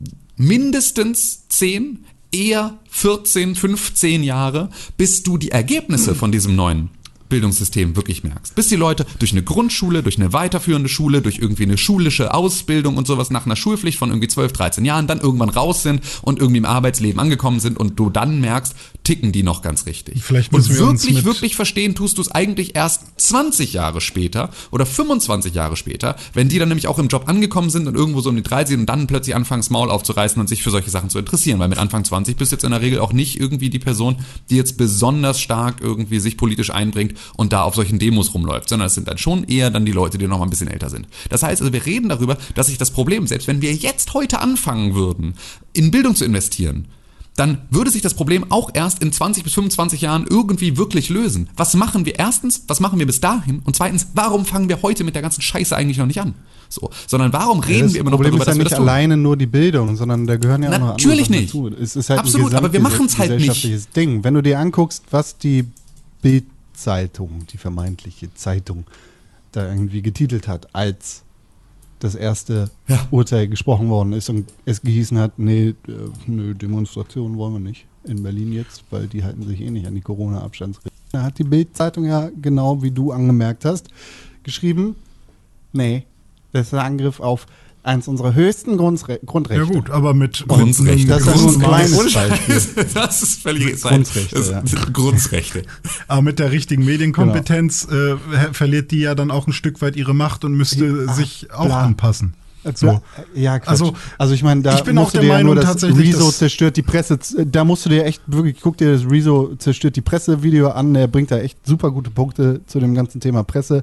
[SPEAKER 3] mindestens 10, eher 14, 15 Jahre, bis du die Ergebnisse von diesem neuen Bildungssystem wirklich merkst. Bis die Leute durch eine Grundschule, durch eine weiterführende Schule, durch irgendwie eine schulische Ausbildung und sowas nach einer Schulpflicht von irgendwie 12, 13 Jahren dann irgendwann raus sind und irgendwie im Arbeitsleben angekommen sind und du dann merkst, ticken die noch ganz richtig.
[SPEAKER 2] Vielleicht müssen wir
[SPEAKER 3] wirklich verstehen tust du es eigentlich erst 20 Jahre später oder 25 Jahre später, wenn die dann nämlich auch im Job angekommen sind und irgendwo so um die 30 und dann plötzlich anfangen, das Maul aufzureißen und sich für solche Sachen zu interessieren, weil mit Anfang 20 bist du jetzt in der Regel auch nicht irgendwie die Person, die jetzt besonders stark irgendwie sich politisch einbringt und da auf solchen Demos rumläuft, sondern es sind dann schon eher dann die Leute, die noch mal ein bisschen älter sind. Das heißt also, wir reden darüber, dass sich das Problem, selbst wenn wir jetzt heute anfangen würden, in Bildung zu investieren, dann würde sich das Problem auch erst in 20 bis 25 Jahren irgendwie wirklich lösen. Was machen wir erstens? Was machen wir bis dahin? Und zweitens, warum fangen wir heute mit der ganzen Scheiße eigentlich noch nicht an? So, sondern warum reden wir immer noch darüber,
[SPEAKER 4] dass wir das tun? Das Problem ist ja nicht alleine nur die Bildung, sondern da gehören ja auch noch andere Sachen dazu. Es ist halt
[SPEAKER 3] absolut, aber wir machen es halt nicht.
[SPEAKER 4] Ding. Wenn du dir anguckst, was die Bild-Zeitung, die vermeintliche Zeitung, da irgendwie getitelt hat, als das erste Urteil gesprochen worden ist und es gehießen hat, nee, Demonstrationen wollen wir nicht in Berlin jetzt, weil die halten sich eh nicht an die Corona-Abstandsregeln. Da hat die Bild-Zeitung ja, genau wie du angemerkt hast, geschrieben, nee, das ist ein Angriff auf eins unserer höchsten Grundrechte.
[SPEAKER 2] Ja gut, aber mit
[SPEAKER 3] Grundrechte.
[SPEAKER 4] Das ist ja nur ein kleines Beispiel.
[SPEAKER 3] Das ist völlig
[SPEAKER 4] Grundrechte.
[SPEAKER 3] Grundrechte.
[SPEAKER 2] Aber mit der richtigen Medienkompetenz verliert die ja dann auch ein Stück weit ihre Macht und müsste sich auch anpassen. So.
[SPEAKER 4] Ja, Quatsch. Also ich meine, da
[SPEAKER 2] musst du dir
[SPEAKER 4] Meinung,
[SPEAKER 2] nur das
[SPEAKER 4] Rezo zerstört die Presse, da musst du dir echt wirklich, guck dir das Rezo zerstört die Presse-Video an, der bringt da echt super gute Punkte zu dem ganzen Thema Presse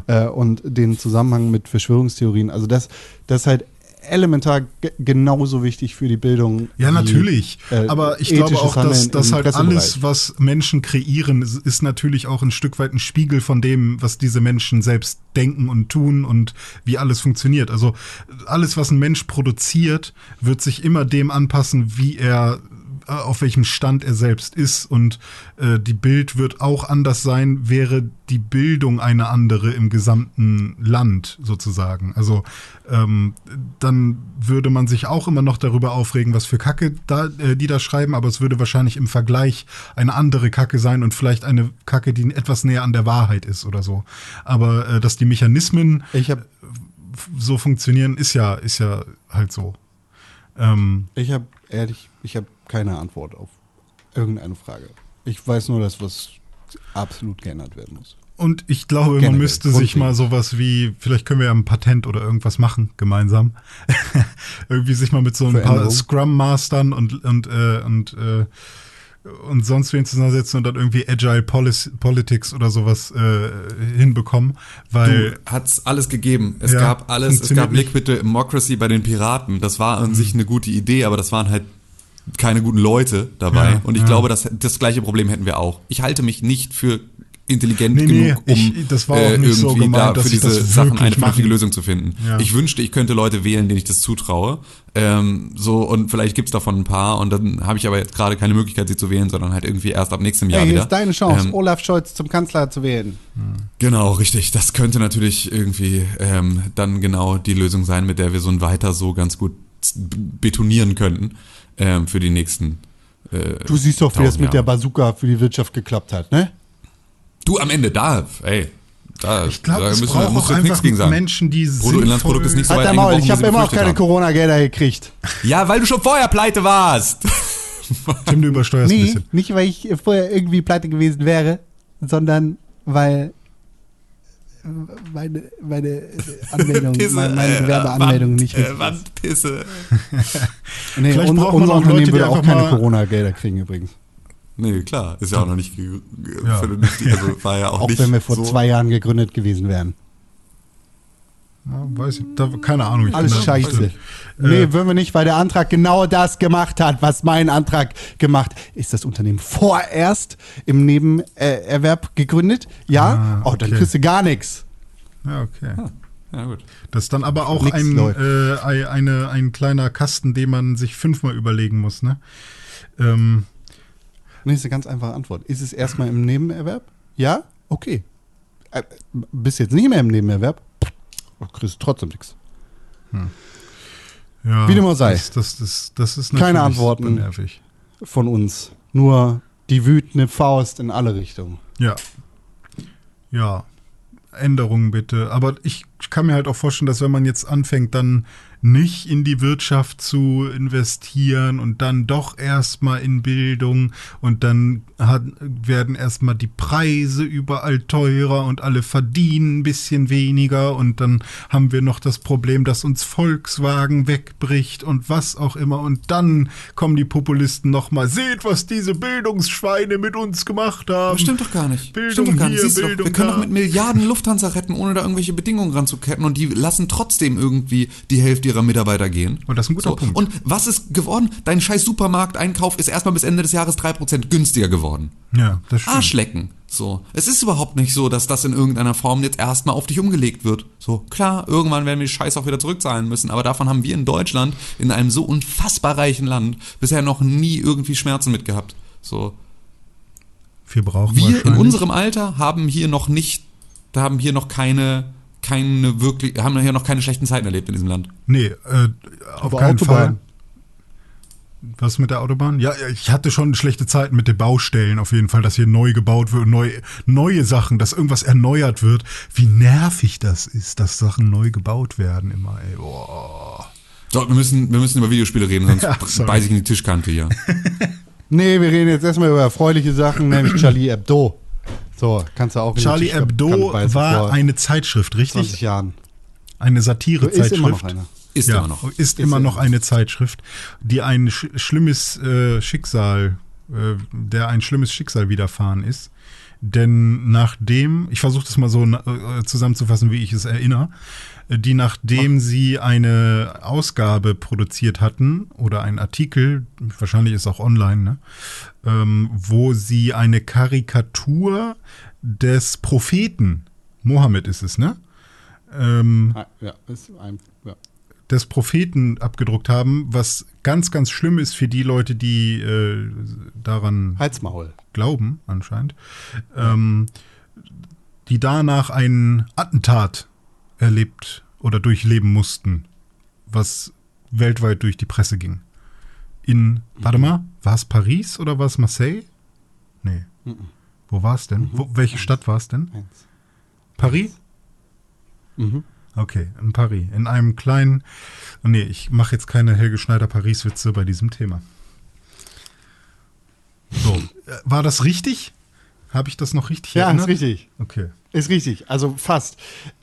[SPEAKER 4] und den Zusammenhang mit Verschwörungstheorien. Also das ist halt elementar genauso wichtig für die Bildung.
[SPEAKER 2] Ja, natürlich. Aber ich glaube auch, dass halt alles, was Menschen kreieren, ist natürlich auch ein Stück weit ein Spiegel von dem, was diese Menschen selbst denken und tun und wie alles funktioniert. Also alles, was ein Mensch produziert, wird sich immer dem anpassen, wie er auf welchem Stand er selbst ist. Und die Bild wird auch anders sein, wäre die Bildung eine andere im gesamten Land sozusagen. Also dann würde man sich auch immer noch darüber aufregen, was für Kacke die da schreiben, aber es würde wahrscheinlich im Vergleich eine andere Kacke sein und vielleicht eine Kacke, die etwas näher an der Wahrheit ist oder so. Aber dass die Mechanismen so funktionieren, ist ja halt so.
[SPEAKER 4] Ich habe keine Antwort auf irgendeine Frage. Ich weiß nur, dass was absolut geändert werden muss.
[SPEAKER 2] Und ich glaube,
[SPEAKER 4] Generell,
[SPEAKER 2] man müsste sich mal sowas wie, vielleicht können wir ja ein Patent oder irgendwas machen, gemeinsam. Irgendwie sich mal mit so ein paar Scrum-Mastern und sonst wen zusammensetzen und dann irgendwie Agile Politics oder sowas hinbekommen, weil
[SPEAKER 3] hat's alles gegeben. Es gab alles, es gab Liquid Democracy bei den Piraten. Das war an sich eine gute Idee, aber das waren halt keine guten Leute dabei.
[SPEAKER 2] Ja,
[SPEAKER 3] und ich glaube, das gleiche Problem hätten wir auch. Ich halte mich nicht für intelligent genug, um
[SPEAKER 2] das war auch nicht so gemeint,
[SPEAKER 3] da für diese Sachen eine vernünftige Lösung zu finden.
[SPEAKER 2] Ja.
[SPEAKER 3] Ich wünschte, ich könnte Leute wählen, denen ich das zutraue. Und vielleicht gibt's davon ein paar und dann habe ich aber jetzt gerade keine Möglichkeit, sie zu wählen, sondern halt irgendwie erst ab nächstem Jahr
[SPEAKER 4] hier
[SPEAKER 3] wieder.
[SPEAKER 4] ist deine Chance, Olaf Scholz zum Kanzler zu wählen.
[SPEAKER 3] Genau, richtig. Das könnte natürlich irgendwie dann genau die Lösung sein, mit der wir so ein Weiter so ganz gut betonieren könnten für die nächsten
[SPEAKER 4] Du siehst doch, wie das mit der Bazooka für die Wirtschaft geklappt hat, ne?
[SPEAKER 3] Du am Ende,
[SPEAKER 2] ich glaube, es braucht auch einfach Menschen, die
[SPEAKER 3] Bruttoinlandsprodukt ist nicht so
[SPEAKER 4] Halt
[SPEAKER 3] weit
[SPEAKER 4] dein Maul,
[SPEAKER 3] eingebrochen,
[SPEAKER 4] ich
[SPEAKER 3] wie
[SPEAKER 4] habe
[SPEAKER 3] sie
[SPEAKER 4] immer noch
[SPEAKER 3] befürchtet
[SPEAKER 4] keine
[SPEAKER 3] haben.
[SPEAKER 4] Corona-Gelder gekriegt.
[SPEAKER 3] Ja, weil du schon vorher pleite warst.
[SPEAKER 2] Tim, du übersteuerst ein
[SPEAKER 4] Nee,
[SPEAKER 2] bisschen.
[SPEAKER 4] nicht weil ich vorher irgendwie pleite gewesen wäre, sondern weil meine Anmeldung, meine Gewerbeanmeldung nicht richtig ist.
[SPEAKER 3] Wandpisse.
[SPEAKER 4] Nee,
[SPEAKER 2] Vielleicht braucht
[SPEAKER 4] unser
[SPEAKER 2] man auch Leute,
[SPEAKER 4] Unternehmen
[SPEAKER 2] die
[SPEAKER 4] würde auch
[SPEAKER 2] einfach
[SPEAKER 4] keine
[SPEAKER 2] mal-
[SPEAKER 4] Corona-Gelder kriegen übrigens.
[SPEAKER 3] Nee, klar, ist ja auch noch nicht
[SPEAKER 2] Ja.
[SPEAKER 3] vernünftig, also war ja auch
[SPEAKER 4] Auch
[SPEAKER 3] nicht
[SPEAKER 4] wenn wir vor
[SPEAKER 3] so.
[SPEAKER 4] 2 Jahren gegründet gewesen wären.
[SPEAKER 2] Ja, weiß ich, keine Ahnung. Ich
[SPEAKER 4] Alles
[SPEAKER 2] bin da-
[SPEAKER 4] scheiße. Nee, würden wir nicht, weil der Antrag genau das gemacht hat, was mein Antrag gemacht. Ist das Unternehmen vorerst im Nebenerwerb gegründet? Ja?
[SPEAKER 2] Ah,
[SPEAKER 4] Dann
[SPEAKER 2] okay.
[SPEAKER 4] kriegst du gar nichts.
[SPEAKER 2] Ja, okay.
[SPEAKER 3] Ja, gut.
[SPEAKER 2] Das ist dann aber auch
[SPEAKER 4] Nix läuft.
[SPEAKER 2] ein kleiner Kasten, den man sich 5-mal überlegen muss, ne?
[SPEAKER 4] Nee, ist eine ganz einfache Antwort. Ist es erstmal im Nebenerwerb? Ja? Okay. Bist jetzt nicht mehr im Nebenerwerb? Kriegst du trotzdem nichts.
[SPEAKER 2] Ja,
[SPEAKER 4] Wie dem auch sei.
[SPEAKER 2] Das ist natürlich
[SPEAKER 4] Keine Antworten.
[SPEAKER 2] super nervig.
[SPEAKER 4] Von uns. Nur die wütende Faust in alle Richtungen.
[SPEAKER 2] Ja. Ja. Änderungen bitte. Aber ich kann mir halt auch vorstellen, dass wenn man jetzt anfängt, dann nicht in die Wirtschaft zu investieren und dann doch erstmal in Bildung und dann werden erstmal die Preise überall teurer und alle verdienen ein bisschen weniger und dann haben wir noch das Problem, dass uns Volkswagen wegbricht und was auch immer und dann kommen die Populisten nochmal, seht, was diese Bildungsschweine mit uns gemacht haben.
[SPEAKER 3] Aber stimmt doch gar nicht.
[SPEAKER 2] Bildung
[SPEAKER 3] Stimmt doch gar nicht.
[SPEAKER 2] hier,
[SPEAKER 3] Siehst du doch,
[SPEAKER 2] Bildung
[SPEAKER 3] wir können
[SPEAKER 2] da.
[SPEAKER 3] doch mit Milliarden Lufthansa retten, ohne da irgendwelche Bedingungen ranzuketten und die lassen trotzdem irgendwie die Hälfte ihrer Mitarbeiter gehen.
[SPEAKER 2] Und das ist ein guter Punkt.
[SPEAKER 3] Und was ist geworden? Dein scheiß Supermarkteinkauf ist erstmal bis Ende des Jahres 3% günstiger geworden.
[SPEAKER 2] Ja, das stimmt.
[SPEAKER 3] Arschlecken. So. Es ist überhaupt nicht so, dass das in irgendeiner Form jetzt erstmal auf dich umgelegt wird. So, klar, irgendwann werden wir die Scheiße auch wieder zurückzahlen müssen, aber davon haben wir in Deutschland, in einem so unfassbar reichen Land, bisher noch nie irgendwie Schmerzen mitgehabt. So.
[SPEAKER 2] Wir brauchen
[SPEAKER 3] Wir in
[SPEAKER 2] wahrscheinlich-
[SPEAKER 3] unserem Alter haben hier noch keine schlechten Zeiten erlebt in diesem Land.
[SPEAKER 2] Nee, auf
[SPEAKER 4] Aber
[SPEAKER 2] keinen
[SPEAKER 4] Autobahn.
[SPEAKER 2] Fall. Was mit der Autobahn? Ja, ich hatte schon schlechte Zeiten mit den Baustellen auf jeden Fall, dass hier neu gebaut wird, neue Sachen, dass irgendwas erneuert wird. Wie nervig das ist, dass Sachen neu gebaut werden immer, ey. Boah.
[SPEAKER 3] So, wir müssen über Videospiele reden, sonst
[SPEAKER 2] Ja, sorry.
[SPEAKER 3] beiß ich in die Tischkante hier.
[SPEAKER 4] Nee, wir reden jetzt erstmal über erfreuliche Sachen, nämlich Charlie Hebdo. So, kannst du auch in die
[SPEAKER 2] Charlie
[SPEAKER 4] Tischkante
[SPEAKER 2] Hebdo
[SPEAKER 4] beißen
[SPEAKER 2] war
[SPEAKER 4] vor
[SPEAKER 2] eine Zeitschrift,
[SPEAKER 4] 20
[SPEAKER 2] richtig?
[SPEAKER 4] Jahren.
[SPEAKER 2] Eine
[SPEAKER 4] Ist
[SPEAKER 2] Satirezeitschrift.
[SPEAKER 4] immer noch einer.
[SPEAKER 3] Ist
[SPEAKER 2] Ja,
[SPEAKER 3] immer noch.
[SPEAKER 2] ist immer noch eine Zeitschrift, die ein schlimmes Schicksal widerfahren ist. Denn nachdem, ich versuche das mal so zusammenzufassen, wie ich es erinnere, nachdem sie eine Ausgabe produziert hatten oder einen Artikel, wahrscheinlich ist auch online, ne, wo sie eine Karikatur des Propheten, Mohammed ist es, ne?
[SPEAKER 4] Ja, ist ein, ja.
[SPEAKER 2] des Propheten abgedruckt haben, was ganz, ganz schlimm ist für die Leute, die daran
[SPEAKER 4] Halsmaul.
[SPEAKER 2] glauben, anscheinend, die danach ein Attentat erlebt oder durchleben mussten, was weltweit durch die Presse ging. Warte mal, war es Paris oder war es Marseille? Nee. Wo war es denn? Welche Stadt war es denn? Paris? Okay, in Paris. In einem kleinen... Nee, ich mache jetzt keine Helge Schneider-Paris-Witze bei diesem Thema. So, war das richtig? Habe ich das noch richtig erinnert?
[SPEAKER 4] Ja, ist richtig.
[SPEAKER 2] Okay.
[SPEAKER 4] Ist richtig, also fast.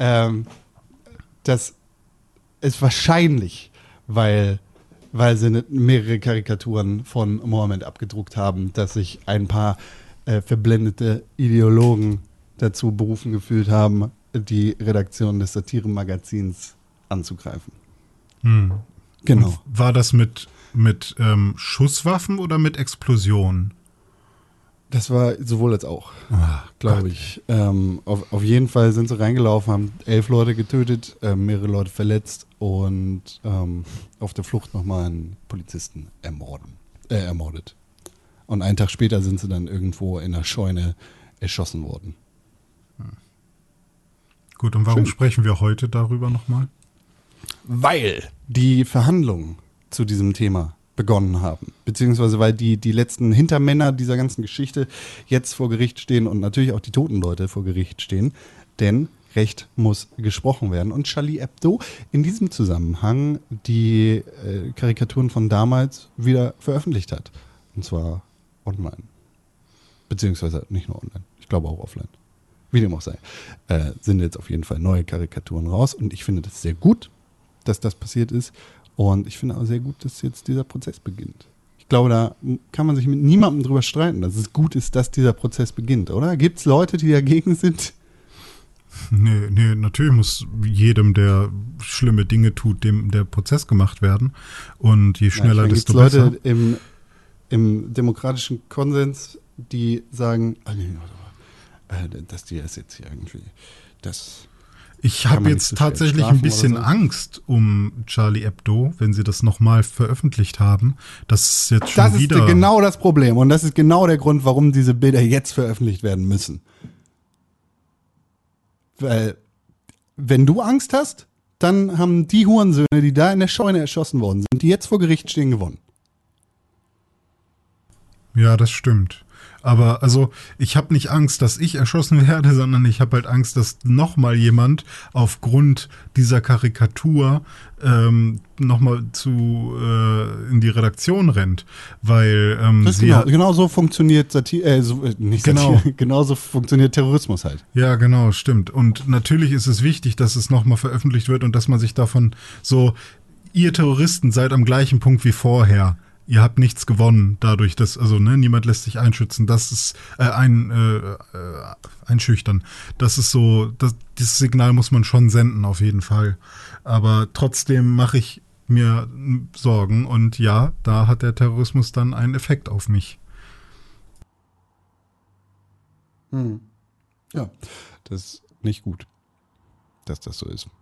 [SPEAKER 4] Das ist wahrscheinlich, weil sie mehrere Karikaturen von Mohammed abgedruckt haben, dass sich ein paar verblendete Ideologen dazu berufen gefühlt haben, die Redaktion des Satire-Magazins anzugreifen. Genau.
[SPEAKER 2] Und war das mit Schusswaffen oder mit Explosionen?
[SPEAKER 4] Das war sowohl als auch, glaube ich. Auf jeden Fall sind sie reingelaufen, haben 11 Leute getötet, mehrere Leute verletzt und auf der Flucht nochmal einen Polizisten ermordet. Und einen Tag später sind sie dann irgendwo in der Scheune erschossen worden.
[SPEAKER 2] Gut, und warum sprechen wir heute darüber nochmal?
[SPEAKER 4] Weil die Verhandlungen zu diesem Thema begonnen haben. Beziehungsweise weil die letzten Hintermänner dieser ganzen Geschichte jetzt vor Gericht stehen und natürlich auch die toten Leute vor Gericht stehen. Denn Recht muss gesprochen werden. Und Charlie Hebdo in diesem Zusammenhang die Karikaturen von damals wieder veröffentlicht hat. Und zwar online. Beziehungsweise nicht nur online. Ich glaube auch offline. Wie dem auch sei. Sind jetzt auf jeden Fall neue Karikaturen raus. Und ich finde das sehr gut, dass das passiert ist. Und ich finde auch sehr gut, dass jetzt dieser Prozess beginnt. Ich glaube, da kann man sich mit niemandem drüber streiten, dass es gut ist, dass dieser Prozess beginnt, oder? Gibt es Leute, die dagegen sind?
[SPEAKER 2] Nee, natürlich muss jedem, der schlimme Dinge tut, dem der Prozess gemacht werden. Und je schneller, desto besser.
[SPEAKER 4] Gibt es Leute im demokratischen Konsens, die sagen, dass die das jetzt hier irgendwie, das...
[SPEAKER 2] Ich habe jetzt tatsächlich ein bisschen Angst um Charlie Hebdo, wenn sie das nochmal veröffentlicht haben. Das ist jetzt schon wieder...
[SPEAKER 4] Das ist genau das Problem und das ist genau der Grund, warum diese Bilder jetzt veröffentlicht werden müssen. Weil, wenn du Angst hast, dann haben die Hurensöhne, die da in der Scheune erschossen worden sind, die jetzt vor Gericht stehen, gewonnen.
[SPEAKER 2] Ja, das stimmt. Aber also ich habe nicht Angst, dass ich erschossen werde, sondern ich habe halt Angst, dass nochmal jemand aufgrund dieser Karikatur nochmal in die Redaktion rennt. Weil
[SPEAKER 4] genau so funktioniert genau so funktioniert Terrorismus halt.
[SPEAKER 2] Ja, genau, stimmt. Und natürlich ist es wichtig, dass es nochmal veröffentlicht wird und dass man sich davon so, ihr Terroristen seid am gleichen Punkt wie vorher. Ihr habt nichts gewonnen dadurch, dass, niemand lässt sich einschützen. Das ist einschüchtern. Das ist so, dieses Signal muss man schon senden, auf jeden Fall. Aber trotzdem mache ich mir Sorgen und ja, da hat der Terrorismus dann einen Effekt auf mich.
[SPEAKER 4] Ja, das ist nicht gut, dass das so ist.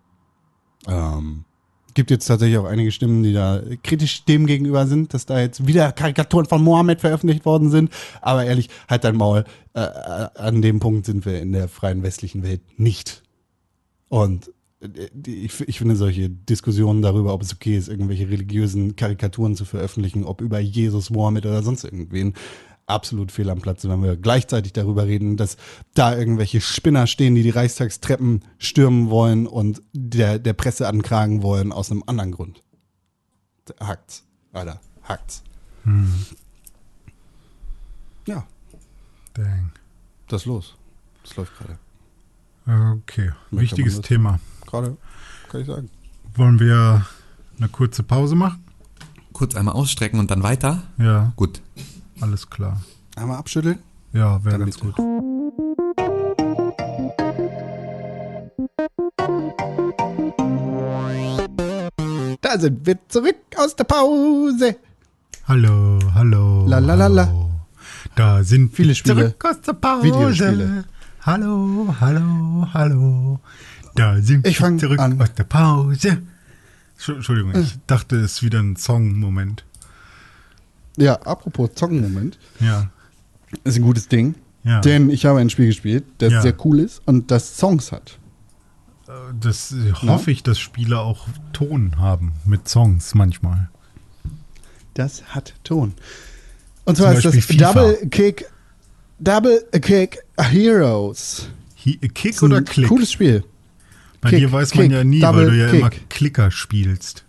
[SPEAKER 4] Gibt jetzt tatsächlich auch einige Stimmen, die da kritisch dem gegenüber sind, dass da jetzt wieder Karikaturen von Mohammed veröffentlicht worden sind. Aber ehrlich, halt dein Maul. An dem Punkt sind wir in der freien westlichen Welt nicht. Und ich finde solche Diskussionen darüber, ob es okay ist, irgendwelche religiösen Karikaturen zu veröffentlichen, ob über Jesus, Mohammed oder sonst irgendwen, absolut fehl am Platz, wenn wir gleichzeitig darüber reden, dass da irgendwelche Spinner stehen, die Reichstagstreppen stürmen wollen und der Presse ankragen wollen aus einem anderen Grund. Hackt's, Alter, hackt's. Ja.
[SPEAKER 2] Dang.
[SPEAKER 4] Das ist los. Das läuft gerade.
[SPEAKER 2] Okay, wichtiges Thema.
[SPEAKER 4] Gerade, kann ich sagen.
[SPEAKER 2] Wollen wir eine kurze Pause machen?
[SPEAKER 3] Kurz einmal ausstrecken und dann weiter?
[SPEAKER 2] Ja.
[SPEAKER 3] Gut.
[SPEAKER 2] Alles klar.
[SPEAKER 4] Einmal abschütteln?
[SPEAKER 2] Ja, wäre
[SPEAKER 4] Dann
[SPEAKER 2] ganz gut.
[SPEAKER 4] Da sind wir zurück aus der Pause.
[SPEAKER 2] Hallo.
[SPEAKER 4] La, la, la, la.
[SPEAKER 2] Da sind
[SPEAKER 4] Viele
[SPEAKER 2] wir
[SPEAKER 4] Spiele.
[SPEAKER 2] zurück aus der Pause.
[SPEAKER 4] Videospiele.
[SPEAKER 2] Hallo. Da sind
[SPEAKER 4] Ich
[SPEAKER 2] wir
[SPEAKER 4] fang
[SPEAKER 2] zurück
[SPEAKER 4] an.
[SPEAKER 2] aus der Pause. Entschuldigung, ich dachte, es ist wieder ein Song-Moment.
[SPEAKER 1] Ja, apropos Zocken-Moment.
[SPEAKER 2] Ja.
[SPEAKER 1] Ist ein gutes Ding.
[SPEAKER 2] Ja.
[SPEAKER 1] Denn ich habe ein Spiel gespielt, das
[SPEAKER 2] Ja.
[SPEAKER 1] sehr cool ist und das Songs hat.
[SPEAKER 2] Das hoffe ich, dass Spiele auch Ton haben mit Songs manchmal.
[SPEAKER 1] Das hat Ton. Und zwar ist
[SPEAKER 2] Beispiel
[SPEAKER 1] das
[SPEAKER 2] FIFA.
[SPEAKER 1] Double Kick Heroes.
[SPEAKER 2] Kick oder Klick?
[SPEAKER 1] Cooles Spiel.
[SPEAKER 2] Bei
[SPEAKER 1] Kick,
[SPEAKER 2] dir weiß man
[SPEAKER 1] Kick,
[SPEAKER 2] ja nie,
[SPEAKER 1] Double
[SPEAKER 2] weil du ja
[SPEAKER 1] Kick.
[SPEAKER 2] immer Klicker spielst.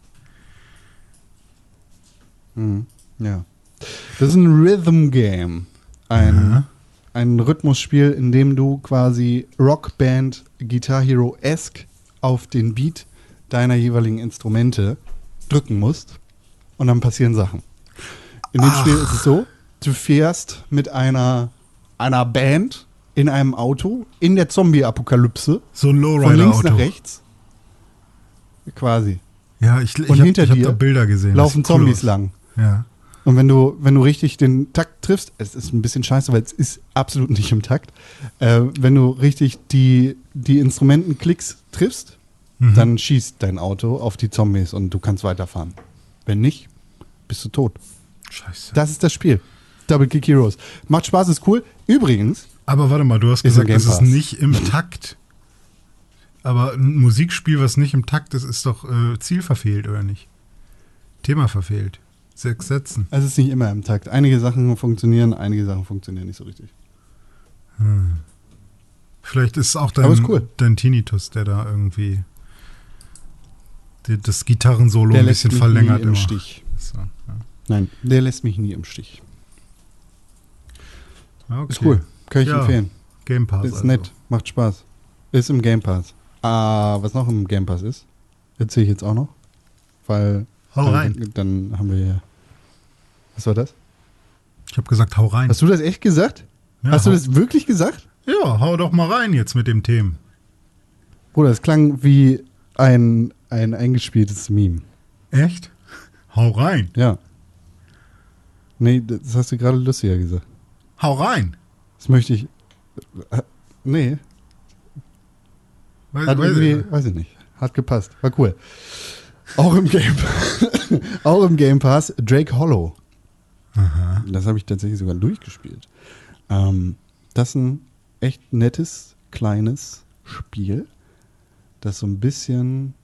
[SPEAKER 1] Ja. Das ist ein Rhythm Game. Ein Rhythmusspiel, in dem du quasi Rockband, Guitar Hero-esque auf den Beat deiner jeweiligen Instrumente drücken musst. Und dann passieren Sachen. In dem Spiel ist es so, du fährst mit einer Band in einem Auto in der Zombie-Apokalypse
[SPEAKER 2] So ein
[SPEAKER 1] von links nach
[SPEAKER 2] Lowrider-Auto.
[SPEAKER 1] rechts. Quasi.
[SPEAKER 2] Ja, ich
[SPEAKER 1] Und
[SPEAKER 2] hab
[SPEAKER 1] hinter
[SPEAKER 2] da
[SPEAKER 1] dir
[SPEAKER 2] Bilder gesehen.
[SPEAKER 1] laufen
[SPEAKER 2] Das sieht cool
[SPEAKER 1] Zombies
[SPEAKER 2] aus.
[SPEAKER 1] lang.
[SPEAKER 2] Ja.
[SPEAKER 1] Und wenn du richtig den Takt triffst, es ist ein bisschen scheiße, weil es ist absolut nicht im Takt. Wenn du richtig die Instrumentenklicks triffst, dann schießt dein Auto auf die Zombies und du kannst weiterfahren. Wenn nicht, bist du tot.
[SPEAKER 2] Scheiße.
[SPEAKER 1] Das ist das Spiel. Double Kick Heroes. Macht Spaß, ist cool. Übrigens,
[SPEAKER 2] Aber warte mal, du hast
[SPEAKER 1] Ist im
[SPEAKER 2] gesagt,
[SPEAKER 1] Game
[SPEAKER 2] es ist
[SPEAKER 1] Pass.
[SPEAKER 2] nicht im Takt. Aber ein Musikspiel, was nicht im Takt ist doch Ziel verfehlt, oder nicht? Thema verfehlt. 6 Sätzen.
[SPEAKER 1] es ist nicht immer im Takt. Einige Sachen funktionieren, einige Sachen funktionieren nicht so richtig.
[SPEAKER 2] Vielleicht ist es auch
[SPEAKER 1] Aber ist cool.
[SPEAKER 2] dein Tinnitus, der da irgendwie das Gitarrensolo
[SPEAKER 1] Der
[SPEAKER 2] ein
[SPEAKER 1] lässt
[SPEAKER 2] bisschen
[SPEAKER 1] mich
[SPEAKER 2] verlängert
[SPEAKER 1] nie im
[SPEAKER 2] immer.
[SPEAKER 1] Stich.
[SPEAKER 2] So, ja.
[SPEAKER 1] Nein, der lässt mich nie im Stich.
[SPEAKER 2] Okay.
[SPEAKER 1] Ist cool. Kann ich
[SPEAKER 2] Ja.
[SPEAKER 1] empfehlen.
[SPEAKER 2] Game Pass.
[SPEAKER 1] Ist
[SPEAKER 2] also.
[SPEAKER 1] nett, macht Spaß. Ist im Game Pass. Was noch im Game Pass ist, erzähle ich jetzt auch noch. Weil
[SPEAKER 2] Hau rein.
[SPEAKER 1] dann haben wir ja. Was war das?
[SPEAKER 2] Ich habe gesagt, hau rein.
[SPEAKER 1] Hast du das echt gesagt?
[SPEAKER 2] Ja,
[SPEAKER 1] Hast du
[SPEAKER 2] hau-
[SPEAKER 1] das wirklich gesagt?
[SPEAKER 2] Ja, hau doch mal rein jetzt mit dem Themen.
[SPEAKER 1] Bruder, das klang wie ein eingespieltes Meme.
[SPEAKER 2] Echt? Hau rein.
[SPEAKER 1] Ja. Nee, das hast du gerade lustiger gesagt.
[SPEAKER 2] Hau rein.
[SPEAKER 1] Das möchte ich. Nee, hat irgendwie, weiß ich nicht. Hat gepasst. War cool. Auch im Game Pass Drake Hollow.
[SPEAKER 2] Aha.
[SPEAKER 1] Das habe ich tatsächlich sogar durchgespielt. Das ist ein echt nettes, kleines Spiel, das so ein bisschen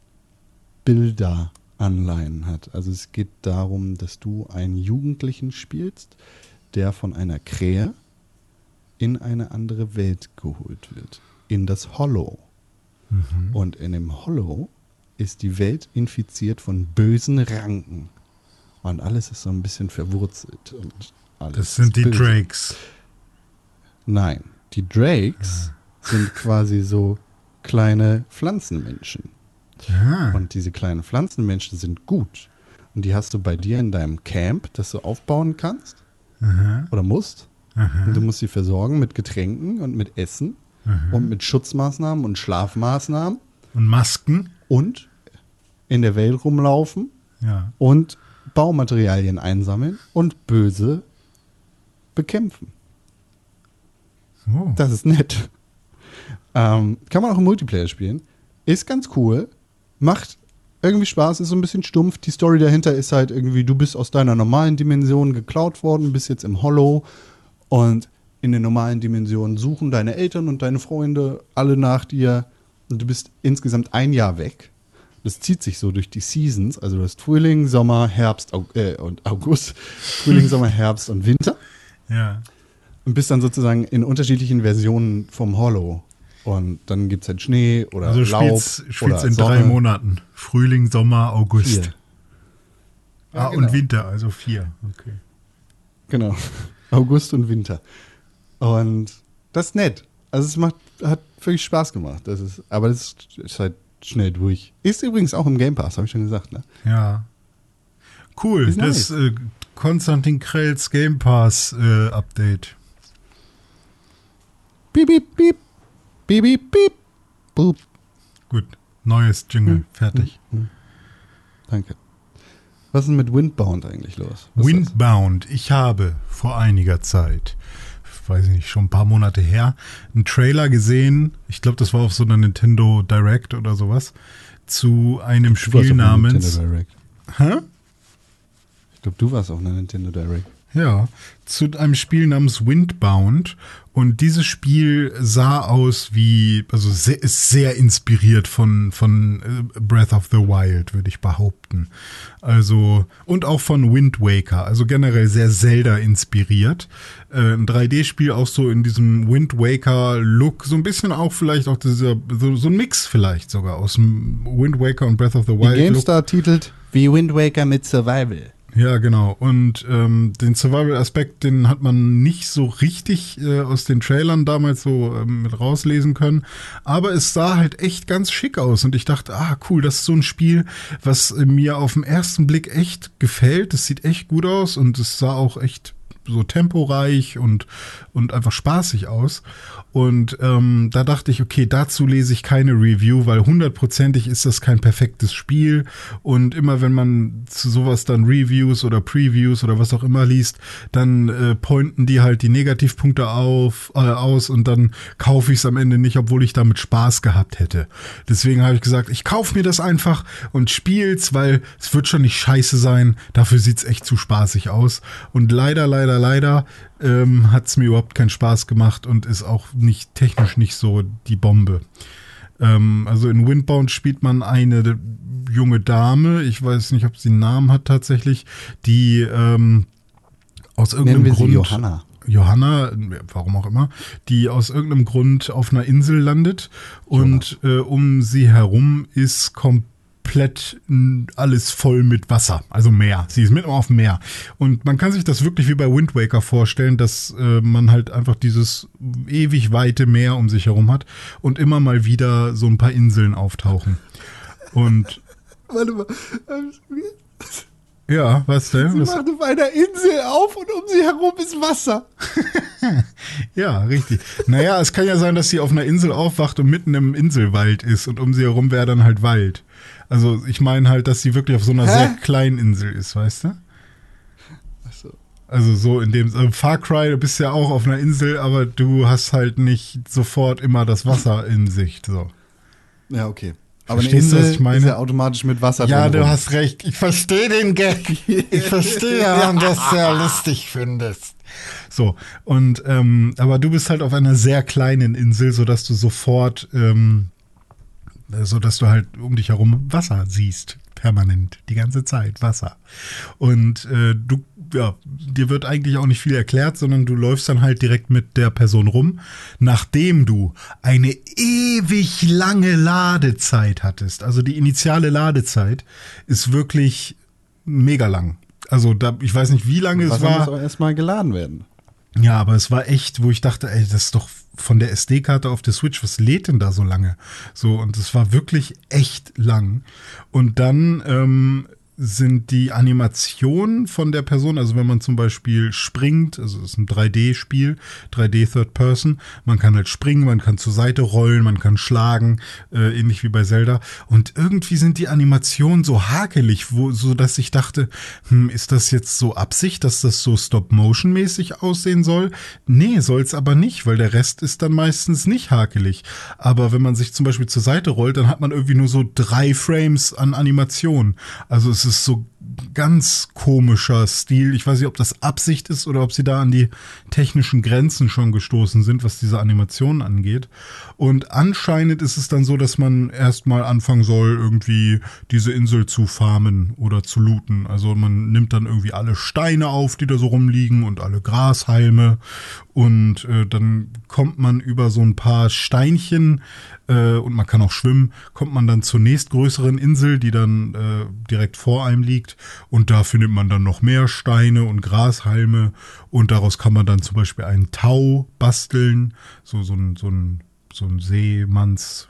[SPEAKER 1] Bilderanleihen hat. Also es geht darum, dass du einen Jugendlichen spielst, der von einer Krähe in eine andere Welt geholt wird. In das Hollow. Und in dem Hollow ist die Welt infiziert von bösen Ranken. Und alles ist so ein bisschen verwurzelt. Und alles
[SPEAKER 2] Das sind
[SPEAKER 1] ist
[SPEAKER 2] die
[SPEAKER 1] böse.
[SPEAKER 2] Drakes.
[SPEAKER 1] Nein, die Drakes sind quasi so kleine Pflanzenmenschen.
[SPEAKER 2] Ja.
[SPEAKER 1] Und diese kleinen Pflanzenmenschen sind gut. Und die hast du bei dir in deinem Camp, das du aufbauen kannst
[SPEAKER 2] Aha.
[SPEAKER 1] oder musst.
[SPEAKER 2] Aha.
[SPEAKER 1] Und du musst sie versorgen mit Getränken und mit Essen und mit Schutzmaßnahmen und Schlafmaßnahmen
[SPEAKER 2] Und Masken.
[SPEAKER 1] und in der Welt rumlaufen
[SPEAKER 2] Ja.
[SPEAKER 1] und Baumaterialien einsammeln und böse bekämpfen.
[SPEAKER 2] Oh.
[SPEAKER 1] Das ist nett. Kann man auch im Multiplayer spielen. Ist ganz cool. Macht irgendwie Spaß, ist so ein bisschen stumpf. Die Story dahinter ist halt irgendwie, du bist aus deiner normalen Dimension geklaut worden, bist jetzt im Hollow und in den normalen Dimensionen suchen deine Eltern und deine Freunde alle nach dir und du bist insgesamt ein Jahr weg. Das zieht sich so durch die Seasons, also du hast Frühling, Sommer, Herbst und August, Frühling, Sommer, Herbst und Winter
[SPEAKER 2] Ja.
[SPEAKER 1] und bist dann sozusagen in unterschiedlichen Versionen vom Hollow. Und dann gibt es halt Schnee oder
[SPEAKER 2] Also
[SPEAKER 1] Laub
[SPEAKER 2] spielst
[SPEAKER 1] oder
[SPEAKER 2] in
[SPEAKER 1] Sonne.
[SPEAKER 2] 3 Monaten. Frühling, Sommer, August.
[SPEAKER 1] 4. Ja,
[SPEAKER 2] Und
[SPEAKER 1] genau.
[SPEAKER 2] Winter, also 4. Okay.
[SPEAKER 1] Genau. August und Winter. Und das ist nett. Also es hat wirklich Spaß gemacht. Aber das ist halt schnell durch. Ist übrigens auch im Game Pass, habe ich schon gesagt, ne?
[SPEAKER 2] Ja. Cool.
[SPEAKER 1] Ist
[SPEAKER 2] Das
[SPEAKER 1] nice.
[SPEAKER 2] Konstantin Krells Game Pass Update.
[SPEAKER 1] Piep, piep, piep. Piep, piep, piep. Boop.
[SPEAKER 2] Gut. Neues Jingle. Fertig.
[SPEAKER 1] Danke. Was ist denn mit Windbound eigentlich los? Was ist
[SPEAKER 2] Windbound. Ich habe vor einiger Zeit, weiß ich nicht, schon ein paar Monate her, einen Trailer gesehen. Ich glaube, das war auf so einer Nintendo Direct oder sowas, zu einem
[SPEAKER 4] Du warst
[SPEAKER 2] Spiel
[SPEAKER 4] auf einer
[SPEAKER 2] namens...
[SPEAKER 4] Nintendo Direct.
[SPEAKER 2] Hä?
[SPEAKER 4] Ich glaube, du warst auf einer Nintendo Direct.
[SPEAKER 2] Ja, zu einem Spiel namens Windbound. Und dieses Spiel sah aus wie, also ist sehr inspiriert von Breath of the Wild, würde ich behaupten. Also, und auch von Wind Waker, also generell sehr Zelda inspiriert. Ein 3D-Spiel auch so in diesem Wind Waker-Look, so ein bisschen auch vielleicht auch so ein Mix vielleicht sogar aus dem Wind Waker und Breath of the Wild.
[SPEAKER 4] Die GameStar titelt wie Wind Waker mit Survival.
[SPEAKER 2] Ja, genau. Und den Survival-Aspekt, den hat man nicht so richtig aus den Trailern damals so mit rauslesen können. Aber es sah halt echt ganz schick aus. Und ich dachte, cool, das ist so ein Spiel, was mir auf den ersten Blick echt gefällt. Es sieht echt gut aus und es sah auch echt so temporeich und einfach spaßig aus. Und da dachte ich, okay, dazu lese ich keine Review, weil 100%ig ist das kein perfektes Spiel. Und immer wenn man zu sowas dann Reviews oder Previews oder was auch immer liest, dann pointen die halt die Negativpunkte aus und dann kaufe ich es am Ende nicht, obwohl ich damit Spaß gehabt hätte. Deswegen habe ich gesagt, ich kaufe mir das einfach und spiel's, weil es wird schon nicht scheiße sein. Dafür sieht's echt zu spaßig aus. Und leider hat es mir überhaupt keinen Spaß gemacht und ist auch nicht technisch nicht so die Bombe. Also in Windbound spielt man eine junge Dame, ich weiß nicht, ob sie einen Namen hat tatsächlich, die aus irgendeinem Grund... Johanna, warum auch immer, die aus irgendeinem Grund auf einer Insel landet und um sie herum ist komplett alles voll mit Wasser, also Meer. Sie ist mitten auf dem Meer. Und man kann sich das wirklich wie bei Wind Waker vorstellen, dass man halt einfach dieses ewig weite Meer um sich herum hat und immer mal wieder so ein paar Inseln auftauchen. Und
[SPEAKER 4] Warte mal.
[SPEAKER 2] ja, was denn?
[SPEAKER 4] Sie macht auf einer Insel auf und um sie herum ist Wasser.
[SPEAKER 2] Ja, richtig. Naja, es kann ja sein, dass sie auf einer Insel aufwacht und mitten im Inselwald ist und um sie herum wäre dann halt Wald. Also ich meine halt, dass sie wirklich auf so einer sehr kleinen Insel ist, weißt du?
[SPEAKER 4] Ach so.
[SPEAKER 2] Also so in dem Far Cry, du bist ja auch auf einer Insel, aber du hast halt nicht sofort immer das Wasser in Sicht. So.
[SPEAKER 4] Ja, okay. Aber eine
[SPEAKER 2] Verstehst du,
[SPEAKER 4] Insel
[SPEAKER 2] was ich meine?
[SPEAKER 4] ist ja automatisch mit Wasser
[SPEAKER 2] Ja,
[SPEAKER 4] drumherum.
[SPEAKER 2] du hast recht. Ich verstehe den Gag. Ich verstehe, warum du das sehr lustig findest. So, und aber du bist halt auf einer sehr kleinen Insel, sodass du sofort, sodass du halt um dich herum Wasser siehst. Permanent, die ganze Zeit Wasser. Und dir wird eigentlich auch nicht viel erklärt, sondern du läufst dann halt direkt mit der Person rum, nachdem du eine ewig lange Ladezeit hattest. Also die initiale Ladezeit ist wirklich mega lang. Also ich weiß nicht, wie lange es war.
[SPEAKER 4] Wasser muss auch erstmal geladen werden.
[SPEAKER 2] Ja, aber es war echt, wo ich dachte, ey, das ist doch von der SD-Karte auf der Switch, was lädt denn da so lange? So, und es war wirklich echt lang. Und dann sind die Animationen von der Person, also wenn man zum Beispiel springt, also es ist ein 3D-Spiel, 3D Third Person, man kann halt springen, man kann zur Seite rollen, man kann schlagen, ähnlich wie bei Zelda. Und irgendwie sind die Animationen so hakelig, so dass ich dachte, ist das jetzt so Absicht, dass das so Stop-Motion-mäßig aussehen soll? Nee, soll's aber nicht, weil der Rest ist dann meistens nicht hakelig. Aber wenn man sich zum Beispiel zur Seite rollt, dann hat man irgendwie nur so 3 Frames an Animation. Also es ist so ganz komischer Stil. Ich weiß nicht, ob das Absicht ist oder ob sie da an die technischen Grenzen schon gestoßen sind, was diese Animationen angeht. Und anscheinend ist es dann so, dass man erstmal anfangen soll, irgendwie diese Insel zu farmen oder zu looten. Also man nimmt dann irgendwie alle Steine auf, die da so rumliegen und alle Grashalme. Und dann kommt man über so ein paar Steinchen und man kann auch schwimmen, kommt man dann zur nächstgrößeren Insel, die dann direkt vor einem liegt. Und da findet man dann noch mehr Steine und Grashalme. Und daraus kann man dann zum Beispiel einen Tau basteln. So ein Seemanns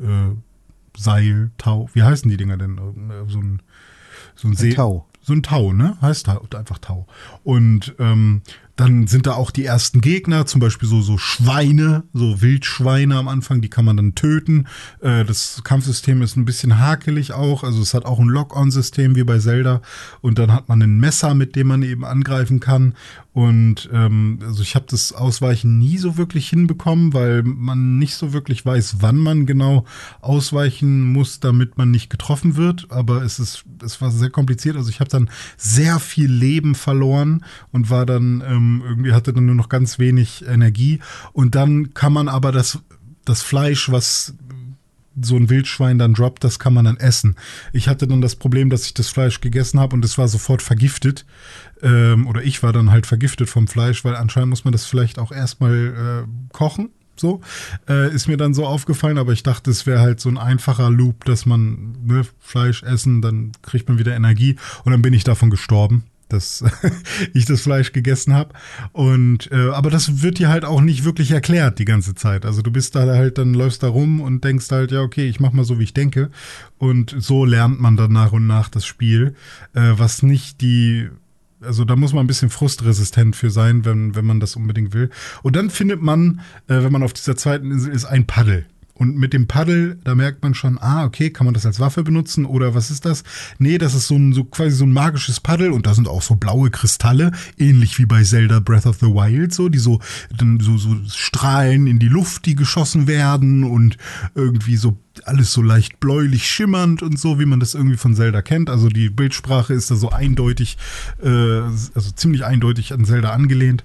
[SPEAKER 2] Seil, Tau. Wie heißen die Dinger denn? So ein See.
[SPEAKER 4] Tau.
[SPEAKER 2] So ein Tau, ne? Heißt einfach Tau. Und Dann sind da auch die ersten Gegner, zum Beispiel so Schweine, so Wildschweine am Anfang, die kann man dann töten. Das Kampfsystem ist ein bisschen hakelig auch, also es hat auch ein Lock-on-System wie bei Zelda. Und dann hat man ein Messer, mit dem man eben angreifen kann. Und also ich habe das Ausweichen nie so wirklich hinbekommen, weil man nicht so wirklich weiß, wann man genau ausweichen muss, damit man nicht getroffen wird. Aber es war sehr kompliziert. Also ich habe dann sehr viel Leben verloren und war dann irgendwie hatte dann nur noch ganz wenig Energie. Und dann kann man aber das Fleisch, was so ein Wildschwein dann droppt, das kann man dann essen. Ich hatte dann das Problem, dass ich das Fleisch gegessen habe und es war sofort vergiftet. Oder ich war dann halt vergiftet vom Fleisch, weil anscheinend muss man das vielleicht auch erstmal kochen. So, ist mir dann so aufgefallen, aber ich dachte, es wäre halt so ein einfacher Loop, dass man Fleisch essen, dann kriegt man wieder Energie und dann bin ich davon gestorben, dass ich das Fleisch gegessen habe. Und aber das wird dir halt auch nicht wirklich erklärt die ganze Zeit. Also du bist da halt, dann läufst da rum und denkst halt, ja okay, ich mach mal so, wie ich denke. Und so lernt man dann nach und nach das Spiel, was nicht also da muss man ein bisschen frustresistent für sein, wenn man das unbedingt will. Und dann findet man, wenn man auf dieser zweiten Insel ist, ein Paddel. Und mit dem Paddel, da merkt man schon, okay, kann man das als Waffe benutzen oder was ist das? Nee, das ist quasi so ein magisches Paddel und da sind auch so blaue Kristalle, ähnlich wie bei Zelda Breath of the Wild, so Strahlen in die Luft, die geschossen werden und irgendwie so alles so leicht bläulich schimmernd und so, wie man das irgendwie von Zelda kennt. Also die Bildsprache ist da so eindeutig, also ziemlich eindeutig an Zelda angelehnt.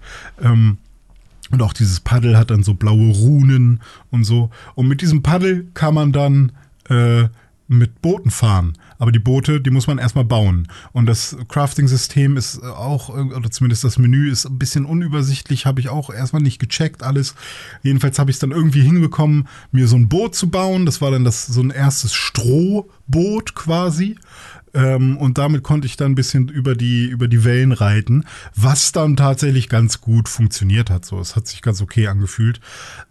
[SPEAKER 2] Und auch dieses Paddel hat dann so blaue Runen und so. Und mit diesem Paddel kann man dann mit Booten fahren. Aber die Boote, die muss man erstmal bauen. Und das Crafting-System ist auch, oder zumindest das Menü ist ein bisschen unübersichtlich, habe ich auch erstmal nicht gecheckt alles. Jedenfalls habe ich es dann irgendwie hinbekommen, mir so ein Boot zu bauen. Das war dann so ein erstes Strohboot quasi. Und damit konnte ich dann ein bisschen über die Wellen reiten, was dann tatsächlich ganz gut funktioniert hat. So, es hat sich ganz okay angefühlt.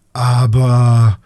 [SPEAKER 2] Aber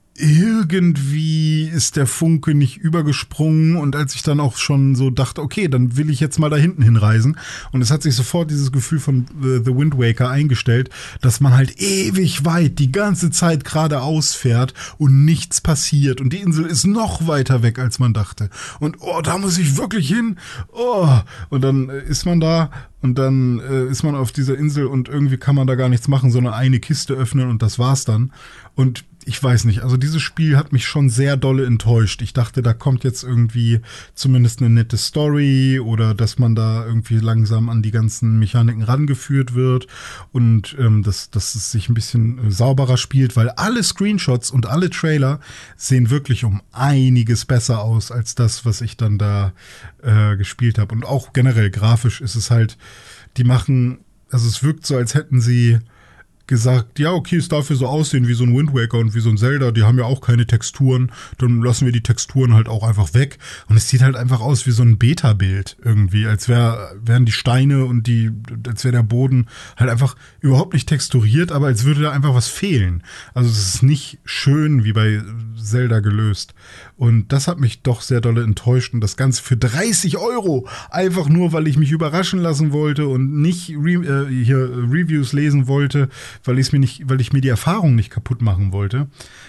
[SPEAKER 2] irgendwie ist der Funke nicht übergesprungen und als ich dann auch schon so dachte, okay, dann will ich jetzt mal da hinten hinreisen und es hat sich sofort dieses Gefühl von The Wind Waker eingestellt, dass man halt ewig weit die ganze Zeit geradeaus fährt und nichts passiert und die Insel ist noch weiter weg, als man dachte und da muss ich wirklich hin, und dann ist man da und dann ist man auf dieser Insel und irgendwie kann man da gar nichts machen, sondern eine Kiste öffnen und das war's dann. Und ich weiß nicht, also dieses Spiel hat mich schon sehr dolle enttäuscht. Ich dachte, da kommt jetzt irgendwie zumindest eine nette Story oder dass man da irgendwie langsam an die ganzen Mechaniken rangeführt wird und dass es sich ein bisschen sauberer spielt, weil alle Screenshots und alle Trailer sehen wirklich um einiges besser aus als das, was ich dann da gespielt habe. Und auch generell grafisch ist es halt, also es wirkt so, als hätten sie gesagt, ja, okay, es darf ja so aussehen wie so ein Wind Waker und wie so ein Zelda, die haben ja auch keine Texturen, dann lassen wir die Texturen halt auch einfach weg und es sieht halt einfach aus wie so ein Beta-Bild irgendwie, als wären die Steine und als wäre der Boden halt einfach überhaupt nicht texturiert, aber als würde da einfach was fehlen. Also es ist nicht schön wie bei Zelda gelöst und das hat mich doch sehr dolle enttäuscht und das Ganze für 30 €, einfach nur, weil ich mich überraschen lassen wollte und nicht Reviews lesen wollte, weil ich mir die Erfahrung nicht kaputt machen wollte.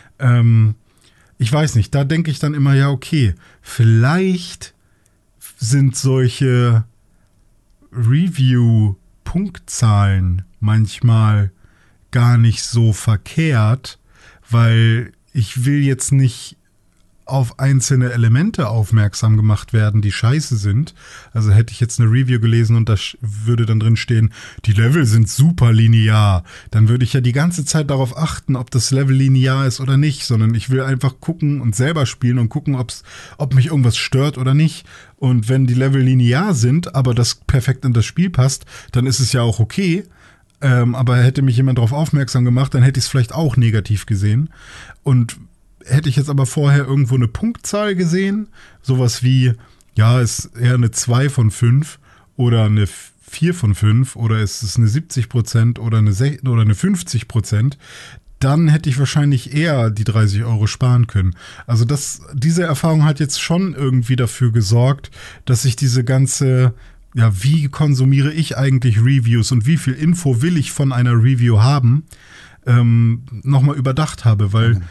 [SPEAKER 2] Ich weiß nicht, da denke ich dann immer, ja, okay, vielleicht sind solche Review-Punktzahlen manchmal gar nicht so verkehrt, weil ich will jetzt nicht auf einzelne Elemente aufmerksam gemacht werden, die scheiße sind. Also hätte ich jetzt eine Review gelesen und da würde dann drin stehen, die Level sind super linear, dann würde ich ja die ganze Zeit darauf achten, ob das Level linear ist oder nicht, sondern ich will einfach gucken und selber spielen und gucken, ob mich irgendwas stört oder nicht. Und wenn die Level linear sind, aber das perfekt in das Spiel passt, dann ist es ja auch okay. Aber hätte mich jemand darauf aufmerksam gemacht, dann hätte ich es vielleicht auch negativ gesehen. Und hätte ich jetzt aber vorher irgendwo eine Punktzahl gesehen, sowas wie, ja, ist eher eine 2 von 5 oder eine 4 von 5 oder ist es eine 70% oder eine 50%, dann hätte ich wahrscheinlich eher die 30 € sparen können. Also diese Erfahrung hat jetzt schon irgendwie dafür gesorgt, dass ich diese ganze wie konsumiere ich eigentlich Reviews und wie viel Info will ich von einer Review haben, nochmal überdacht habe, weil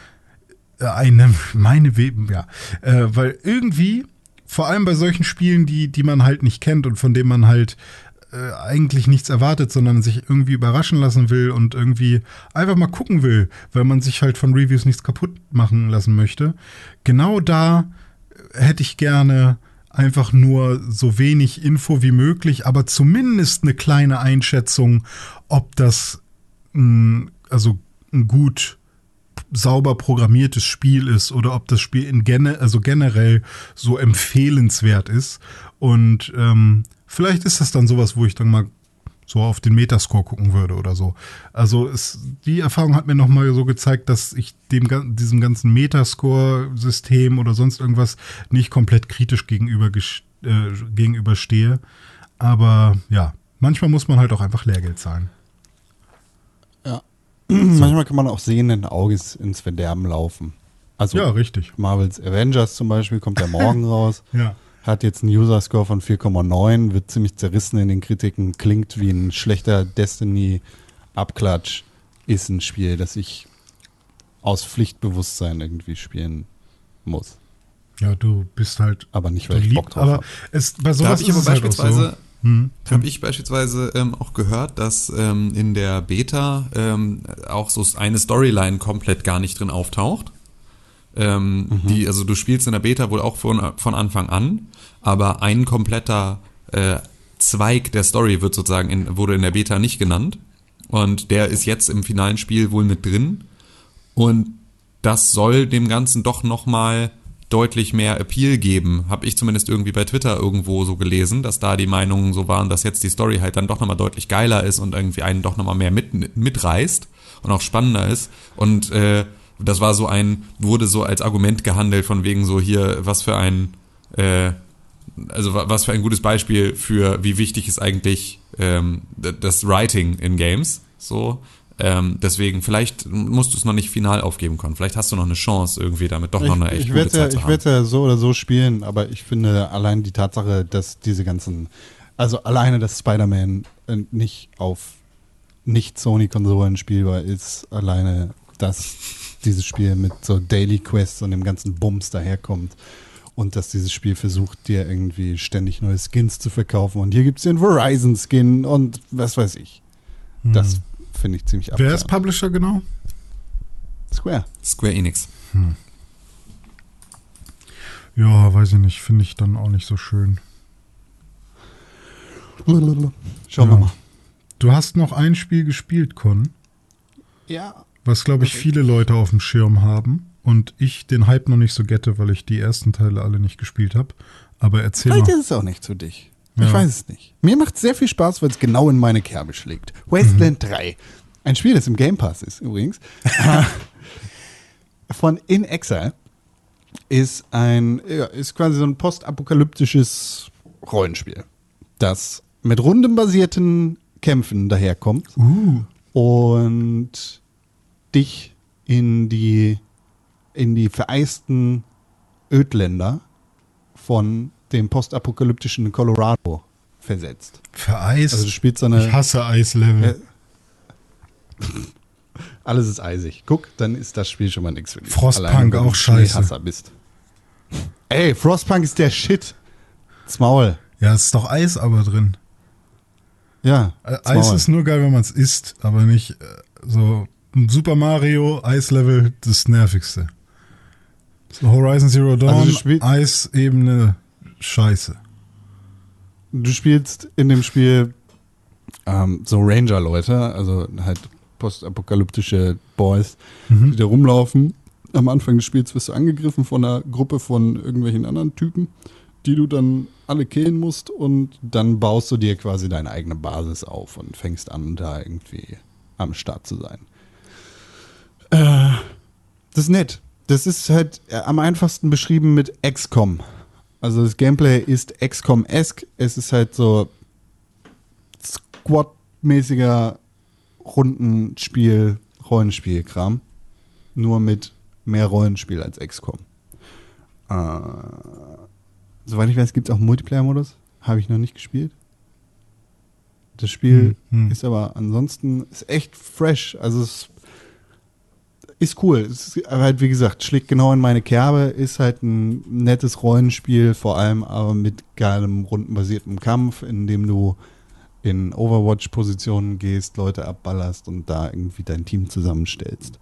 [SPEAKER 2] weil irgendwie, vor allem bei solchen Spielen, die man halt nicht kennt und von denen man halt eigentlich nichts erwartet, sondern sich irgendwie überraschen lassen will und irgendwie einfach mal gucken will, weil man sich halt von Reviews nichts kaputt machen lassen möchte. Genau da hätte ich gerne einfach nur so wenig Info wie möglich, aber zumindest eine kleine Einschätzung, ob das ein gut sauber programmiertes Spiel ist oder ob das Spiel generell so empfehlenswert ist. Und vielleicht ist das dann sowas, wo ich dann mal so auf den Metascore gucken würde oder so. Also die Erfahrung hat mir nochmal so gezeigt, dass ich diesem ganzen Metascore-System oder sonst irgendwas nicht komplett kritisch gegenüberstehe. Aber ja, manchmal muss man halt auch einfach Lehrgeld zahlen.
[SPEAKER 4] Ja. Manchmal kann man auch sehenden Auges ins Verderben laufen. Also
[SPEAKER 2] ja, richtig.
[SPEAKER 4] Marvel's Avengers zum Beispiel kommt ja morgen raus.
[SPEAKER 2] Ja.
[SPEAKER 4] Hat jetzt einen User-Score von 4,9, wird ziemlich zerrissen in den Kritiken, klingt wie ein schlechter Destiny-Abklatsch, ist ein Spiel, das ich aus Pflichtbewusstsein irgendwie spielen muss.
[SPEAKER 2] Ja, du bist halt.
[SPEAKER 4] Aber nicht, weil ich Bock drauf habe.
[SPEAKER 2] Bei sowas ist es halt auch so.
[SPEAKER 3] Habe ich beispielsweise auch gehört, dass in der Beta auch so eine Storyline komplett gar nicht drin auftaucht. Also du spielst in der Beta wohl auch von Anfang an, aber ein kompletter Zweig der Story wurde in der Beta nicht genannt und der ist jetzt im finalen Spiel wohl mit drin und das soll dem Ganzen doch nochmal deutlich mehr Appeal geben, habe ich zumindest irgendwie bei Twitter irgendwo so gelesen, dass da die Meinungen so waren, dass jetzt die Story halt dann doch nochmal deutlich geiler ist und irgendwie einen doch nochmal mehr mitreißt und auch spannender ist und das war wurde so als Argument gehandelt von wegen so hier, was für ein gutes Beispiel für wie wichtig ist eigentlich das Writing in Games, so. Deswegen, vielleicht musst du es noch nicht final aufgeben können. Vielleicht hast du noch eine Chance, irgendwie damit doch noch eine echt gute Zeit zu haben.
[SPEAKER 4] Ich werde ja so oder so spielen, aber ich finde allein die Tatsache, dass alleine, dass Spider-Man nicht auf Nicht-Sony-Konsolen spielbar ist, alleine, dass dieses Spiel mit so Daily Quests und dem ganzen Bums daherkommt und dass dieses Spiel versucht, dir irgendwie ständig neue Skins zu verkaufen und hier gibt es den Verizon-Skin und was weiß ich. Das finde ich ziemlich abgefahren.
[SPEAKER 2] Wer ist Publisher genau?
[SPEAKER 4] Square
[SPEAKER 3] Enix.
[SPEAKER 2] Ja, weiß ich nicht. Finde ich dann auch nicht so schön.
[SPEAKER 4] Schauen wir mal.
[SPEAKER 2] Du hast noch ein Spiel gespielt, Con.
[SPEAKER 4] Ja.
[SPEAKER 2] Was, glaube ich, viele Leute auf dem Schirm haben. Und ich den Hype noch nicht so gette, weil ich die ersten Teile alle nicht gespielt habe. Aber erzähl
[SPEAKER 4] Vielleicht
[SPEAKER 2] mal.
[SPEAKER 4] ist es auch nicht für dich. Ich weiß es nicht. Mir macht es sehr viel Spaß, weil es genau in meine Kerbe schlägt. Wasteland 3. Ein Spiel, das im Game Pass ist übrigens. Von In Exile ist quasi so ein postapokalyptisches Rollenspiel, das mit rundenbasierten Kämpfen daherkommt und dich in die vereisten Ödländer von dem postapokalyptischen Colorado versetzt.
[SPEAKER 2] Vereist?
[SPEAKER 4] Also du spielst so eine...
[SPEAKER 2] Ich hasse Eislevel.
[SPEAKER 4] Alles ist eisig. Guck, dann ist das Spiel schon mal nichts für dich.
[SPEAKER 2] Frostpunk auch scheiße.
[SPEAKER 4] Schneehasser bist. Ey, Frostpunk ist der Shit. Das Maul.
[SPEAKER 2] Ja, es ist doch Eis aber drin.
[SPEAKER 4] Ja.
[SPEAKER 2] Eis ist nur geil, wenn man es isst, aber nicht so Super Mario, Eislevel, das Nervigste. So Horizon Zero Dawn, Eisebene, scheiße.
[SPEAKER 4] Du spielst in dem Spiel so Ranger-Leute, also halt postapokalyptische Boys, die da rumlaufen. Am Anfang des Spiels wirst du angegriffen von einer Gruppe von irgendwelchen anderen Typen, die du dann alle killen musst und dann baust du dir quasi deine eigene Basis auf und fängst an, da irgendwie am Start zu sein. Das ist nett. Das ist halt am einfachsten beschrieben mit XCOM. Also das Gameplay ist XCOM-esque. Es ist halt so Squad-mäßiger Rundenspiel, Rollenspiel-Kram. Nur mit mehr Rollenspiel als XCOM. Soweit ich weiß, gibt es auch einen Multiplayer-Modus. Habe ich noch nicht gespielt. Das Spiel ist aber ansonsten ist echt fresh. Also es ist cool. Es ist halt, wie gesagt, schlägt genau in meine Kerbe. Ist halt ein nettes Rollenspiel, vor allem aber mit geilem rundenbasiertem Kampf, in dem du in Overwatch-Positionen gehst, Leute abballerst und da irgendwie dein Team zusammenstellst.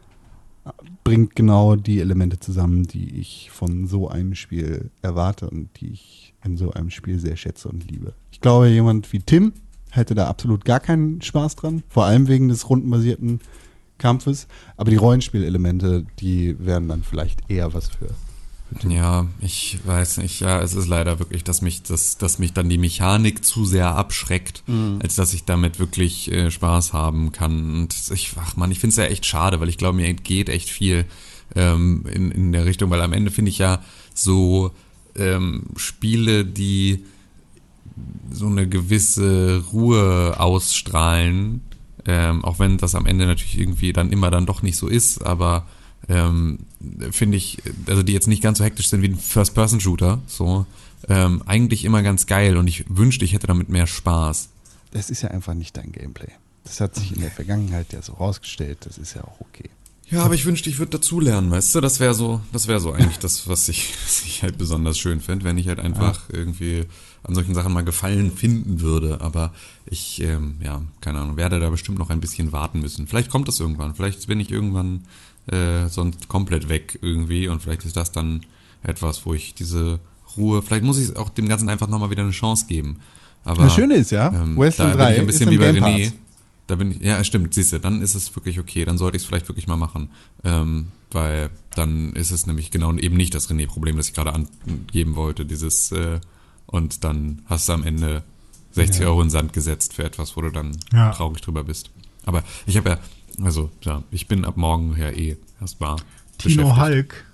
[SPEAKER 4] Bringt genau die Elemente zusammen, die ich von so einem Spiel erwarte und die ich in so einem Spiel sehr schätze und liebe. Ich glaube, jemand wie Tim hätte da absolut gar keinen Spaß dran, vor allem wegen des rundenbasierten Kampfes, aber die Rollenspielelemente, die wären dann vielleicht eher was für Tim.
[SPEAKER 3] Ja, ich weiß nicht. Ja, es ist leider wirklich, dass mich dann die Mechanik zu sehr abschreckt, als dass ich damit wirklich Spaß haben kann. Und ich finde es ja echt schade, weil ich glaube, mir entgeht echt viel in der Richtung, weil am Ende finde ich ja so Spiele, die so eine gewisse Ruhe ausstrahlen, auch wenn das am Ende natürlich irgendwie dann immer dann doch nicht so ist, aber finde ich, also die jetzt nicht ganz so hektisch sind wie ein First-Person-Shooter, so, eigentlich immer ganz geil und ich wünschte, ich hätte damit mehr Spaß.
[SPEAKER 4] Das ist ja einfach nicht dein Gameplay. Das hat sich in der Vergangenheit ja so rausgestellt, das ist ja auch okay.
[SPEAKER 3] Ja, aber ich wünschte, ich würde dazulernen, weißt du? Das wäre so eigentlich das, was ich halt besonders schön finde, wenn ich halt einfach irgendwie an solchen Sachen mal Gefallen finden würde. Aber ich, keine Ahnung, werde da bestimmt noch ein bisschen warten müssen. Vielleicht kommt das irgendwann. Vielleicht bin ich irgendwann sonst komplett weg irgendwie und vielleicht ist das dann etwas, wo ich diese Ruhe, vielleicht muss ich auch dem Ganzen einfach nochmal wieder eine Chance geben. Aber
[SPEAKER 4] das Schöne ist ja, Wasteland 3
[SPEAKER 3] bin ich ein bisschen
[SPEAKER 4] ist
[SPEAKER 3] wie bei
[SPEAKER 4] Game
[SPEAKER 3] René.
[SPEAKER 4] Pass.
[SPEAKER 3] Da bin ich, ja, stimmt, siehst du, dann ist es wirklich okay, dann sollte ich es vielleicht wirklich mal machen, weil dann ist es nämlich genau eben nicht das René-Problem, das ich gerade angeben wollte, und dann hast du am Ende 60 Euro in den Sand gesetzt für etwas, wo du dann traurig drüber bist. Aber ich habe ich bin ab morgen erstmal
[SPEAKER 2] Tino Hulk.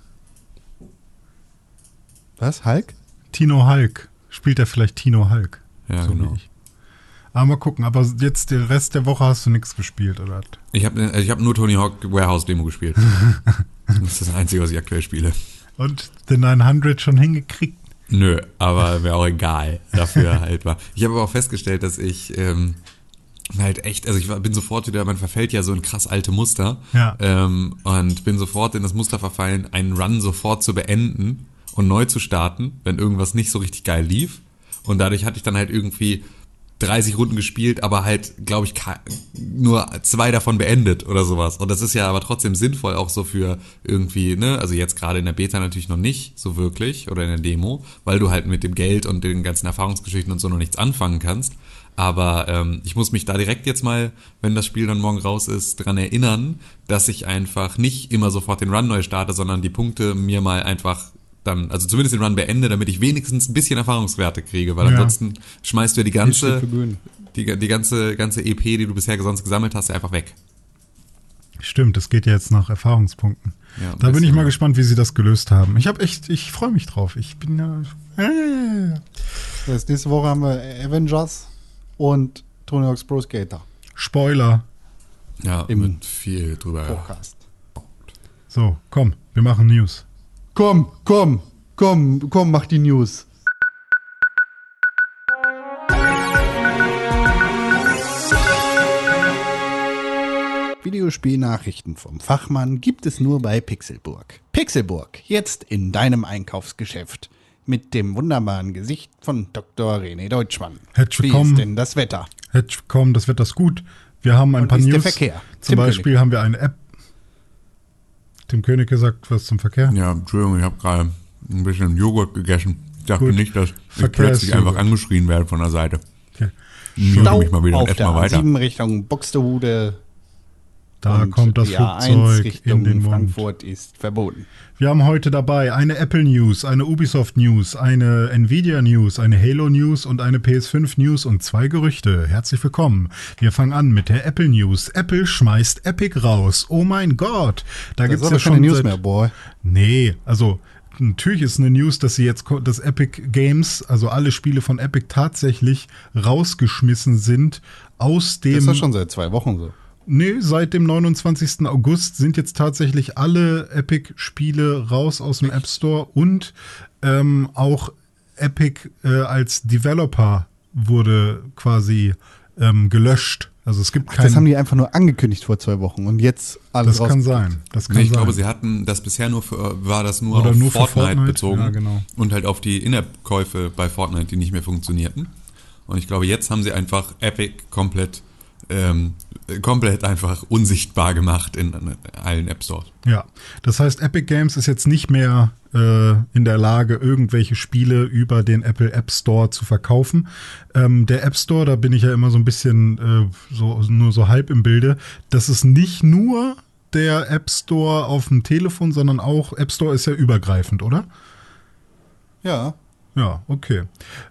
[SPEAKER 4] Was? Hulk?
[SPEAKER 2] Tino Hulk. Spielt er vielleicht Tino Hulk?
[SPEAKER 3] Ja,
[SPEAKER 2] so
[SPEAKER 3] genau.
[SPEAKER 2] wie ich. Aber mal gucken, aber jetzt den Rest der Woche hast du nichts gespielt, oder?
[SPEAKER 3] Ich hab nur Tony Hawk Warehouse Demo gespielt. Das ist das Einzige, was ich aktuell spiele.
[SPEAKER 2] Und den 900 schon hingekriegt?
[SPEAKER 3] Nö, aber wäre auch egal. Dafür halt war. Ich habe aber auch festgestellt, dass ich halt echt, also bin sofort wieder, man verfällt ja so in krass alte Muster.
[SPEAKER 2] Ja.
[SPEAKER 3] Und bin sofort in das Muster verfallen, einen Run sofort zu beenden und neu zu starten, wenn irgendwas nicht so richtig geil lief. Und dadurch hatte ich dann halt irgendwie 30 Runden gespielt, aber halt, glaube ich, nur 2 davon beendet oder sowas. Und das ist ja aber trotzdem sinnvoll auch so für irgendwie, ne, also jetzt gerade in der Beta natürlich noch nicht so wirklich oder in der Demo, weil du halt mit dem Geld und den ganzen Erfahrungsgeschichten und so noch nichts anfangen kannst. Aber ich muss mich da direkt jetzt mal, wenn das Spiel dann morgen raus ist, dran erinnern, dass ich einfach nicht immer sofort den Run neu starte, sondern die Punkte mir mal einfach dann, also zumindest den Run beende, damit ich wenigstens ein bisschen Erfahrungswerte kriege, weil ansonsten schmeißt du ja die ganze EP, die du bisher sonst gesammelt hast, einfach weg.
[SPEAKER 2] Stimmt, das geht ja jetzt nach Erfahrungspunkten.
[SPEAKER 3] Ja,
[SPEAKER 2] da bin ich mal gespannt, wie sie das gelöst haben. Ich freue mich drauf. Ich bin ja.
[SPEAKER 4] Das heißt, nächste Woche haben wir Avengers und Tony Hawk's Pro Skater
[SPEAKER 2] Spoiler.
[SPEAKER 3] Ja,
[SPEAKER 4] im
[SPEAKER 3] mit viel drüber.
[SPEAKER 4] Podcast.
[SPEAKER 2] So, komm, wir machen News.
[SPEAKER 4] Komm, mach die News. Videospielnachrichten vom Fachmann gibt es nur bei Pixelburg. Pixelburg, jetzt in deinem Einkaufsgeschäft. Mit dem wunderbaren Gesicht von Dr. René Deutschmann.
[SPEAKER 2] Herzlich
[SPEAKER 4] Wie
[SPEAKER 2] willkommen.
[SPEAKER 4] ist denn das Wetter?
[SPEAKER 2] Herzlich willkommen, das wird das gut. Wir haben ein
[SPEAKER 4] Und
[SPEAKER 2] paar
[SPEAKER 4] wie ist der
[SPEAKER 2] News.
[SPEAKER 4] Verkehr?
[SPEAKER 2] Zum
[SPEAKER 4] Tim
[SPEAKER 2] Beispiel haben wir eine App. Tim König gesagt, was zum Verkehr.
[SPEAKER 3] Ja, Entschuldigung, ich habe gerade ein bisschen Joghurt gegessen. Ich dachte
[SPEAKER 2] Gut.
[SPEAKER 3] nicht, dass ich
[SPEAKER 2] Verkehr
[SPEAKER 3] plötzlich
[SPEAKER 2] ist
[SPEAKER 3] einfach
[SPEAKER 2] Joghurt.
[SPEAKER 3] angeschrien werde von der Seite.
[SPEAKER 2] Okay.
[SPEAKER 3] Mute mich mal wieder und
[SPEAKER 4] auf
[SPEAKER 3] ess
[SPEAKER 4] der
[SPEAKER 3] mal weiter.
[SPEAKER 4] A7 Richtung Buxtehude.
[SPEAKER 2] Da
[SPEAKER 4] und
[SPEAKER 2] kommt das
[SPEAKER 4] die A1
[SPEAKER 2] Flugzeug
[SPEAKER 4] Richtung
[SPEAKER 2] in den Mund.
[SPEAKER 4] Frankfurt ist verboten.
[SPEAKER 2] Wir haben heute dabei eine Apple News, eine Ubisoft News, eine Nvidia News, eine Halo News und eine PS5 News und 2 Gerüchte. Herzlich willkommen. Wir fangen an mit der Apple News. Apple schmeißt Epic raus. Oh mein Gott. Da
[SPEAKER 4] Das
[SPEAKER 2] gibt's
[SPEAKER 4] ist
[SPEAKER 2] ja
[SPEAKER 4] aber
[SPEAKER 2] schon
[SPEAKER 4] keine News
[SPEAKER 2] seit,
[SPEAKER 4] mehr, boy.
[SPEAKER 2] Nee, also natürlich ist eine News, dass sie jetzt das Epic Games, also alle Spiele von Epic tatsächlich rausgeschmissen sind aus dem.
[SPEAKER 4] Das ist doch schon seit 2 Wochen so.
[SPEAKER 2] Nee, seit dem 29. August sind jetzt tatsächlich alle Epic-Spiele raus aus dem App Store und auch Epic als Developer wurde quasi gelöscht. Also es gibt
[SPEAKER 4] Ach,
[SPEAKER 2] kein...
[SPEAKER 4] das haben die einfach nur angekündigt vor 2 Wochen und jetzt alles
[SPEAKER 2] Das kann sein. Das kann
[SPEAKER 3] Nee, ich
[SPEAKER 2] sein.
[SPEAKER 3] glaube, sie hatten das bisher war das nur
[SPEAKER 2] Oder
[SPEAKER 3] auf
[SPEAKER 2] nur für
[SPEAKER 3] Fortnite bezogen
[SPEAKER 2] Ja, genau.
[SPEAKER 3] und halt auf die In-App-Käufe bei Fortnite, die nicht mehr funktionierten. Und ich glaube, jetzt haben sie einfach Epic komplett einfach unsichtbar gemacht in allen App Stores.
[SPEAKER 2] Ja, das heißt, Epic Games ist jetzt nicht mehr in der Lage, irgendwelche Spiele über den Apple App Store zu verkaufen. Der App Store, da bin ich ja immer so ein bisschen nur so halb im Bilde. Das ist nicht nur der App Store auf dem Telefon, sondern auch App Store ist ja übergreifend, oder?
[SPEAKER 4] Ja.
[SPEAKER 2] Ja, okay.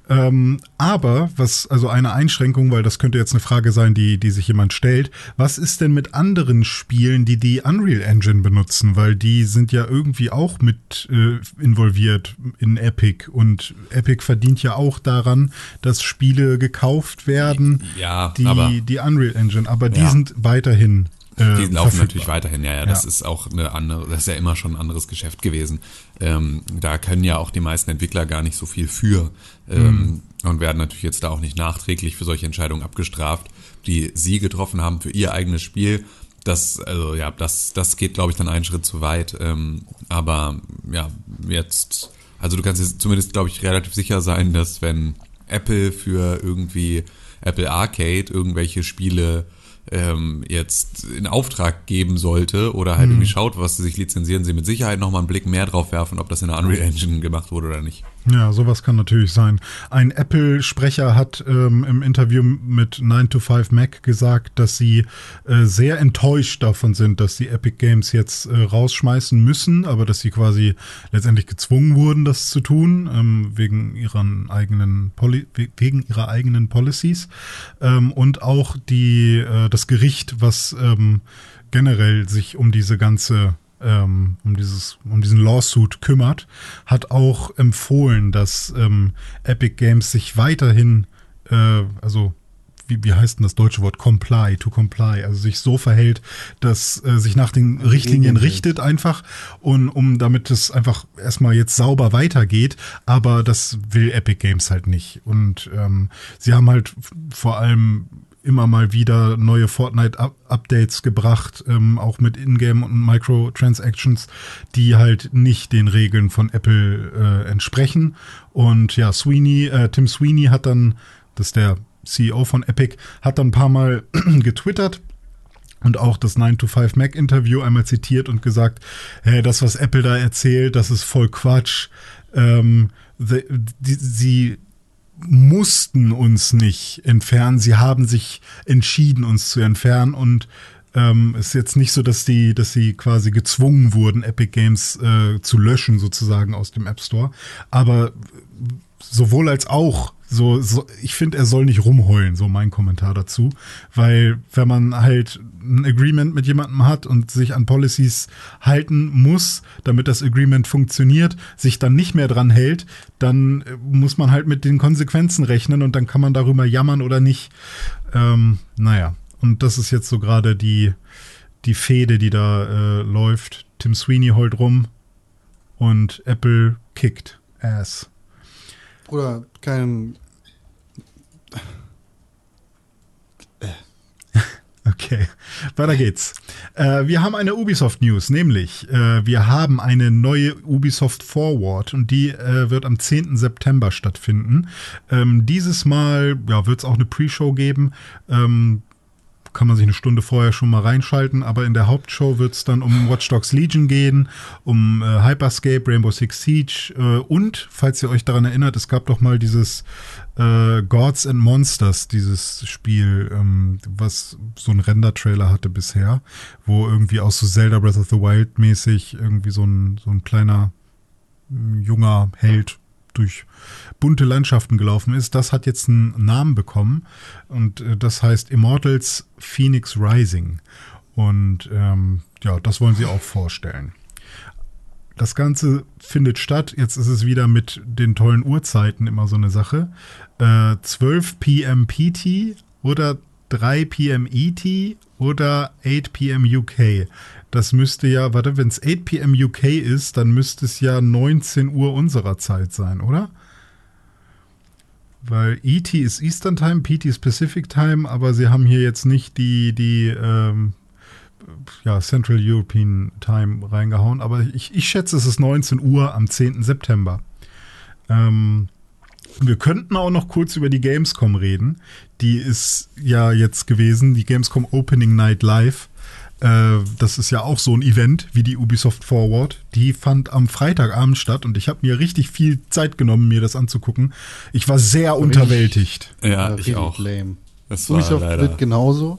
[SPEAKER 2] Aber also eine Einschränkung, weil das könnte jetzt eine Frage sein, die sich jemand stellt. Was ist denn mit anderen Spielen, die Unreal Engine benutzen? Weil die sind ja irgendwie auch mit involviert in Epic. Und Epic verdient ja auch daran, dass Spiele gekauft werden,
[SPEAKER 3] Ja,
[SPEAKER 2] die Unreal Engine. Aber die sind weiterhin
[SPEAKER 3] die laufen
[SPEAKER 2] verfügbar.
[SPEAKER 3] natürlich weiterhin, ja. Das ist auch das ist ja immer schon ein anderes Geschäft gewesen. Da können ja auch die meisten Entwickler gar nicht so viel für und werden natürlich jetzt da auch nicht nachträglich für solche Entscheidungen abgestraft, die sie getroffen haben für ihr eigenes Spiel. Das geht, glaube ich, dann einen Schritt zu weit. Aber ja, jetzt, also du kannst jetzt zumindest, glaube ich, relativ sicher sein, dass wenn Apple für irgendwie Apple Arcade irgendwelche Spiele jetzt in Auftrag geben sollte oder halt irgendwie schaut, was sie sich lizenzieren, sie mit Sicherheit nochmal einen Blick mehr drauf werfen, ob das in der Unreal Engine gemacht wurde oder nicht.
[SPEAKER 2] Ja, sowas kann natürlich sein. Ein Apple-Sprecher hat im Interview mit 9to5Mac gesagt, dass sie sehr enttäuscht davon sind, dass die Epic Games jetzt rausschmeißen müssen, aber dass sie quasi letztendlich gezwungen wurden, das zu tun, wegen ihrer eigenen Policies. Und auch das Gericht, was generell sich um diese ganze um diesen Lawsuit kümmert, hat auch empfohlen, dass Epic Games sich weiterhin, wie heißt denn das deutsche Wort, to comply, also sich so verhält, dass sich nach den Richtlinien richtet einfach und damit es einfach erstmal jetzt sauber weitergeht, aber das will Epic Games halt nicht. Und sie haben halt vor allem immer mal wieder neue Fortnite-Updates gebracht, auch mit Ingame und Microtransactions, die halt nicht den Regeln von Apple entsprechen. Und ja, Tim Sweeney hat dann, das ist der CEO von Epic, hat dann ein paar Mal getwittert und auch das 9to5Mac-Interview einmal zitiert und gesagt, hey, das, was Apple da erzählt, das ist voll Quatsch. Sie mussten uns nicht entfernen, sie haben sich entschieden, uns zu entfernen und es ist jetzt nicht so, dass sie quasi gezwungen wurden, Epic Games zu löschen sozusagen aus dem App Store, aber sowohl als auch ich finde, er soll nicht rumheulen, so mein Kommentar dazu, weil wenn man halt ein Agreement mit jemandem hat und sich an Policies halten muss, damit das Agreement funktioniert, sich dann nicht mehr dran hält, dann muss man halt mit den Konsequenzen rechnen und dann kann man darüber jammern oder nicht. Naja, und das ist jetzt so gerade die Fehde, die da läuft. Tim Sweeney heult rum und Apple kickt ass.
[SPEAKER 4] Oder kein...
[SPEAKER 2] Okay, weiter geht's. Wir haben eine Ubisoft-News, nämlich wir haben eine neue Ubisoft Forward und die wird am 10. September stattfinden. Dieses Mal wird es auch eine Pre-Show geben. Kann man sich eine Stunde vorher schon mal reinschalten, aber in der Hauptshow wird es dann um Watch Dogs Legion gehen, um Hyperscape, Rainbow Six Siege und, falls ihr euch daran erinnert, es gab doch mal dieses Gods and Monsters, dieses Spiel, was so einen Render-Trailer hatte bisher, wo irgendwie auch so Zelda Breath of the Wild mäßig irgendwie so ein kleiner junger Held durch bunte Landschaften gelaufen ist. Das hat jetzt einen Namen bekommen und das heißt Immortals Phoenix Rising und das wollen sie auch vorstellen. Das Ganze findet statt, jetzt ist es wieder mit den tollen Uhrzeiten immer so eine Sache, 12 p.m. PT oder 3 p.m. ET oder 8 p.m. UK. Das müsste ja, wenn es 8 p.m. UK ist, dann müsste es ja 19 Uhr unserer Zeit sein, oder? Weil ET ist Eastern Time, PT ist Pacific Time, aber sie haben hier jetzt nicht die Central European Time reingehauen. Aber ich schätze, es ist 19 Uhr am 10. September. Wir könnten auch noch kurz über die Gamescom reden. Die ist ja jetzt gewesen, die Gamescom Opening Night Live. Das ist ja auch so ein Event wie die Ubisoft Forward. Die fand am Freitagabend statt und ich habe mir richtig viel Zeit genommen, mir das anzugucken. Ich war sehr unterwältigt.
[SPEAKER 3] Ja, ich auch.
[SPEAKER 4] Lame.
[SPEAKER 3] Das war
[SPEAKER 4] Ubisoft
[SPEAKER 3] leider.
[SPEAKER 4] wird genauso.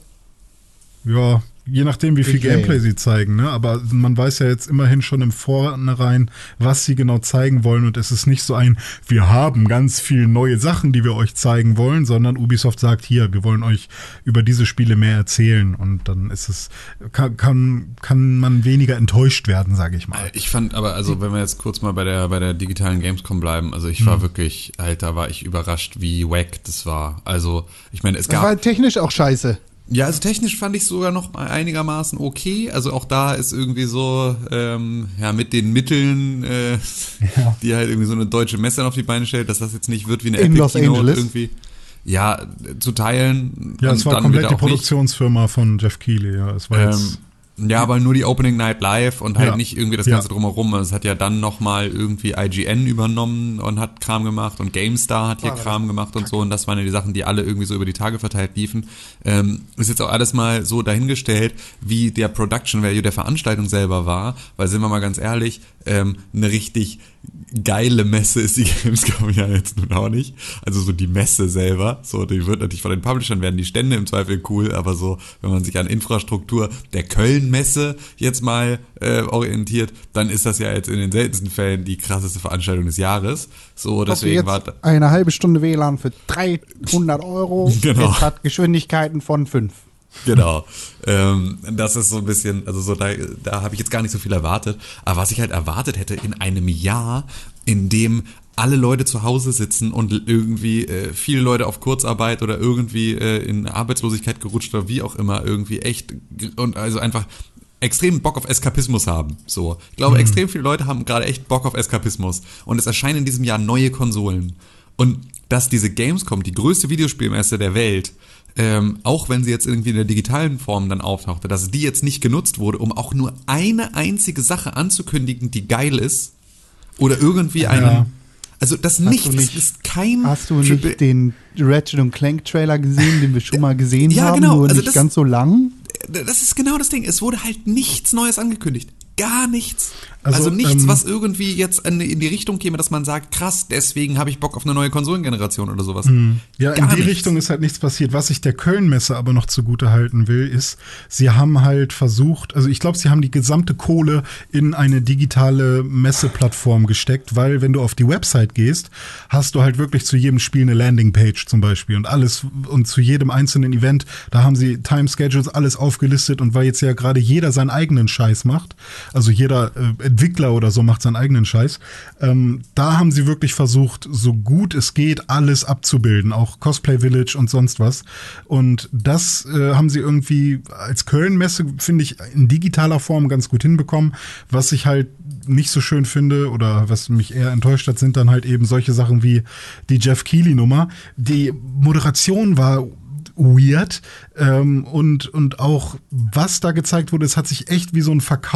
[SPEAKER 2] Ja, je nachdem, wie viel
[SPEAKER 4] Okay.
[SPEAKER 2] Gameplay sie zeigen, ne? Aber man weiß ja jetzt immerhin schon im Vornherein, was sie genau zeigen wollen. Und es ist nicht so wir haben ganz viele neue Sachen, die wir euch zeigen wollen, sondern Ubisoft sagt, hier, wir wollen euch über diese Spiele mehr erzählen. Und dann ist es, kann man weniger enttäuscht werden, sage ich mal.
[SPEAKER 3] Ich fand aber, also wenn wir jetzt kurz mal bei der digitalen Gamescom bleiben, also ich war wirklich, Alter, war ich überrascht, wie wack das war. Also, ich meine, es
[SPEAKER 4] Das war
[SPEAKER 3] gab...
[SPEAKER 4] technisch auch scheiße.
[SPEAKER 3] Ja, also technisch fand ich sogar noch mal einigermaßen okay. Also auch da ist irgendwie so, mit den Mitteln, die halt irgendwie so eine deutsche Messe auf die Beine stellt, dass das jetzt nicht wird wie eine
[SPEAKER 4] In
[SPEAKER 3] Epic
[SPEAKER 4] Los
[SPEAKER 3] Keynote
[SPEAKER 4] Angeles?
[SPEAKER 3] irgendwie. Ja, zu teilen.
[SPEAKER 2] Ja,
[SPEAKER 3] und
[SPEAKER 2] es war
[SPEAKER 3] dann
[SPEAKER 2] komplett
[SPEAKER 3] wieder
[SPEAKER 2] die
[SPEAKER 3] auch nicht.
[SPEAKER 2] Produktionsfirma von Jeff Keighley, ja. Es war jetzt,
[SPEAKER 3] Ja, aber nur die Opening Night Live und halt
[SPEAKER 2] Ja.
[SPEAKER 3] nicht irgendwie das
[SPEAKER 2] Ja.
[SPEAKER 3] Ganze drumherum. Es hat ja dann nochmal irgendwie IGN übernommen und hat Kram gemacht und GameStar hat hier Kram gemacht und so. Und das waren ja die Sachen, die alle irgendwie so über die Tage verteilt liefen. Ist jetzt auch alles mal so dahingestellt, wie der Production Value der Veranstaltung selber war. Weil, sind wir mal ganz ehrlich, eine richtig geile Messe ist die Gamescom ja jetzt nun auch nicht. Also so die Messe selber, so die wird natürlich von den Publishern werden die Stände im Zweifel cool, aber so, wenn man sich an Infrastruktur der Köln-Messe jetzt mal orientiert, dann ist das ja jetzt in den seltensten Fällen die krasseste Veranstaltung des Jahres. So, deswegen war
[SPEAKER 4] jetzt eine halbe Stunde WLAN für 300 Euro.
[SPEAKER 3] Genau.
[SPEAKER 4] Jetzt hat Geschwindigkeiten von 5.
[SPEAKER 3] genau. Das ist so ein bisschen, also so da habe ich jetzt gar nicht so viel erwartet. Aber was ich halt erwartet hätte in einem Jahr, in dem alle Leute zu Hause sitzen und irgendwie viele Leute auf Kurzarbeit oder irgendwie in Arbeitslosigkeit gerutscht oder wie auch immer irgendwie echt und also einfach extrem Bock auf Eskapismus haben. So, ich glaube, extrem viele Leute haben gerade echt Bock auf Eskapismus und es erscheinen in diesem Jahr neue Konsolen. Und dass diese Gamescom, die größte Videospielmesse der Welt, auch wenn sie jetzt irgendwie in der digitalen Form dann auftauchte, dass die jetzt nicht genutzt wurde, um auch nur eine einzige Sache anzukündigen, die geil ist, oder irgendwie einen, also das nichts, es ist kein
[SPEAKER 4] Hast du nicht den Ratchet & Clank Trailer gesehen, den wir schon mal gesehen
[SPEAKER 3] Ja,
[SPEAKER 4] haben,
[SPEAKER 3] genau,
[SPEAKER 4] nur
[SPEAKER 3] also
[SPEAKER 4] nicht
[SPEAKER 3] das-
[SPEAKER 4] ganz so lang?
[SPEAKER 3] Das ist genau das Ding. Es wurde halt nichts Neues angekündigt. Gar nichts.
[SPEAKER 2] Also,
[SPEAKER 3] Also nichts, was irgendwie jetzt in die Richtung käme, dass man sagt, krass, deswegen habe ich Bock auf eine neue Konsolengeneration oder sowas.
[SPEAKER 2] Ja, in
[SPEAKER 3] Gar
[SPEAKER 2] die
[SPEAKER 3] nichts.
[SPEAKER 2] Richtung ist halt nichts passiert. Was ich der Köln-Messe aber noch zugute halten will, ist, sie haben halt versucht, also ich glaube, sie haben die gesamte Kohle in eine digitale Messeplattform gesteckt, weil wenn du auf die Website gehst, hast du halt wirklich zu jedem Spiel eine Landingpage zum Beispiel und alles und zu jedem einzelnen Event, da haben sie Time-Schedules, alles aufgelistet und weil jetzt ja gerade jeder seinen eigenen Scheiß macht, also jeder Entwickler oder so macht seinen eigenen Scheiß. Da haben sie wirklich versucht, so gut es geht, alles abzubilden, auch Cosplay Village und sonst was. Und das haben sie irgendwie als Köln-Messe, finde ich, in digitaler Form ganz gut hinbekommen. Was ich halt nicht so schön finde oder was mich eher enttäuscht hat, sind dann halt eben solche Sachen wie die Jeff Keighley-Nummer. Die Moderation war weird und auch was da gezeigt wurde, es hat sich echt wie so ein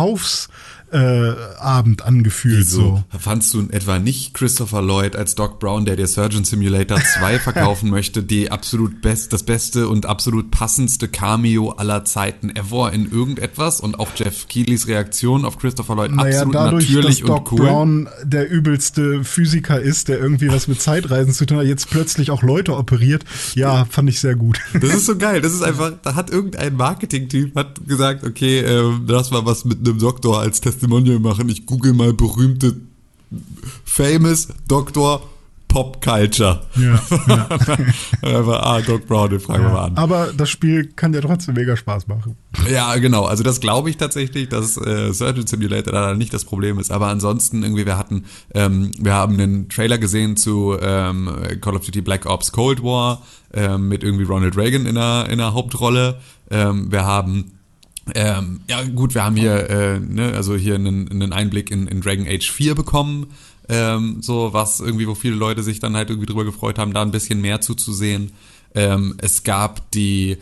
[SPEAKER 2] Verkaufsabend angefühlt. So.
[SPEAKER 3] Fandst du etwa nicht Christopher Lloyd als Doc Brown, der dir Surgeon Simulator 2 verkaufen möchte, die absolut das beste und absolut passendste Cameo aller Zeiten ever in irgendetwas und auch Jeff Keigleys Reaktion auf Christopher Lloyd absolut
[SPEAKER 2] dadurch,
[SPEAKER 3] natürlich
[SPEAKER 2] dass Doc
[SPEAKER 3] und cool.
[SPEAKER 2] Brown der übelste Physiker ist, der irgendwie was mit Zeitreisen zu tun hat, jetzt plötzlich auch Leute operiert, ja, fand ich sehr gut.
[SPEAKER 3] Das ist so geil. Das ist einfach, da hat irgendein Marketing-Typ hat gesagt, okay, lass mal was mit einem Doktor als Testimonial machen. Ich google mal berühmte famous Doktor Pop Culture.
[SPEAKER 2] Ja, ja.
[SPEAKER 3] Einfach, Doc Brown, den fragen wir mal an.
[SPEAKER 2] Aber das Spiel kann ja trotzdem mega Spaß machen.
[SPEAKER 3] Ja, genau. Also das glaube ich tatsächlich, dass Surgeon Simulator da nicht das Problem ist. Aber ansonsten irgendwie, wir haben einen Trailer gesehen zu Call of Duty Black Ops Cold War mit irgendwie Ronald Reagan in der Hauptrolle. Wir haben wir haben hier also hier einen Einblick in Dragon Age 4 bekommen. so was irgendwie, wo viele Leute sich dann halt irgendwie drüber gefreut haben, da ein bisschen mehr zuzusehen. Es gab diesen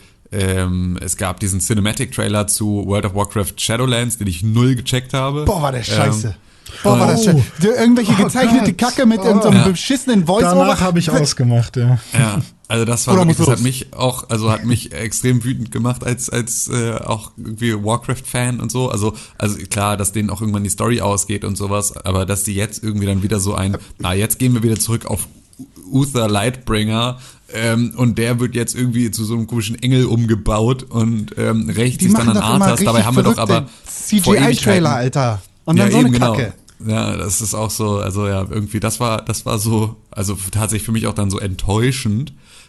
[SPEAKER 3] Cinematic-Trailer zu World of Warcraft Shadowlands, den ich null gecheckt habe.
[SPEAKER 4] Boah, war der scheiße. Boah, war das scheiße. Irgendwelche gezeichnete
[SPEAKER 2] Gott.
[SPEAKER 4] Kacke mit irgendeinem beschissenen Voice-Over.
[SPEAKER 2] Danach habe ich ausgemacht, ja.
[SPEAKER 3] Ja, also das war
[SPEAKER 4] Oder
[SPEAKER 3] wirklich,
[SPEAKER 4] muss
[SPEAKER 3] das
[SPEAKER 4] los?
[SPEAKER 3] hat mich extrem wütend gemacht als auch irgendwie Warcraft-Fan und so. Also klar, dass denen auch irgendwann die Story ausgeht und sowas, aber dass die jetzt irgendwie dann wieder so jetzt gehen wir wieder zurück auf Uther Lightbringer, und der wird jetzt irgendwie zu so einem komischen Engel umgebaut und rächt sich dann an Arthas. Dabei haben wir doch aber
[SPEAKER 4] CGI-Trailer, Alter. Und dann so eine Kacke.
[SPEAKER 3] Ja, das ist auch so, also ja, irgendwie, das war so, also tatsächlich für mich auch dann so enttäuschend.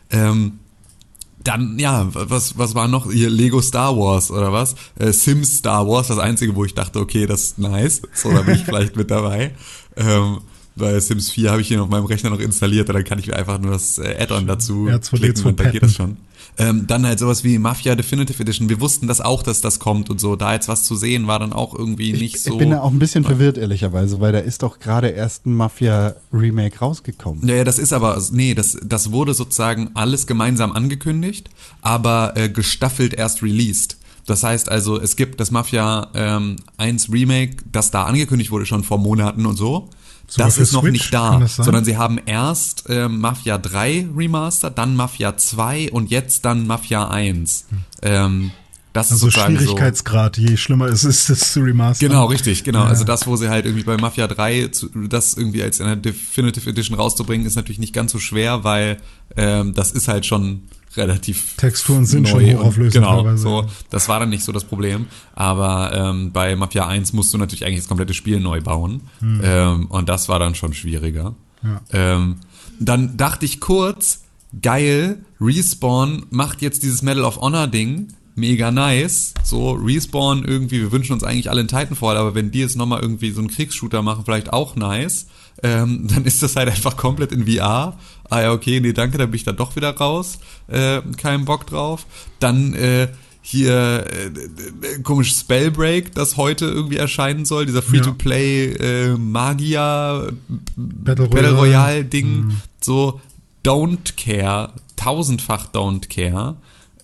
[SPEAKER 3] Dann, ja, was war noch? Hier Lego Star Wars oder was? Sims Star Wars, das einzige, wo ich dachte, okay, das ist nice. So, da bin ich vielleicht mit dabei. Weil Sims 4 habe ich hier auf meinem Rechner noch installiert und dann kann ich mir einfach nur das Add-on dazu klicken und dann geht das schon. Dann halt sowas wie Mafia Definitive Edition. Wir wussten das auch, dass das kommt und so. Da jetzt was zu sehen, war dann auch irgendwie nicht so.
[SPEAKER 4] Ich bin da auch ein bisschen verwirrt, ehrlicherweise, weil da ist doch gerade erst ein Mafia-Remake rausgekommen.
[SPEAKER 3] Ja, das ist aber, das wurde sozusagen alles gemeinsam angekündigt, aber gestaffelt erst released. Das heißt also, es gibt das Mafia 1 Remake, das da angekündigt wurde schon vor Monaten und so. Das ist noch
[SPEAKER 2] Switch,
[SPEAKER 3] nicht da, sondern sie haben erst Mafia 3 Remaster, dann Mafia 2 und jetzt dann Mafia 1. Das
[SPEAKER 2] also
[SPEAKER 3] ist sozusagen
[SPEAKER 2] Schwierigkeitsgrad, je schlimmer es ist, das zu remastern.
[SPEAKER 3] Genau, richtig, genau.
[SPEAKER 2] Ja.
[SPEAKER 3] Also das, wo sie halt irgendwie bei Mafia 3 das irgendwie als in einer Definitive Edition rauszubringen, ist natürlich nicht ganz so schwer, weil das ist halt schon relativ
[SPEAKER 2] Texturen sind
[SPEAKER 3] neu
[SPEAKER 2] schon hochauflösend.
[SPEAKER 3] Genau,
[SPEAKER 2] teilweise.
[SPEAKER 3] so. Das war dann nicht so das Problem. Aber bei Mafia 1 musst du natürlich eigentlich das komplette Spiel neu bauen. Und das war dann schon schwieriger.
[SPEAKER 2] Ja.
[SPEAKER 3] Dann dachte ich kurz, geil, Respawn macht jetzt dieses Medal of Honor Ding. Mega nice. So, Respawn irgendwie, wir wünschen uns eigentlich alle einen Titanfall, aber wenn die jetzt nochmal irgendwie so einen Kriegsshooter machen, vielleicht auch nice. Dann ist das halt einfach komplett in VR. Ah ja, okay, nee, danke, dann bin ich da doch wieder raus. Kein Bock drauf. Dann hier komisch Spellbreak, das heute irgendwie erscheinen soll. Dieser Free-to-Play Magier Battle Royale Ding. So, don't care. Tausendfach don't care.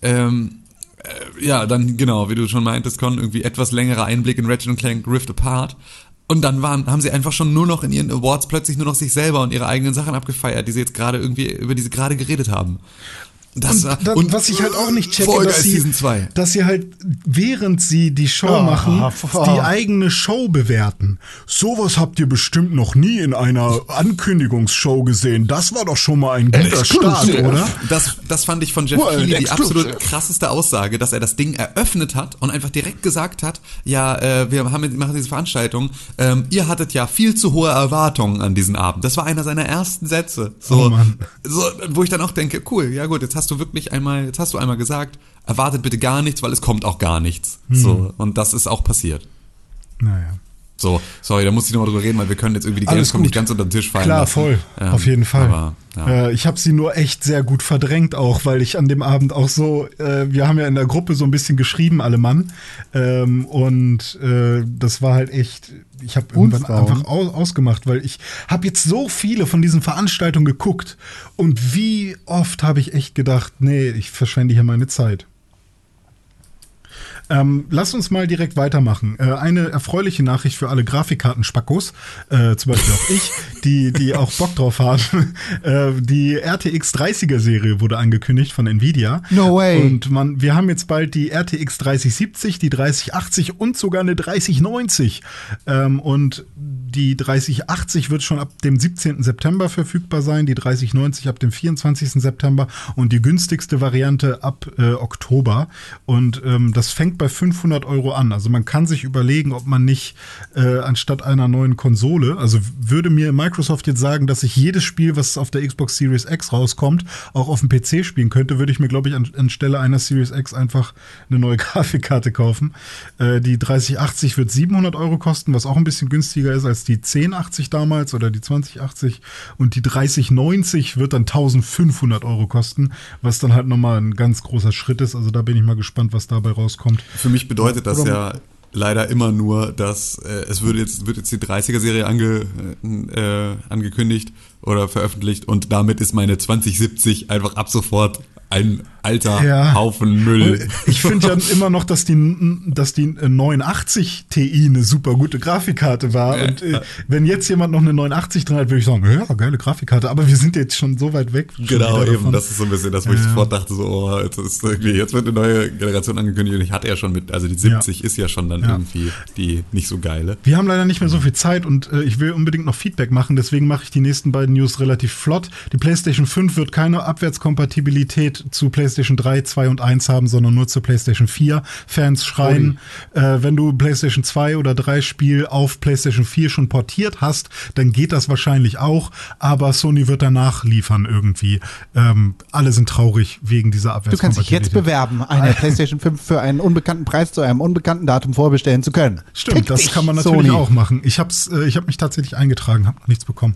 [SPEAKER 3] Ja, dann genau, wie du schon meintest, Con, irgendwie etwas längerer Einblick in Ratchet & Clank Rift Apart. Und dann haben sie einfach schon nur noch in ihren Awards plötzlich nur noch sich selber und ihre eigenen Sachen abgefeiert, die sie jetzt gerade irgendwie, über die sie gerade geredet haben.
[SPEAKER 2] Und was ich halt auch nicht checke, dass sie halt, während sie die Show machen, die eigene Show bewerten. Sowas habt ihr bestimmt noch nie in einer Ankündigungsshow gesehen. Das war doch schon mal ein guter Start, oder?
[SPEAKER 3] Das fand ich von Jeff Keighley die absolut krasseste Aussage, dass er das Ding eröffnet hat und einfach direkt gesagt hat, ja, wir machen diese Veranstaltung, ihr hattet ja viel zu hohe Erwartungen an diesen Abend. Das war einer seiner ersten Sätze. So, wo ich dann auch denke, cool, ja gut, jetzt hast du einmal gesagt, erwartet bitte gar nichts, weil es kommt auch gar nichts. So, und das ist auch passiert.
[SPEAKER 2] Naja.
[SPEAKER 3] So, sorry, da muss ich nochmal drüber reden, weil wir können jetzt irgendwie die Gamescom nicht ganz unter den Tisch fallen
[SPEAKER 2] Klar,
[SPEAKER 3] lassen.
[SPEAKER 2] voll, auf jeden Fall.
[SPEAKER 3] Aber, ja.
[SPEAKER 2] Ich habe sie nur echt sehr gut verdrängt auch, weil ich an dem Abend auch so, wir haben ja in der Gruppe so ein bisschen geschrieben, alle Mann, und das war halt echt, ich habe irgendwann einfach ausgemacht, weil ich habe jetzt so viele von diesen Veranstaltungen geguckt und wie oft habe ich echt gedacht, nee, ich verschwende hier meine Zeit. Lass uns mal direkt weitermachen. Eine erfreuliche Nachricht für alle Grafikkarten-Spackos, zum Beispiel auch ich, die auch Bock drauf haben. Die RTX 30er-Serie wurde angekündigt von Nvidia.
[SPEAKER 4] No way.
[SPEAKER 2] Und wir haben jetzt bald die RTX 3070, die 3080 und sogar eine 3090. Und die 3080 wird schon ab dem 17. September verfügbar sein, die 3090 ab dem 24. September und die günstigste Variante ab Oktober. Und das fängt bei 500 € an. Also man kann sich überlegen, ob man nicht anstatt einer neuen Konsole, also würde mir Microsoft jetzt sagen, dass ich jedes Spiel, was auf der Xbox Series X rauskommt, auch auf dem PC spielen könnte, würde ich mir, glaube ich, anstelle einer Series X einfach eine neue Grafikkarte kaufen. Die 3080 wird 700 € kosten, was auch ein bisschen günstiger ist als die 1080 damals oder die 2080. Und die 3090 wird dann 1500 € kosten, was dann halt nochmal ein ganz großer Schritt ist. Also da bin ich mal gespannt, was dabei rauskommt.
[SPEAKER 3] Für mich bedeutet das leider immer nur, dass es wird jetzt die 30er-Serie angekündigt oder veröffentlicht und damit ist meine 2070 einfach ab sofort ein alter Haufen Müll.
[SPEAKER 2] Ich finde ja immer noch, dass die 89 Ti eine super gute Grafikkarte war.
[SPEAKER 3] Ja.
[SPEAKER 2] Und wenn jetzt jemand noch eine 89 drin hat, würde ich sagen, ja, geile Grafikkarte. Aber wir sind jetzt schon so weit weg.
[SPEAKER 3] Genau, eben. Das ist so ein bisschen das, wo ich sofort dachte, so, oh, jetzt wird eine neue Generation angekündigt. Und ich hatte ja schon also die 70 ist ja schon dann irgendwie die nicht so geile.
[SPEAKER 2] Wir haben leider nicht mehr so viel Zeit und ich will unbedingt noch Feedback machen. Deswegen mache ich die nächsten beiden News relativ flott. Die PlayStation 5 wird keine Abwärtskompatibilität zu PlayStation 3, 2 und 1 haben, sondern nur zur PlayStation 4. Fans schreien, wenn du PlayStation 2 oder 3 Spiel auf PlayStation 4 schon portiert hast, dann geht das wahrscheinlich auch, aber Sony wird danach liefern irgendwie. Alle sind traurig wegen dieser
[SPEAKER 4] Du kannst dich jetzt bewerben, eine PlayStation 5 für einen unbekannten Preis zu einem unbekannten Datum vorbestellen zu können.
[SPEAKER 2] Stimmt, das kann man natürlich auch machen. Ich hab mich tatsächlich eingetragen, habe noch nichts bekommen.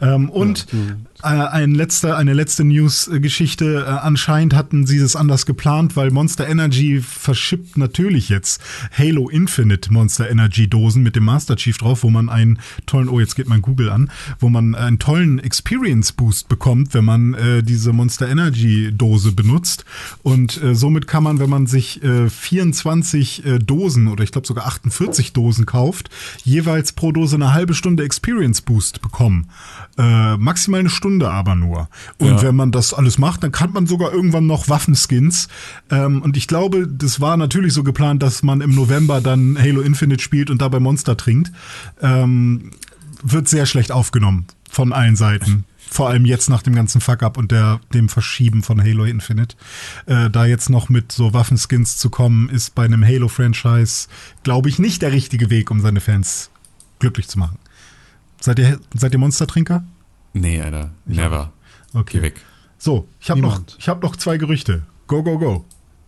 [SPEAKER 2] Eine letzte News-Geschichte. Anscheinend hatten sie es anders geplant, weil Monster Energy verschippt natürlich jetzt Halo Infinite Monster Energy Dosen mit dem Master Chief drauf, wo man einen tollen, jetzt geht mein Google an, wo man einen tollen Experience Boost bekommt, wenn man diese Monster Energy Dose benutzt. Und somit kann man, wenn man sich 24 Dosen oder ich glaube sogar 48 Dosen kauft, jeweils pro Dose eine halbe Stunde Experience Boost bekommen. Maximal eine Stunde aber nur. Und wenn man das alles macht, dann kann man sogar irgendwann noch Waffenskins. Und ich glaube, das war natürlich so geplant, dass man im November dann Halo Infinite spielt und dabei Monster trinkt. Wird sehr schlecht aufgenommen von allen Seiten. Vor allem jetzt nach dem ganzen Fuck-Up und dem Verschieben von Halo Infinite. Da jetzt noch mit so Waffenskins zu kommen, ist bei einem Halo-Franchise, glaube ich, nicht der richtige Weg, um seine Fans glücklich zu machen. Seid ihr Monstertrinker?
[SPEAKER 3] Nee, Alter. Never.
[SPEAKER 2] Okay.
[SPEAKER 3] Geh weg.
[SPEAKER 2] So, ich habe noch 2 Gerüchte. Go, go, go.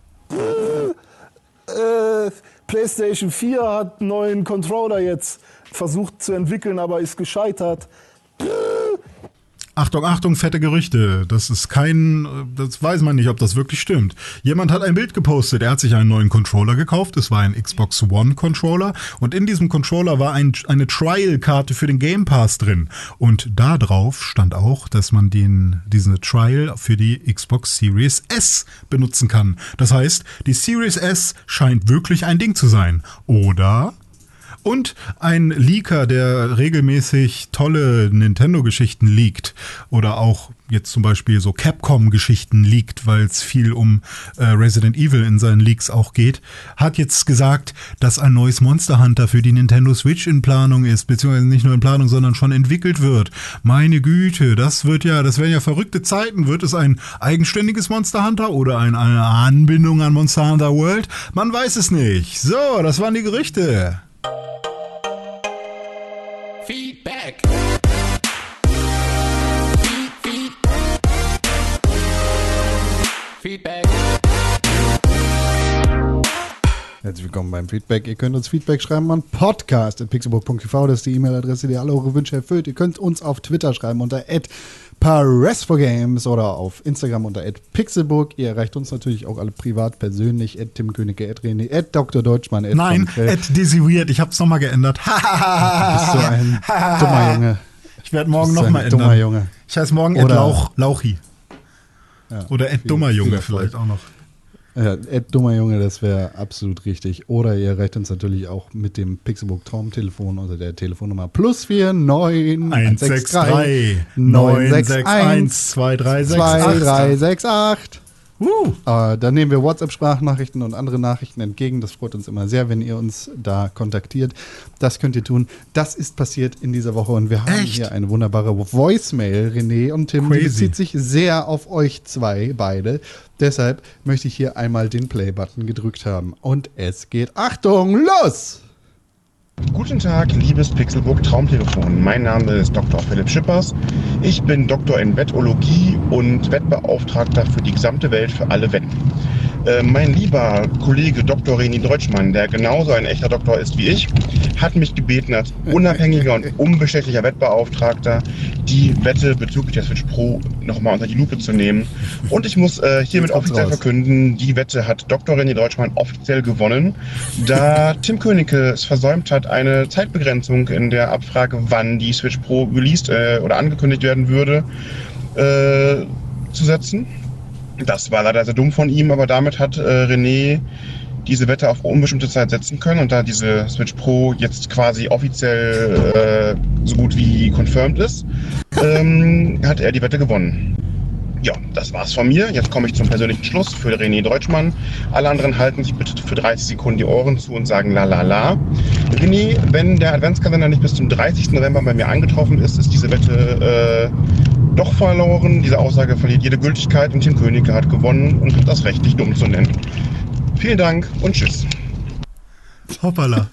[SPEAKER 5] PlayStation 4 hat einen neuen Controller jetzt versucht zu entwickeln, aber ist gescheitert.
[SPEAKER 2] Achtung, Achtung, fette Gerüchte. Das weiß man nicht, ob das wirklich stimmt. Jemand hat ein Bild gepostet, er hat sich einen neuen Controller gekauft. Es war ein Xbox One Controller und in diesem Controller war eine Trial-Karte für den Game Pass drin. Und da drauf stand auch, dass man diese Trial für die Xbox Series S benutzen kann. Das heißt, die Series S scheint wirklich ein Ding zu sein. Oder? Und ein Leaker, der regelmäßig tolle Nintendo-Geschichten leakt oder auch jetzt zum Beispiel so Capcom-Geschichten leakt, weil es viel um Resident Evil in seinen Leaks auch geht, hat jetzt gesagt, dass ein neues Monster Hunter für die Nintendo Switch in Planung ist, beziehungsweise nicht nur in Planung, sondern schon entwickelt wird. Meine Güte, das wären ja verrückte Zeiten. Wird es ein eigenständiges Monster Hunter oder eine Anbindung an Monster Hunter World? Man weiß es nicht. So, das waren die Gerüchte.
[SPEAKER 6] Feedback. Feedback.
[SPEAKER 4] Herzlich willkommen beim Feedback. Ihr könnt uns Feedback schreiben an podcast@pixelburg.tv. Das ist die E-Mail-Adresse, die alle eure Wünsche erfüllt. Ihr könnt uns auf Twitter schreiben unter @Press4Games oder auf Instagram unter @pixelburg. Ihr erreicht uns natürlich auch alle privat, persönlich, @timkönigke, @rené, @drdeutschmann,
[SPEAKER 2] Nein, @dizzyweird. Ich hab's nochmal geändert.
[SPEAKER 4] Bist du ein dummer Junge.
[SPEAKER 2] Ich werde morgen nochmal ändern.
[SPEAKER 4] Dummer Junge.
[SPEAKER 2] Ich heiße morgen Lauchi.
[SPEAKER 4] Ja,
[SPEAKER 2] oder dummer Junge vielleicht auch noch.
[SPEAKER 4] Ja, dummer Junge, das wäre absolut richtig. Oder ihr erreicht uns natürlich auch mit dem Pixelburg Traumtelefon unter der Telefonnummer +49
[SPEAKER 2] 163 961
[SPEAKER 4] 2368. Dann nehmen wir WhatsApp-Sprachnachrichten und andere Nachrichten entgegen. Das freut uns immer sehr, wenn ihr uns da kontaktiert. Das könnt ihr tun. Das ist passiert in dieser Woche und wir haben hier eine wunderbare Voicemail, René und Tim. Die bezieht sich sehr auf euch zwei, beide. Deshalb möchte ich hier einmal den Play-Button gedrückt haben. Und es geht, Achtung, los!
[SPEAKER 7] Guten Tag, liebes Pixelburg Traumtelefon. Mein Name ist Dr. Philipp Schippers. Ich bin Doktor in Wettologie und Wettbeauftragter für die gesamte Welt für alle Wetten. Mein lieber Kollege Dr. René Deutschmann, der genauso ein echter Doktor ist wie ich, hat mich gebeten, als unabhängiger und unbestechlicher Wettbeauftragter die Wette bezüglich der Switch Pro nochmal unter die Lupe zu nehmen. Und ich muss hiermit offiziell verkünden, die Wette hat Dr. René Deutschmann offiziell gewonnen, da Tim Königke es versäumt hat, eine Zeitbegrenzung in der Abfrage, wann die Switch Pro released oder angekündigt werden würde, zu setzen. Das war leider sehr dumm von ihm, aber damit hat René diese Wette auf unbestimmte Zeit setzen können. Und da diese Switch Pro jetzt quasi offiziell so gut wie confirmed ist, hat er die Wette gewonnen. Ja, das war's von mir. Jetzt komme ich zum persönlichen Schluss für René Deutschmann. Alle anderen halten sich bitte für 30 Sekunden die Ohren zu und sagen la la la. René, wenn der Adventskalender nicht bis zum 30. November bei mir eingetroffen ist, ist diese Wette doch verloren. Diese Aussage verliert jede Gültigkeit und Tim Königke hat gewonnen und hat das Recht, dich dumm zu nennen. Vielen Dank und tschüss.
[SPEAKER 2] Hoppala.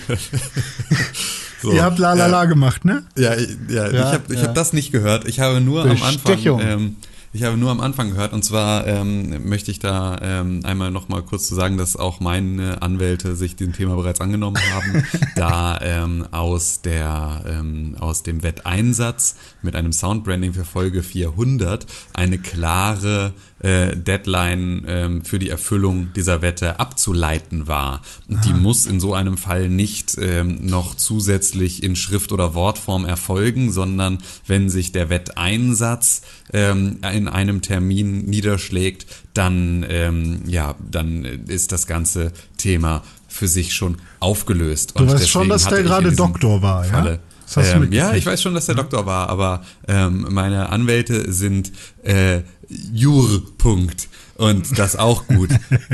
[SPEAKER 3] So,
[SPEAKER 2] Ihr habt la gemacht, ne?
[SPEAKER 3] Ja. Ich hab das nicht gehört. Ich habe nur am Anfang gehört, und zwar möchte ich da einmal noch mal kurz zu sagen, dass auch meine Anwälte sich dem Thema bereits angenommen haben, da aus dem Wetteinsatz mit einem Soundbranding für Folge 400 eine klare Deadline für die Erfüllung dieser Wette abzuleiten war. Die muss in so einem Fall nicht noch zusätzlich in Schrift- oder Wortform erfolgen, sondern wenn sich der Wetteinsatz in einem Termin niederschlägt, dann ist das ganze Thema für sich schon aufgelöst.
[SPEAKER 2] Du weißt schon, dass der gerade Doktor war, ja?
[SPEAKER 3] Ja, ich weiß schon, dass der Doktor war, aber meine Anwälte sind Jurpunkt und das auch gut.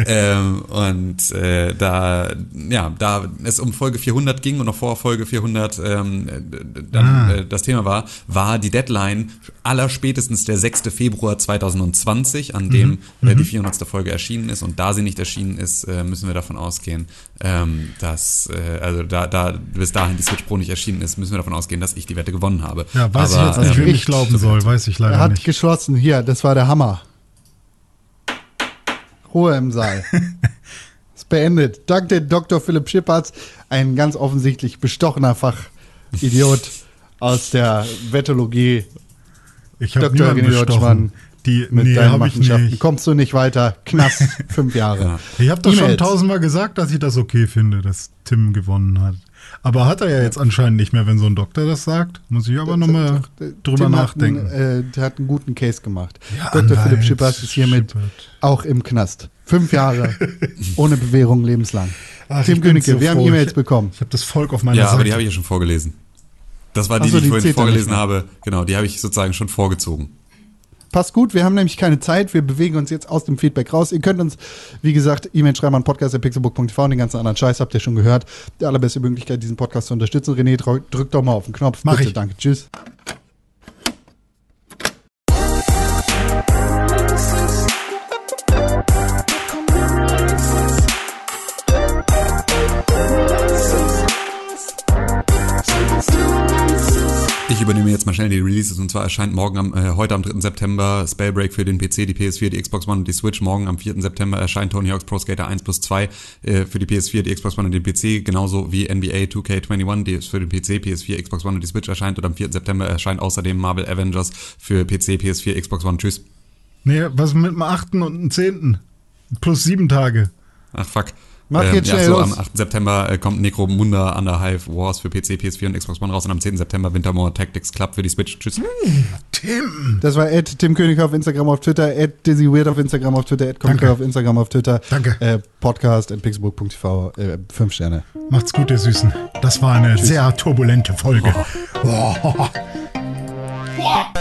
[SPEAKER 3] Da es um Folge 400 ging und noch vor Folge 400 das Thema war die Deadline allerspätestens der 6. Februar 2020, an dem die 400. Folge erschienen ist, und da sie nicht erschienen ist, müssen wir davon ausgehen, dass da bis dahin die Switch Pro nicht erschienen ist, müssen wir davon ausgehen, dass ich die Wette gewonnen habe.
[SPEAKER 2] Ja, weiß ich jetzt nicht, wem ich glauben soll, weiß ich leider nicht.
[SPEAKER 4] Er hat geschlossen, hier, das war der Hammer. Ruhe im Saal. Ist beendet. Dank den Dr. Philipp Schippertz, ein ganz offensichtlich bestochener Fachidiot aus der Wettologie.
[SPEAKER 2] Ich habe
[SPEAKER 4] Dr.
[SPEAKER 2] niemanden bestochen.
[SPEAKER 4] Mit deinen Machenschaften kommst du nicht weiter. Knast 5 Jahre.
[SPEAKER 2] Ja. Ich habe doch schon 1000-mal gesagt, dass ich das okay finde, dass Tim gewonnen hat. Aber hat er ja jetzt anscheinend nicht mehr, wenn so ein Doktor das sagt. Muss ich aber nochmal drüber nachdenken.
[SPEAKER 4] Der hat einen guten Case gemacht.
[SPEAKER 2] Ja,
[SPEAKER 4] Dr. Philipp Schippertz ist hiermit auch im Knast. 5 Jahre ohne Bewährung lebenslang. Tim Königke, wir haben E-Mails bekommen.
[SPEAKER 2] Ich habe das Volk auf meiner Seite.
[SPEAKER 3] Ja, aber die habe ich ja schon vorgelesen. Das war die ich vorhin vorgelesen habe. Genau, die habe ich sozusagen schon vorgezogen.
[SPEAKER 4] Passt gut, wir haben nämlich keine Zeit, wir bewegen uns jetzt aus dem Feedback raus. Ihr könnt uns, wie gesagt, E-Mail schreiben an podcast@pixelbook.tv und den ganzen anderen Scheiß habt ihr schon gehört. Die allerbeste Möglichkeit, diesen Podcast zu unterstützen. René, drück doch mal auf den Knopf.
[SPEAKER 2] Mach
[SPEAKER 4] bitte,
[SPEAKER 2] ich.
[SPEAKER 4] Danke, tschüss.
[SPEAKER 3] Ich übernehme jetzt mal schnell die Releases, und zwar erscheint heute am 3. September Spellbreak für den PC, die PS4, die Xbox One und die Switch. Morgen am 4. September erscheint Tony Hawk's Pro Skater 1+2 für die PS4, die Xbox One und den PC, genauso wie NBA 2K21, die für den PC, PS4, Xbox One und die Switch erscheint, und am 4. September erscheint außerdem Marvel Avengers für PC, PS4, Xbox One. Tschüss.
[SPEAKER 2] Nee, was mit dem 8. und dem 10.? Plus 7 Tage.
[SPEAKER 3] Ach fuck.
[SPEAKER 4] Mach jetzt schnell los.
[SPEAKER 3] Am 8. September kommt Necromunda Underhive Wars für PC, PS4 und Xbox One raus, und am 10. September Wintermoor Tactics Club für die Switch. Tschüss.
[SPEAKER 2] Tim!
[SPEAKER 4] Das war Tim Königke auf Instagram, auf Twitter, @dizzyweird auf Instagram, auf Twitter, @Königke auf Instagram, auf Twitter.
[SPEAKER 2] Danke.
[SPEAKER 4] Podcast@pixelbook.tv, 5 Sterne.
[SPEAKER 2] Macht's gut, ihr Süßen. Das war eine sehr turbulente Folge. Oh.